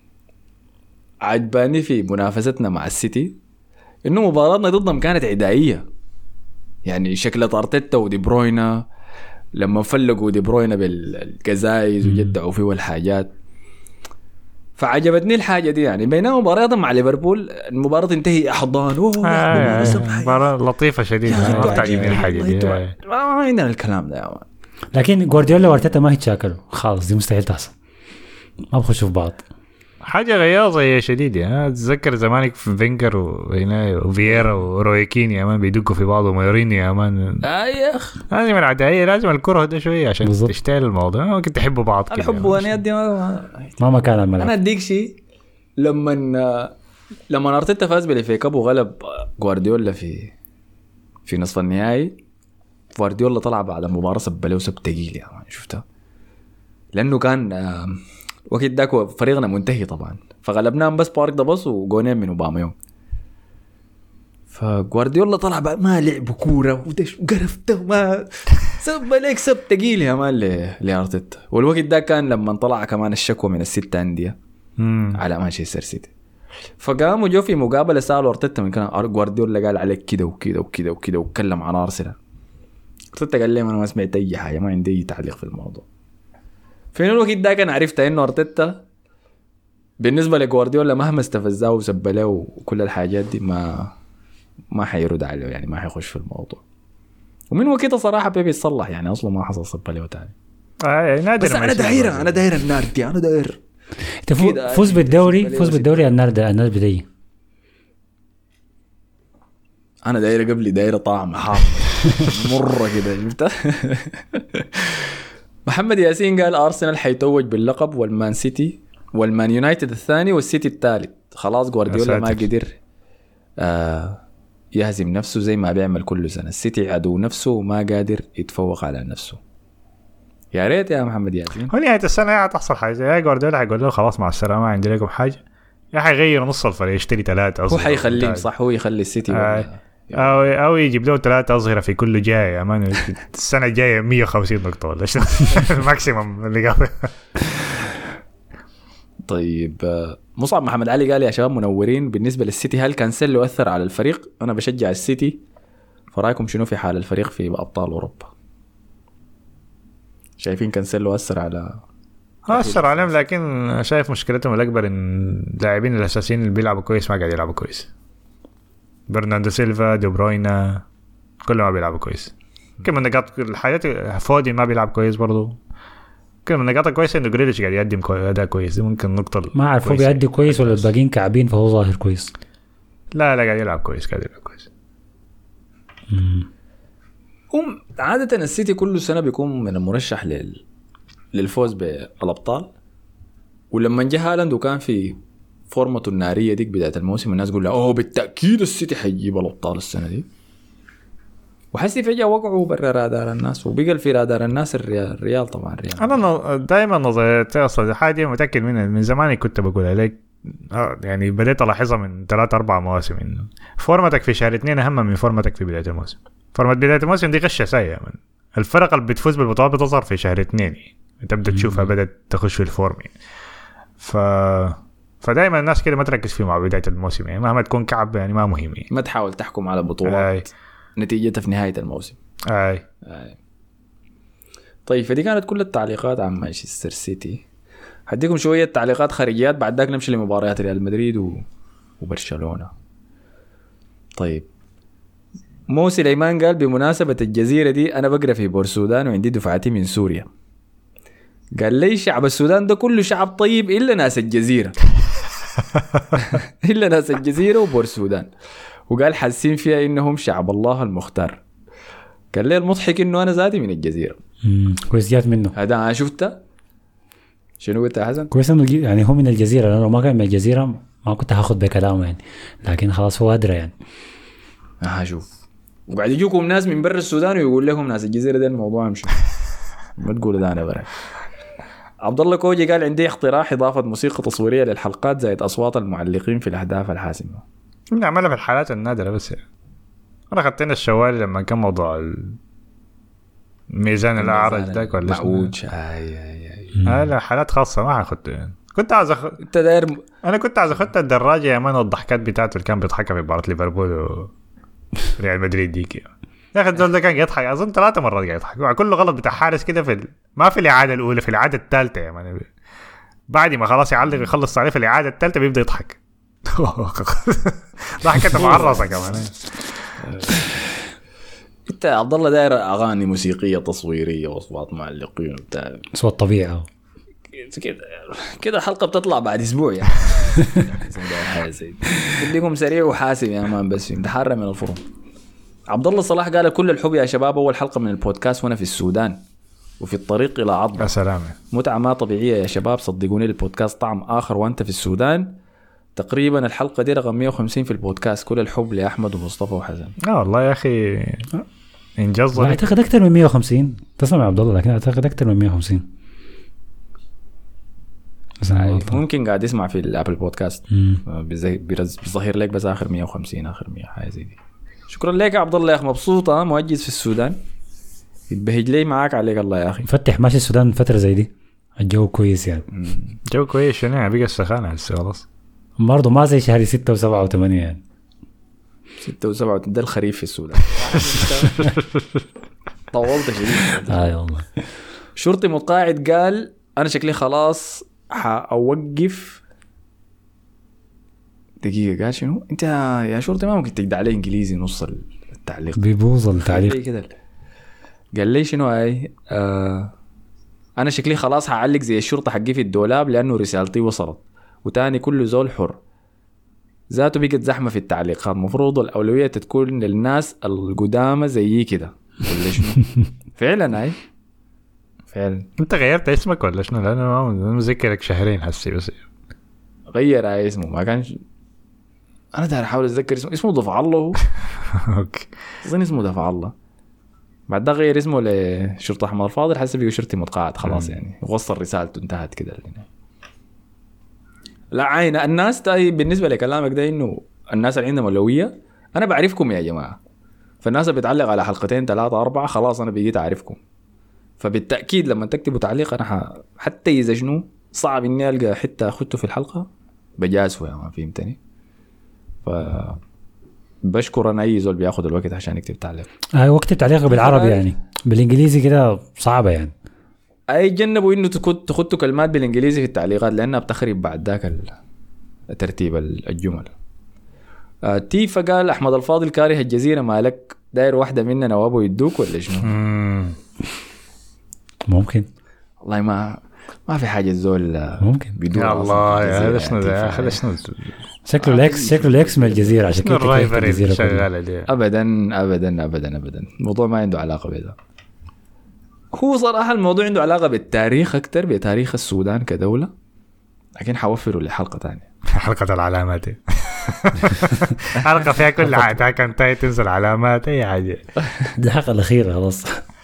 عجباني في منافستنا مع السيتي إنه مباراتنا ضدهم كانت عدائية يعني. شكلت أرتيتا ودي بروينا لما فلقوا دي بروينا بالجزايز وجدعوا فيه والحاجات، فعجبتني الحاجة دي يعني. بينما مباراتنا مع ليفربول المباراة انتهي أحضان مباراة لطيفة شديدة ما بتعجبني الحاجة دي. ما عندنا الكلام ده يا مان. لكن جوارديولا وارتيتا ما يتشاكلوا خالص، دي مستحيل تحصل، ما بخشوا في بعض. حاجة غياظة شديدة يعني. أتذكر زمانك في فينجر وهنا وفييرا ورويكين يا مان بيدقوا في بعض ومايوريني يا مان. آه يا أخ لازم العدائية، لازم الكرة ده شوية عشان بالضبط. تشتغل الموضوع. ممكن تحبوا بعض كده الحب وانا يدي ما ما مكان الملعب. انا اديك شيء لما لما ارتيتا فاز بالإف كاب وغلب جوارديولا في في نصف النهائي، جوارديولا طلع بعد المباراة سب له سب تقيل يا مان شفتها، لانه كان وقت داك فريقنا منتهي طبعا، فغلبناهم بس بارك ده بس وجونين من اوباميونج. فجوارديولا طلع بقى ما لعب كوره ودش وقرفته ما سب لك سب تقيل يا مان لارتيتا. والوقت ده كان لما طلع كمان الشكوى من الستة أندية على مانشستر سيتي. فقاموا جو في مقابله سالوا ارتيتا من كان جوارديولا قال عليك كده وكده وكده وكده واتكلم عن ارسنال. ارتيتا قال لي انا ما سمعت اي حاجه ما عندي اي تعليق في الموضوع. في الوقت ده كان عرفت انه ارتيتا بالنسبه لجوارديولا مهما استفزاه وسبله وكل الحاجات دي ما ما حيرد عليه يعني ما حيخش في الموضوع. ومن وقتها صراحه بيبي يصلح يعني اصلا ما حصل سبله تاني. آه نادر. بس انا دايره انا دايره النار دي انا داير فوز بالدوري فوز بالدوري النار ده الناس بدي انا دايره قبل دايره طعم حار مره كده شفتها. محمد ياسين قال ارسنال حيتوج باللقب والمان سيتي والمان يونايتد الثاني والسيتي الثالث. خلاص جوارديولا ما قدر آه يهزم نفسه زي ما بيعمل كل سنه. السيتي عدو نفسه وما قادر يتفوق على نفسه. يا ريت يا محمد ياسين هو نهاية السنة هتحصل حاجة يا جوارديولا حيقول له خلاص مع السلامة ما عندي لكم حاجة يا حيغير نص الفريق يشتري ثلاثة هو حيخليه صح هو يخلي السيتي آه. أو أو يجيب له ثلاثة أظهرة في كل جاي يا مان السنة الجاية مية وخمسين نقطة ولا شو الماكسيمم اللي قبل. طيب مصعب محمد علي قال يا شباب منورين بالنسبة للسيتي هل كانسيلو أثر على الفريق؟ أنا بشجع السيتي فرأيكم شنو في حال الفريق في أبطال أوروبا؟ شايفين كانسيلو أثر على أثر عليهم لكن شايف مشكلتهم الأكبر إن اللاعبين الأساسيين اللي بيلعبوا كويس ما قاعد يلعبوا كويس. برناردو سيلفا دي بروينا كلهم ما بيلعبوا كويس. كم من نقاط الحاجات فودي ما بيلعب كويس برضو. كم من نقاط كويسة إنه جريليش قاعد يقدم أداء كويس دي ممكن نقطة ما أعرف هو بيأدي كويس ولا الباقين كعبين فهو ظاهر كويس. لا لا قاعد يلعب كويس قاعد يلعب كويس. هم عادة السيتي كل سنة بيكون من المرشح لل للفوز بالأبطال ولما جه هالاند وكان في فورمته النارية ديك بداية الموسم الناس يقول له أوه بالتأكيد السيتي حيجيب الأبطال السنة دي وحسي فجأة وقعوا برا رادار الناس وبقى في رادار الناس الريال, الريال طبعا الريال. أنا دائما نظريتي أصلا حاجة متأكد منها من زمان كنت بقولها لك يعني بديت ألاحظها من ثلاثة أربعة مواسم إنه فورمتك في شهر اثنين أهم من فورمتك في بداية الموسم. فورمة بداية الموسم دي غشة سيئة من الفرق اللي بتفوز بالبطولات بتظهر في شهر اثنين تبدأ تشوفها بدأت تخش في الفورم ف فدائما الناس كده ما تركز فيه مع بداية الموسم يعني مهما تكون كعب يعني ما مهم يعني. ما تحاول تحكم على بطولات نتيجتها في نهاية الموسم. آي. آي. طيب فدي كانت كل التعليقات عن مانشستر سيتي. هديكم شوية تعليقات خارجيات بعد ذاك نمشي لمباريات ريال مدريد و... وبرشلونة. طيب مو سليمان قال بمناسبة الجزيرة دي أنا بقرأ في بورسودان وعندي دفعتي من سوريا. قال لي شعب السودان ده كله شعب طيب إلا ناس الجزيرة إلا ناس الجزيرة وبورسودان. وقال حاسين فيها إنهم شعب الله المختار. قال لي المضحك إنه أنا ذاتي من الجزيرة. كويس جات منه هذا أنا شفته. شنو قلت يا حسن؟ كويس إنه يعني هو من الجزيرة لأنه ما كان من الجزيرة ما كنت هاخد بكلامه يعني لكن خلاص هو أدرى يعني. ها شوف وقاعد يجوكم ناس من برا السودان ويقول لهم ناس الجزيرة ده الموضوع مش ما تقولوا ده أنا برا. عبد الله كوجي قال عندي اقتراح إضافة موسيقى تصويرية للحلقات زائد أصوات المعلقين في الأهداف الحاسمة. نعملها في الحالات النادرة بس يعني. أنا خدتين الشوال لما كان موضوع الميزان الأعرج ذاك ولا معوج أي أي أي هلا حالات خاصة ما أخذت يعني. كنت عايز أخ... أنت داير أنا كنت عايز أخذت الدراجة يا مان والضحكات بتاعته اللي كان بيضحكها في مباراة ليفربول وريال مدريد ديك يا أخي الزول ده كان يضحك أظن ثلاثة مرات قاعد يضحك كله غلط بتاع حارس كده في ال... ما في الإعادة الأولى في الإعادة الثالثة يا مان بعد ما خلاص يعلق يخلص عليه في الإعادة الثالثة بيبدأ يضحك ضحكة معرصة كمان. انت عبد الله داير اغاني موسيقيه تصويريه واصوات معلقين وبتاع صوت طبيعه كده كده الحلقه بتطلع بعد اسبوع يعني. بديكم سريع وحاسم يا مان بس متحرر من الفرن. عبد الله صلاح قال كل الحب يا شباب اول حلقه من البودكاست وانا في السودان وفي الطريق الى عضبه. يا سلام متعه ما طبيعيه يا شباب صدقوني البودكاست طعم اخر وانت في السودان. تقريبا الحلقه دي رقم مية وخمسين في البودكاست. كل الحب لاحمد ومصطفى وحسن. اه والله يا اخي انجاز. اعتقد اكثر من مية وخمسين تسمع يا عبد الله لكن اعتقد اكثر من مية وخمسين ممكن قاعد يسمع في الابل بودكاست بيظهر لك بس اخر مية وخمسين اخر مية حاجه زي دي. شكرا لك يا عبد الله يا اخي مبسوطه موجز في السودان يتبهج لي معاك عليك الله يا اخي. فتح ماشي السودان فتره زي دي الجو كويس يعني. جو كويس شنو يعني بقى السخانة هسه خلاص برضه ما زي شهر ستة وسبعة وثمانية يعني. ستة وسبعة ده الخريف في السودان. طولت شديد. آه والله. شرطي متقاعد قال أنا شكلي خلاص حأوقف. دقيقة قال شنو؟ أنت يا شرطي ما ممكن تقدر عليه إنجليزي نص التعليق. بيبوظ التعليق كده. قال لي شنو هاي؟ آه أنا شكلي خلاص هعلق زي الشرطة حقي في الدولاب لأنه رسالتي وصلت. وتاني كل زول حر. ذاته بقت زحمة في التعليقات. مفروض الأولوية تكون للناس القدامى زيي كده. ولا شنو؟ فعلا هاي. فعلا. انت غيرت اسمك ولا شنو؟ لأنه ما مذكرك شهرين هسي بس. غير هاي اسمه ما كانش. أنا داير أحاول أتذكر اسمه. اسمه دفع الله. أوكي. أظن اسمه دفع الله. بعد ده غير اسمه لشرطة أحمد الفاضل حسب يقول شرطي متقاعد خلاص يعني وصل رسالته انتهت كده. لا عين الناس تاي بالنسبة لكلامك ده إنه الناس اللي عندهم أولوية أنا بعرفكم يا جماعة. فالناس بتعلق على حلقتين ثلاثة أربعة خلاص أنا بقيت أعرفكم. فبالتأكيد لما تكتبوا تعليق أنا ح... حتى إذا شنو صعب إني ألقى حتى أخذته في الحلقة بجاسه يا ما فهمتني. ف بشكر أنا أي زول بياخد الوقت عشان يكتب تعليق. آه وقت تعليق بالعربي يعني بالإنجليزي كده صعبة يعني. أي جنبوا إنه تخدوا كلمات بالإنجليزي في التعليقات لأنها بتخرب بعد ذاك الترتيب الجمل. آه تيفا قال أحمد الفاضل كاره الجزيرة مالك داير واحدة مننا وابو يدوك ولا شنو؟ ممكن والله ما ما في حاجة زول ممكن بدون يا الله يا هذا شنو ذا هذا شنو شكله الاكس شكله الاكس من الجزيرة عشان كده الجزيرة شغالة دي. ابدا ابدا ابدا ابدا الموضوع ما عنده علاقة بهذا. هو صراحة الموضوع عنده علاقة بالتاريخ اكتر بتاريخ السودان كدولة. لكن حوفره لحلقة تانية. حلقة العلامات. حلقة فيها كل حاجة كان تاي تنزل علامات اي حاجة. دي الحلقة الأخيرة خلاص.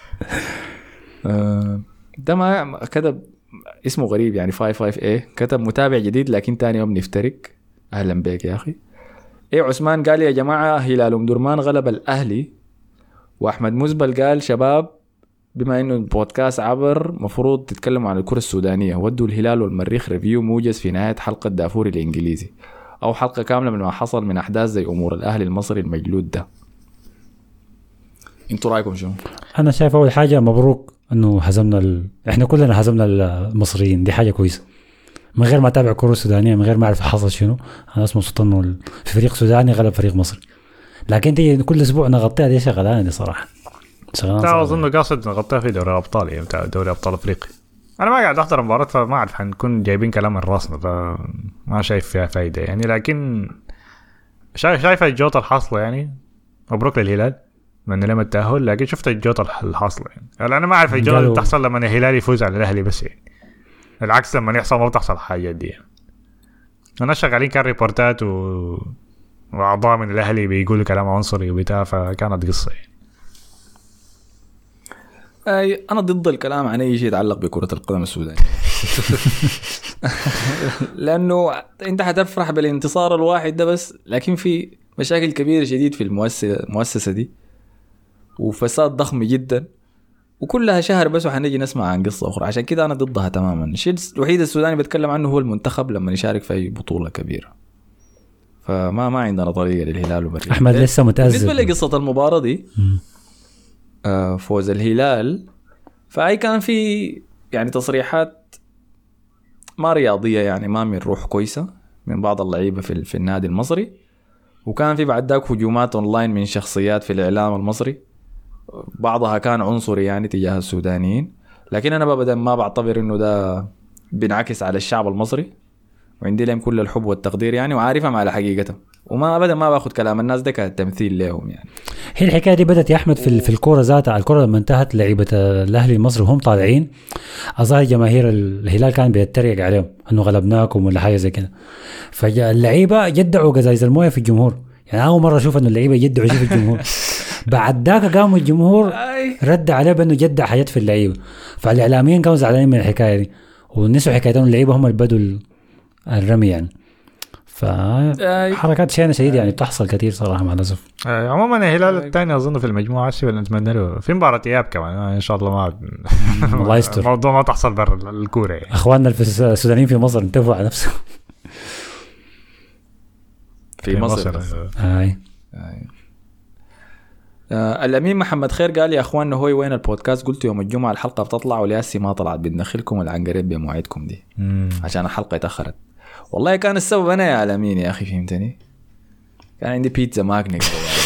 ده ما كتب اسمه غريب يعني خمسة خمسة إيه كتب متابع جديد لكن تاني يوم نفترق. أهلا بك يا أخي. إيه عثمان قال يا جماعة هلال أم درمان غلب الأهلي. وأحمد مزبل قال شباب بما إنه البودكاست عبر مفروض تتكلموا عن الكرة السودانية ودوا الهلال والمريخ ريفيو موجز في نهاية حلقة دافوري الإنجليزي أو حلقة كاملة من ما حصل من أحداث زي أمور الأهلي المصري المجلود ده. انتوا رايكم شو؟ انا شايف اول حاجه مبروك انه هزمنا ال... احنا كلنا هزمنا المصريين. دي حاجه كويسه من غير ما اتابع الكره السودانيه من غير ما اعرف حصل شنو. انا اسمه مبسوط انه في فريق سوداني غلب فريق مصري. لكن دي كل اسبوع نغطيها دي شغلانه دي صراحه شغلانه. اظن قاصد نغطيها في دوري الابطال يعني بتاع دوري ابطال افريقيا. انا ما قاعد احضر مباراه فما اعرف حنكون جايبين كلام من راسنا فما شايف فيها فايده يعني. لكن شايف شايف الجوطه الحاصله يعني. مبروك للهلال من لما التأهل. لكن شفت الجوطة الحاصلة يعني. أنا ما أعرف الجوطة اللي تحصل لما الهلال يفوز على الأهلي بس يعني. العكس لما يحصل ما بتحصل حاجات دي يعني. أنا شغالين كان ريبورتات و... وأعضاء من الأهلي بيقولوا كلام عنصري وبتاع فكانت قصة يعني. أي أنا ضد الكلام عن أي شيء يتعلق بكرة القدم السودانية. لأنه أنت حتفرح بالانتصار الواحد ده بس لكن في مشاكل كبيرة شديد في المؤسسة المؤسسة دي وفساد ضخم جدا وكلها شهر بس وحنجي نسمع عن قصة أخرى. عشان كده أنا ضدها تماما. الشيء الوحيد السوداني بتكلم عنه هو المنتخب لما يشارك في أي بطولة كبيرة. فما ما عندنا طريقة للهلال ومريخ. أحمد لسه متأذب. بالنسبة لقصة المباراة دي آه فوز الهلال فأي كان في يعني تصريحات ما رياضية يعني ما من روح كويسة من بعض اللعيبة في, في النادي المصري. وكان في بعد ذاك هجومات أونلاين من شخصيات في الإعلام المصري بعضها كان عنصري يعني تجاه السودانيين. لكن أنا أبدا ما بعتبر إنه ده بينعكس على الشعب المصري وعندي لهم كل الحب والتقدير يعني وعارفهم على حقيقتهم وما أبدا ما باخد كلام الناس ده كتمثيل لهم يعني. هي الحكاية دي بدأت يا أحمد في في الكورة ذاتها. الكورة لما انتهت لعيبة الأهلي المصري وهم طالعين أظهر جماهير الهلال كان بيتريق عليهم إنه غلبناكم ولا حاجة زي كده. فاللعيبة يدعوا جزايز المويه في الجمهور يعني. أول مرة أشوف إنه اللعيبة يدعوا شيء في الجمهور. بعد ذاك قاموا الجمهور رد عليه بأنه جدع حاجات في اللعيبة. فالإعلاميين كانوا زعلانين من الحكاية دي ونسوا حكاية إنه اللعيبة هم اللي بدوا الرمي يعني. فحركات شينة شديدة يعني بتحصل كتير صراحة مع الأسف. آه عموما الهلال الثاني أظن في المجموعة شيء نتمنى له في مباراة إياب كمان إن شاء الله ما الله يستر الموضوع ما تحصل برا الكورة يعني. أخواننا السودانيين في مصر انتبهوا على نفسهم في مصر, مصر. هاي آه الأمين محمد خير قال يا أخواننا هوي وين البودكاست؟ قلت يوم الجمعة الحلقة بتطلع ولياسي ما طلعت بندخلكم العنقريب بمواعيدكم دي مم. عشان الحلقة اتأخرت. والله كان السبب أنا يا الأمين يا أخي فهمتني. كان عندي بيتزا ماكنيك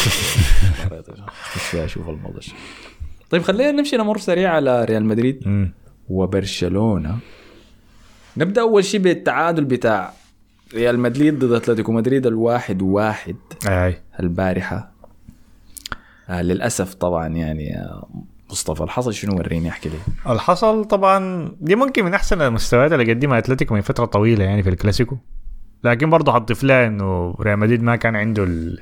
فيها أشوف الموضوع. طيب خلينا نمشي نمر سريع على ريال مدريد مم. وبرشلونة. نبدأ أول شيء بالتعادل بتاع ريال مدريد ضد أتلتيكو مدريد الواحد واحد أي البارحة. آه للأسف طبعا يعني مصطفى الحصل شنو وريني احكي لي. الحصل طبعا دي ممكن من احسن المستويات اللي قدمها اتلتيكو من فتره طويله يعني في الكلاسيكو، لكن برضه حضيف لها انه ريال مدريد ما كان عنده ال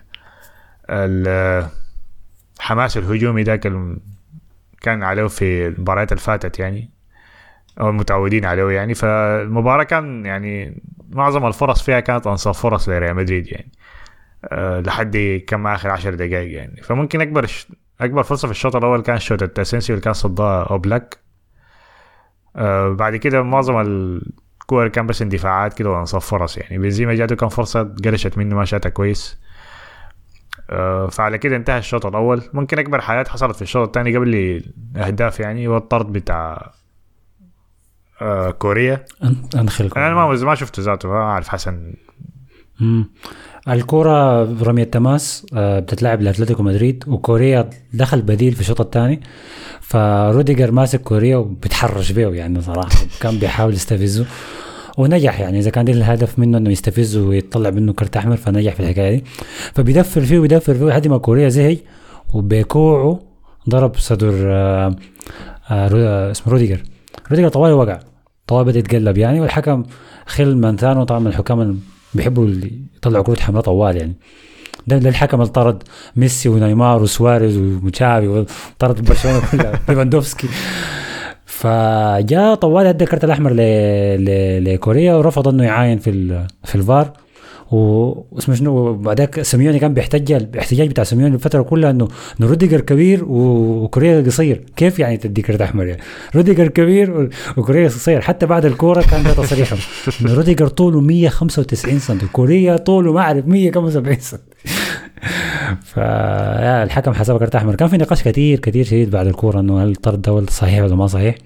الحماس الهجومي ذاك كان عليه في المباريات اللي فاتت يعني او المتعودين عليه يعني. فالمباراه كان يعني معظم الفرص فيها كانت انصاف فرص لريال مدريد يعني أه لحد كم اخر عشر دقائق يعني. فممكن اكبر اكبر فرصه في الشوط الاول كان شوط التاسينسيو اللي كان صدها اوبلاك. أه بعد كده معظم الكور كان بس اندفاعات كده وانصاف فرص يعني. بنزيما جاته كان فرصه قلشت منه ما شاتها كويس. أه فعلى كده انتهى الشوط الاول. ممكن اكبر حالات حصلت في الشوط الثاني قبل الاهداف يعني هو الطرد بتاع أه كوريا. انخلكم انا ما ما شفته ذاته ما اعرف حسن. امم الكرة رمية تماس بتتلعب لأتلتيكو مدريد وكوريا دخل بديل في الشوط الثاني، فروديجر ماسك كوريا وبتحرش بيه يعني صراحة كان بيحاول يستفزه ونجح يعني. إذا كان ده الهدف منه إنه يستفزه ويطلع منه كرت أحمر فنجح في الحكاية دي. فبيدفر فيه ويدفر فيه لحد ما كوريا زهق وبكوعه ضرب صدر آآ آآ اسمه روديجر. روديجر طوالي وقع طوالي بدأ يتقلب يعني. والحكم خل منثانو طبعا من الحكام بيحبوا يطلعوا كروت حمراء طوال يعني. ده, ده الحكم اللي طرد ميسي ونيمار وسواريز ومشافي وطرد برشلونة كلها ليفاندوفسكي. فجاء طوال ادى الكرت الاحمر لكوريا ورفض انه يعاين في في الفار واسمه شنو. بعدك سيميوني كان بيحتاج الاحتجاج بتاع سيميوني الفتره كلها انه روديجر كبير وكوريا قصير. كيف يعني تدي كرت احمر يعني؟ روديجر كبير وكوريا قصير. حتى بعد الكوره كان ده تصريح انه روديجر طوله مية وخمسة وتسعين سم كوريا طوله ما اعرف مية وخمسة وسبعين سم. فالحكم حسب كرت احمر. كان في نقاش كتير كتير شديد بعد الكوره انه هل الطرد ده صحيح ولا ما صحيح.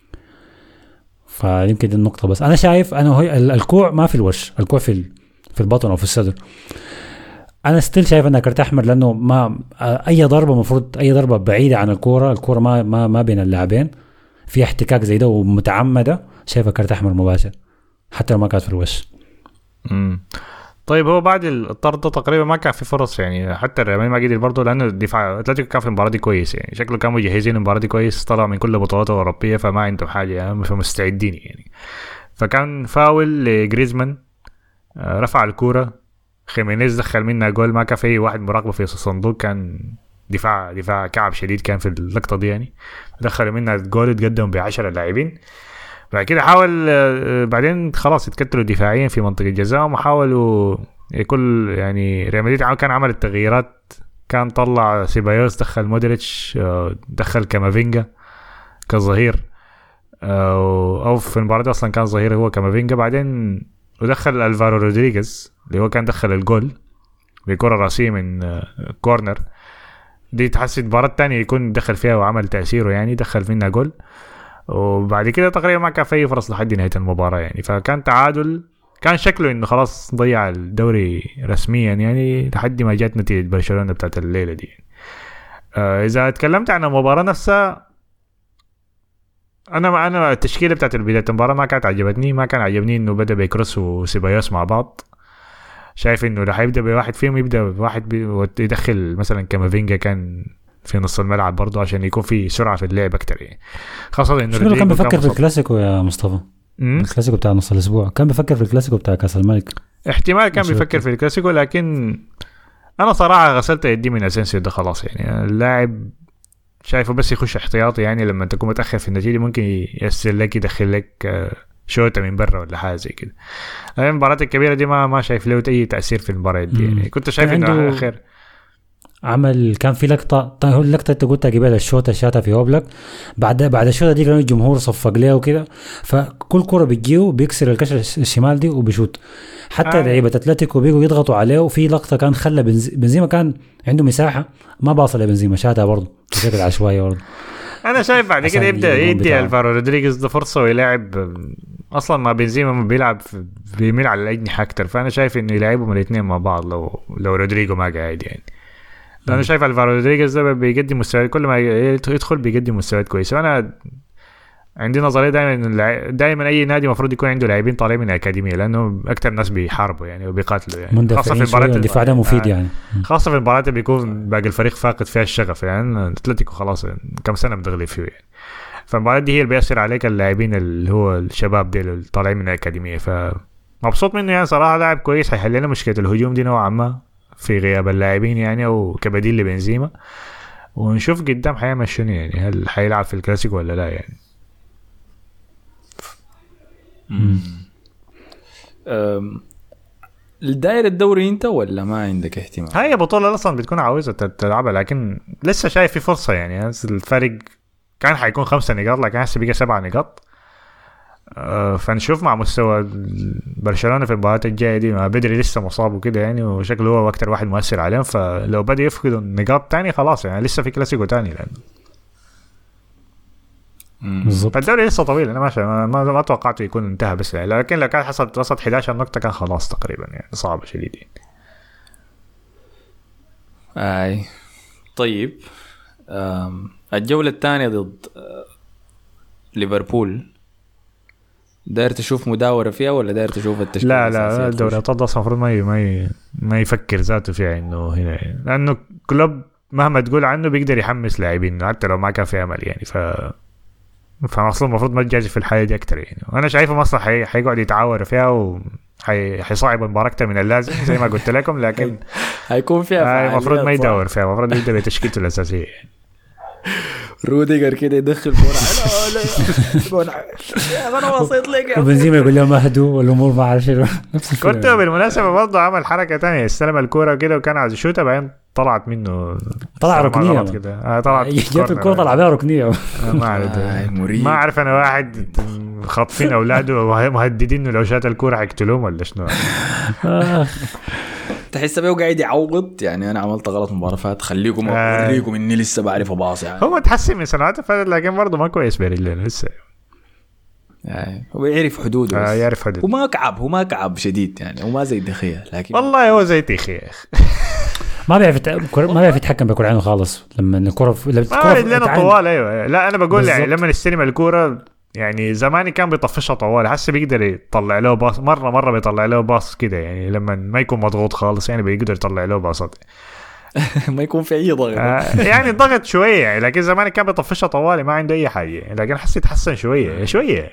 فيمكن دي النقطه. بس انا شايف انه هي الكوع ما في الوش، الكوع في في البطن او في الصدر. انا ستيل شايف انها كرت احمر لانه ما اي ضربه مفروض اي ضربه بعيده عن الكوره الكوره ما ما ما بين اللاعبين في احتكاك زي ده ومتعمده شايفها كرت احمر مباشر حتى لو ما كانت في الوش. امم طيب هو بعد الطرد تقريبا ما كان في فرص يعني. حتى الريال ما قدر برضه لانه الدفاع اتلتيكو كان في المباراه دي كويس يعني. شكله كانوا مجهزين المباراه دي كويس. طلع من كل بطولات اوروبيه فما عندهم حاجه يعني فمستعدين يعني. فكان فاول لجريزمان رفع الكوره خيمينيز دخل منها جول. ما كان في واحد مراقبه في الصندوق. كان دفاع دفاع كعب شديد كان في اللقطه دي يعني. دخل منها جول اتقدم بعشرة لاعبين. بعد كده حاول بعدين خلاص يتكتلوا دفاعيا في منطقه الجزاء وحاولوا كل يعني ريال مدريد كان عمل التغييرات. كان طلع سيبايوس دخل مودريتش دخل كامافينجا كظهير او في المباراه اصلا كان ظهير هو كامافينجا. بعدين ودخل الفارو رودريغيز اللي هو كان دخل الجول بكرة راسية من كورنر. دي تحسي المباراة الثانية يكون دخل فيها وعمل تأثيره يعني. دخل منها جول وبعد كده تقريبا ما كان في أي فرص لحد نهاية المباراة يعني. فكان تعادل. كان شكله إنه خلاص ضيع الدوري رسميا يعني لحد ما جات نتيجة برشلونة بتاعت الليلة دي يعني. آه إذا اتكلمت عن المباراة نفسها انا انا التشكيله بتاعت بدايه المباراه ما كانت عجبتني. ما كان عجبني انه بدا بيكروس وسيبايوس مع بعض. شايف انه راح يبدا بواحد فيهم يبدا بواحد يدخل مثلا كامافينجا كان في نص الملعب برضه عشان يكون في سرعه في اللعب اكتر يعني. خاصه انه شنو كان بفكر في الكلاسيكو يا مصطفى؟ الكلاسيكو بتاع نص الاسبوع كان بفكر في الكلاسيكو بتاع كاس الملك. احتمال كان بيفكر في الكلاسيكو لكن انا صراحه غسلت يدي من اسينسيو ده خلاص يعني. اللاعب شايفه بس يخش احتياطي يعني لما تكون متأخر في النتيجة ممكن يسر لك يدخل لك شوطه من برا ولا حاجه زي كده. المباريات الكبيره دي ما ما شايف له اي تاثير في المباريات دي يعني. كنت شايف انه خير عمل كان في لقطه هو اللقطه انت قلتها قبل الشوطه شاتها في اوبلك بعد بعد الشوطه دي كان الجمهور صفق ليه وكده فكل كره بتجيه بيكسر الكشف الشمال دي وبيشوط حتى آه. لعيبه اتلتيكو بيجوا يضغطوا عليه وفي لقطه كان خلى بنزيما كان عنده مساحه ما باصل لبنزيما شاتها برضه بشكل عشوائي برضه. انا شايف بعد كده يبدا يدي الفارو رودريغيز ده فرصه ويلاعب اصلا ما بنزيما ما بيلعب بيميل على الاجنحه اكتر فانا شايف انه يلعبهم الاثنين مع بعض لو لو رودريجو ما قاعد يعني. انا شايف الفارو رودريغيز ده بيقدم مستويات كل ما يدخل بيقدم مستويات كويسه. وانا عندي نظريه دائما دائما اي نادي المفروض يكون عنده لاعبين طالعين من الاكاديميه لانه اكثر ناس بيحاربوا يعني وبيقاتلوا يعني خاصه في المباريات الدفاع ده مفيد يعني خاصه في المباريات اللي بيكون باقي الفريق فاقد فيها الشغف يعني اتلتيكو خلاص كم سنه متغلب فيه يعني. فالمباريات دي هي اللي بيأثر عليك اللاعبين اللي هو الشباب دي اللي طالعين من الاكاديميه فمبسوط منه يعني صراحه لاعب كويس هيحل لنا مشكله الهجوم دي نوعا ما في غياب اللاعبين يعني او كبديل لبنزيما ونشوف قدام حيمشوني يعني هل حيلعب في الكلاسيكو ولا لا يعني. الدائرة الدوري انت ولا ما عندك اهتمام؟ هاي بطولة اصلا بتكون عاوزة تلعبها لكن لسه شايف في فرصة يعني الفرق كان حيكون خمسة نقاط لكن هسه بقى سبعة نقاط. أه فنشوف مع مستوى برشلونة في المباريات الجاية دي ما بدري لسه مصاب وكده يعني وشكله هو اكتر واحد مؤثر عليهم فلو بدأ يفقدوا نقاط تاني خلاص يعني لسه في كلاسيكو تاني لأنه بالضبط. فالدوري لسه طويل انا ماشي ما ما, ما توقعته يكون انتهى بس يعني. لكن لو كان حصل وسط إحدى عشرة نقطه كان خلاص تقريبا يعني صعب شديد. اي طيب الجوله الثانيه ضد ليفربول داير تشوف مداوره فيها ولا داير تشوف التشكيل؟ لا لا الدوري اصلا المفروض ما ما ما يفكر ذاته فيها انه هنا يعني. لانه كلوب مهما تقول عنه بيقدر يحمس لاعبين حتى لو ما كان في امل يعني ف فاصلا المفروض ما تجازف في الحياه دي اكتر يعني. وانا شايفه اصلا حي... حيقعد يتعاور فيها وحي... حيصعب المباراه اكتر من اللازم زي ما قلت لكم لكن هيكون فيها المفروض ما يدور فيها المفروض يبدا بتشكيلته الاساسيه يعني. روديجر كده يدخل كوره لا لا انا وصيت لك وبنزيما يقول لهم اهدوا والامور ما عارف شنو. كنت بالمناسبه برضه عمل حركه تانية استلم الكوره كده وكان عايز يشوتها بعدين طلعت منه طلع ركنيه كده آه طلعت جت الكوره طلع بها ركنيه ما اعرف ما اعرف انا واحد خاطفين اولاده ومهددين انه لو شات الكوره حيقتلوهم ولا شنو. تحس بيه وقاعد يعوض يعني انا عملت غلط مباراه فات خليكم اوريكم اني لسه بعرف اباص يعني. هو تحسن من سنوات فاتت لكن برضه ما كويس برجلين لسه يعني هو يعرف حدوده آه يعرف حدوده وما كعب هو ما كعب شديد يعني وما زي دخيه لكن والله هو زي تخيه ما بيعرف ما بيعرف يتحكم بكل عينه خالص لما الكره ما لنا طوال ايوه لا انا بقول يعني لما يستلم الكوره يعني زماني كان بيطفشها طوال هسه بيقدر يطلع له باص مره مره بيطلع له باص كده يعني لما ما يكون مضغوط خالص يعني بيقدر يطلع له باصات ما يكون في اي ضغط آه يعني ضغط شويه يعني لكن زماني كان بيطفشها طوال ما عنده اي حاجه يعني لكن حس يتحسن شويه شويه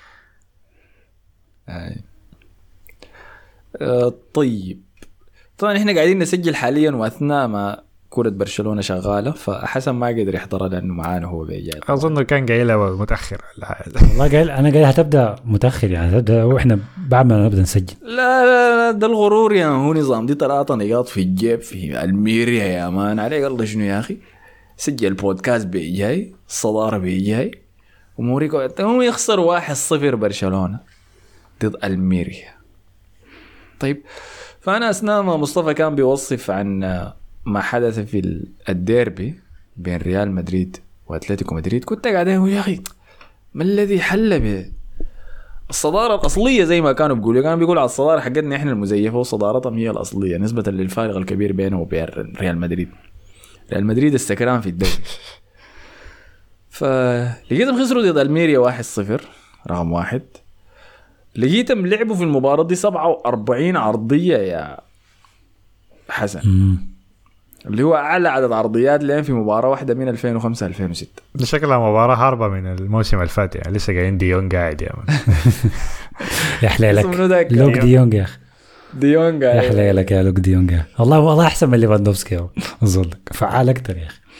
آه طيب طبعا احنا قاعدين نسجل حاليا واثناء ما كرة برشلونة شغالة فحسن ما قدر يحضرها لأنه معانا هو بيجي أظن كان جاي له متأخر والله قال أنا قايل هتبدأ متأخر يعني هتبدأ وإحنا بعد ما نبدأ نسجل. لا لا لا ده الغرور يعني هو نظام دي ثلاثة نقاط في الجيب في الميريا يا مان عليك الله شنو يا أخي سجل بودكاست بيجي الصدارة بيجي وموريكو هم يخسر واحد صفر برشلونة ضد الميريا. طيب فأنا أثناء ما مصطفى كان بيوصف عن ما حدث في الديربي بين ريال مدريد واتلتيكو مدريد كنت قاعد اقول يا اخي ما الذي حل بالصداره الاصليه زي ما كانوا بيقولوا كانوا بيقولوا على الصداره حقتنا احنا المزيفه وصدارتهم هي الاصليه نسبه للفارق الكبير بينه وبين ريال مدريد. ريال مدريد استكرام في الدوري فلقيتهم خسروا ضد الميريا واحد صفر رقم واحد. لقيتهم لعبوا في المباراه دي سبعة وأربعين عرضيه يا حسن اللي هو أعلى عدد عرضيات لين في مباراة واحدة من ألفين وخمسة ألفين وستة. شكلها مباراة هاربة من الموسم الفات يعني لسه قاعدين ديون قاعد يا من يا حليلك لوك ديونج يا أخي ديونج يا حليلك يا لوك ديونج والله والله أحسن من ليفاندوفسكي أظنك فعال أكتر يا أخي.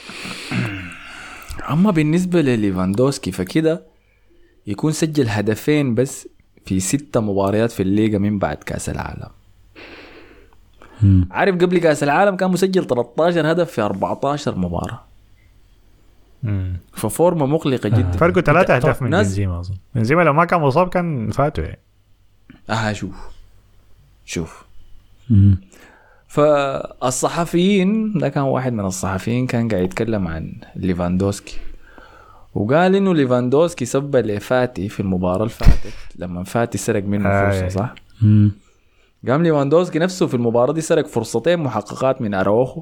أما بالنسبة لليفاندوفسكي فكده يكون سجل هدفين بس في ستة مباريات في الليغا من بعد كاس العالم. مم. عارف قبل كاس العالم كان مسجل ثلاثة عشر هدف في أربعة عشر مباراة. مم. ففورمه مقلقه جدا. فرقوا ثلاثة اهداف من ناس- بنزيما اظن. بنزيما لو ما كان مصاب كان فاتوا يعني. اه شوف شوف مم. فالصحفيين ده كان واحد من الصحفيين كان قاعد يتكلم عن ليفاندوسكي وقال انه ليفاندوسكي سب لفاتي في المباراة اللي فاتت لما فاتي سرق منه آه. فرصة صح؟ مم. قام ليفاندوسكي نفسه في المباراة دي سرق فرصتين محققات من أراوخو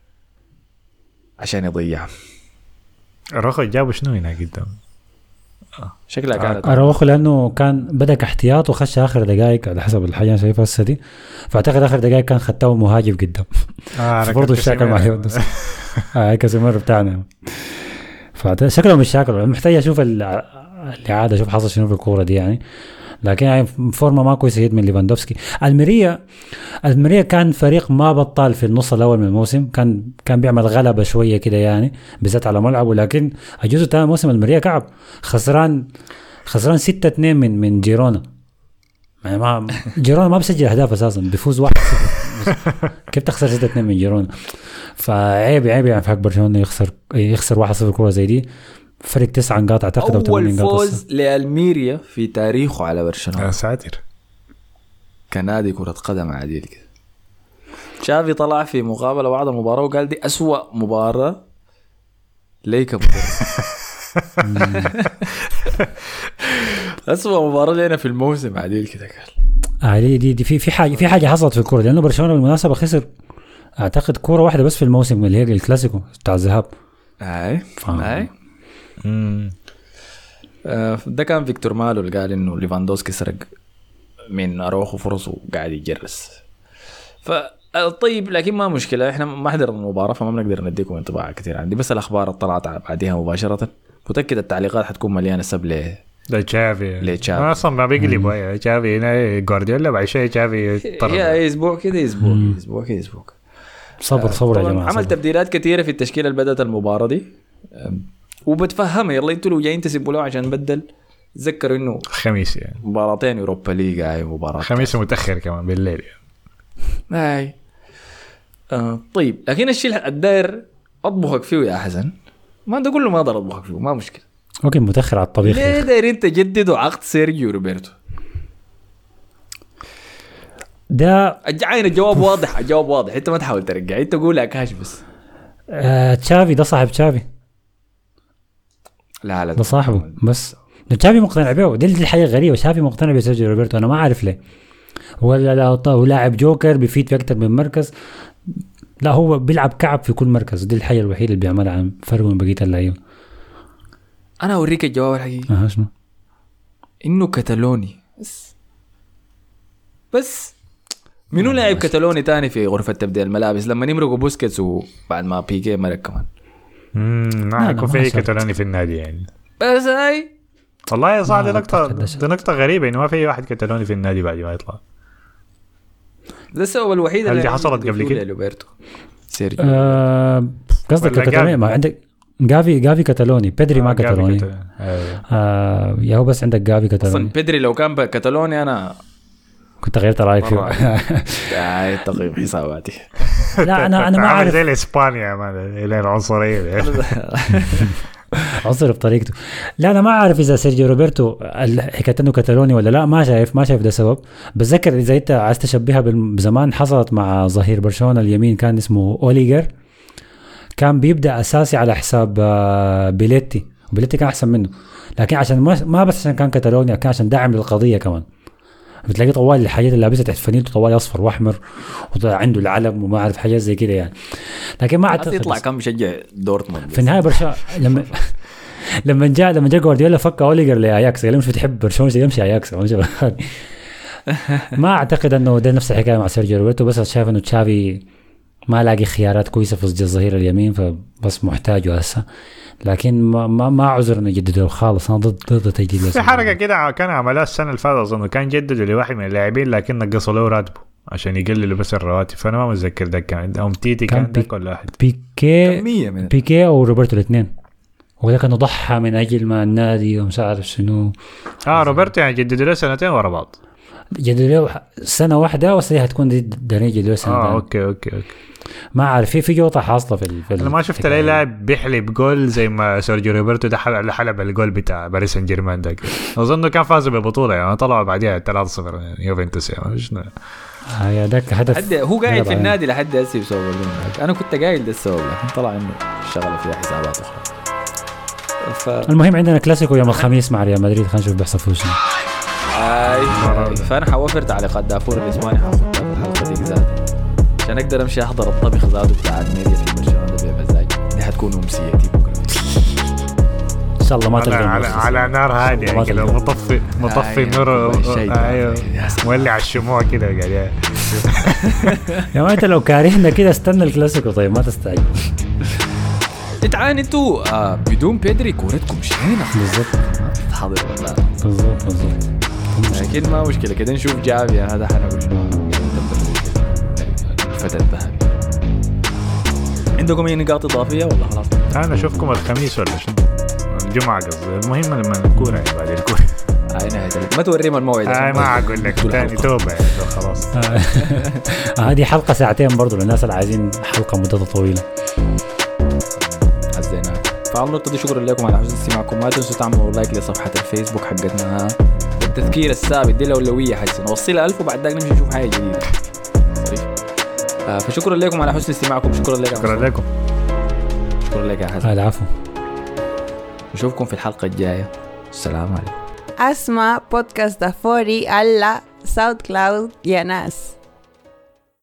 عشان يضيعهم. روخو جابوا شنو هنا قدام؟ شكلها كانت اراوخو لانه كان بدا كاحتياط وخش اخر دقائق على حسب الحاجه انا شايفها هسه دي، فاعتقد اخر دقائق كان خدته مهاجم قدام. اه برضه الشاكل مع يودس اه كاسيميرو بتاعنا. فشكله مش شاكل، محتاج اشوف ال- الاعاده اشوف حصل شنو في الكوره دي يعني. لكن يعني فورمه ما كويسه جدا من ليفاندوفسكي. الميريا الميريا كان فريق ما بطال في النص الاول من الموسم، كان كان بيعمل غلبه شويه كده يعني بالذات على ملعبه، لكن الجزء الثاني موسم الميريا كعب خسران خسران ستة اثنين من من جيرونا. يعني ما جيرونا ما بسجل اهداف اساسا، بيفوز واحد صفر. كيف تخسر ستة اثنين من جيرونا؟ فعيب عيب يعني في حق برشلونه يخسر يخسر واحد صفر كوره زي دي. فرق تسعة نقاط اعتقد او أول ثمانية نقاط. فوز لألميريا في تاريخه على برشلونة يا ساتر. كنادي كرة قدم عادي كده. شافي طلع في مقابلة بعد المباراة وقال دي أسوأ مباراة لي كمدرب. أسوأ مباراة لنا في الموسم عادي كده قال. آه دي دي, دي في في حاجه في حاجه حصلت في الكوره، لانه برشلونه بالمناسبه خسر اعتقد كوره واحده بس في الموسم اللي هي الكلاسيكو بتاع الذهاب. أي فاهم. أي امم آه، ده كان فيكتور مالو اللي قال إنه ليفاندوسكي سرق من أروخو فرصه وقاعد يجرس. فطيب لكن ما مشكلة، إحنا ما حضرنا المباراة فما بنقدر نديكم انطباع كتير. عندي بس الأخبار طلعت بعدها مباشرة. متأكد التعليقات حتكون مليانة سب ليه ده تشافي ليه تشافي؟ انا اصلا ما بيقلب ويا تشافي هنا جوارديولا بعد شويه تشافي طرد. يا اسبوع كده اسبوع اسبوع كده اسبوع. صبر صبر يا طبعاً جماعه عمل صبر. تبديلات كثيره في التشكيله اللي بدات المباراه دي أم، وبتفهمها. يلا انتوا لو جايين تسيبوا له عشان بدل تذكروا انه خميس يعني مباراتين اوروبا ليج هاي مباراه خميس متاخر كمان بالليل يعني. هاي آه طيب لكن الشيء الداير اطبخك فيه يا حسن ما ده كله ما اقدر اطبخك فيه ما مشكله. اوكي متاخر على الطبيخ. ليه دايرين تجددوا عقد سيرجيو روبرتو؟ ده عين الجواب واضح الجواب واضح انت ما تحاول ترجع انت قول لك هاش بس. آه تشافي ده صاحب تشافي لا لا ده صاحبه بس ده تشافي مقتنع بيه. دي الحاجه غريبه تشافي مقتنع بسيرجيو روبرتو انا ما عارف ليه. ولا لا هو لاعب جوكر بيفيد في اكتر من مركز. لا هو بيلعب كعب في كل مركز. دي الحاجه الوحيده اللي بيعملها عن فرق من بقيه اللعيبه. انا اوريك الجواب الحقيقي اه شنو انه كتالوني بس بس منو لاعب كتالوني تاني في غرفة تبديل الملابس لما نمرقوا بوسكيتس وبعد ما بيكي مرق كمان. امم ما حيكون في كتالوني في النادي يعني. بس هاي والله يا صاحبي ما دي نقطة أعتقد دي نقطة غريبة إنه ما في واحد كتالوني في النادي بعد ما يطلع. ده السبب الوحيد هل اللي دي حصلت قبل كده؟ لوبرتو سيرجيو آه قصدك ولا كتالوني جافي؟ ما عندك جافي جافي كتالوني بيدري ما كتالوني. أيوه. آه يا هو بس عندك جافي اصلا كتالوني. بيدري لو كان كتالوني انا كنت غيرت رايك فيه. هاي تقييم حساباتي. لا انا انا ما عامل اعرف زي الإسبانيا ما إلى العنصرية. عنصر بطريقته. لا انا ما اعرف اذا سيرجيو روبرتو حكايه انه كتالوني ولا لا ما شايف ما شايف ده سبب. بتذكر اذا انت عايز تشبهها بزمان حصلت مع ظهير برشلونه اليمين كان اسمه اوليجر كان بيبدا اساسي على حساب بيليتي وبيليتي كان احسن منه لكن عشان ما بس عشان كان كتالوني كان عشان داعم للقضيه كمان. بتلاقي طوال الحاجات اللي لابسها تحت فنيته طوال اصفر واحمر وعنده العلم وما اعرف حاجات زي كده يعني. لكن ما اعتقد يطلع كان بيشجع دورتموند في النهايه برشلونه لما لما جاء لما جاء جوارديولا فك اوليجر لاياكس قال مش بتحب برشلونه يمشي اياكس. ما اعتقد انه ده نفس الحكايه مع سيرجيو روبرتو بس شايف انه تشافي ما لاقي خيارات كويسه في الظهير اليمين فبس محتاجه هسه. لكن ما ما, ما عذر انه يجددوا خالص. انا ضد ضد تجديد. في حركة كده كان عملها السنة اللي فاتت أظن كان جددوا لواحد من اللاعبين لكن نقصوا له راتبه عشان يقللوا بس الرواتب. فأنا ما متذكر ده كان أو تيتي كان, كان ده بي- ولا واحد. بيكي كمية من بيكي او روبرتو الاثنين وده كان ضحى من اجل ما النادي ومش عارف شنو. اه روبرتو يعني جددوا له سنتين ورا بعض. جددوا له سنه واحده بس هي هتكون دي دنيا جددوا سنه. اه اوكي اوكي اوكي. ما عارف في في جوطه حاصله في, ال... في انا ما شفت لي لاعب بيحلب جول زي ما سيرجيو روبرتو ده حلب حلب الجول بتاع باريس سان جيرمان ده. اظن كان فازوا بالبطوله يعني طلعوا بعديها ثلاثة صفر يعني يوفنتوس يعني مش هي داك هدف. حد هو قاعد في النادي لحد هسه بسبب انا كنت قايل ده السبب لكن طلع انه الشغله فيها حسابات اخرى. ف... المهم عندنا كلاسيكو يوم الخميس مع ريال مدريد. خلينا نشوف بيحصل فيه شنو. اي فانا حوفر تعليقات دافور الاسباني حاخدها في الحلقه دي ذاتها عشان اقدر امشي احضر الطبخ ذاته بتاع الميديا في برشلونه ده بمزاج. دي حتكون امسيتي بكره ان شاء الله. ما تلقى على, على نار هاديه كده مطفي مطفي النور. ايوه مولع الشموع كده قاعد يا ما انت لو كارهنا كده استنى الكلاسيكو. طيب ما تستعجل. اتعان انتوا آه بدون بيدري كورتكم شينه بالضبط. حاضر والله بالضبط بالضبط. لكن ما مشكله كده نشوف جافي هذا حنقول شنو الفتى الذهبي. عندكم اي نقاط اضافيه ولا خلاص؟ انا اشوفكم الخميس ولا شنو الجمعه قصدي. المهم لما الكوره يعني بعد الكوره هاي نهايه ما توريهم الموعد. هاي ما اقول لك ثاني توبه يعني خلاص. هذه حلقه ساعتين برضو للناس اللي عايزين حلقه مدتها طويله. حزينا. فعلى النقطه دي شكرا لكم على حسن استماعكم. ما تنسوا تعملوا لايك لصفحه الفيسبوك حقتنا. التذكير الثابت دي الاولويه حسن نوصلها ألف وبعد ذاك نمشي نشوف حاجه جديده. آه فشكرا لكم على حسن استماعكم. شكرا لكم. شكرا لكم. شكرا لك يا حسن. العفو. نشوفكم في الحلقه الجايه. السلام عليكم. اسمع بودكاست دافوري على ساوند كلاود يا ناس.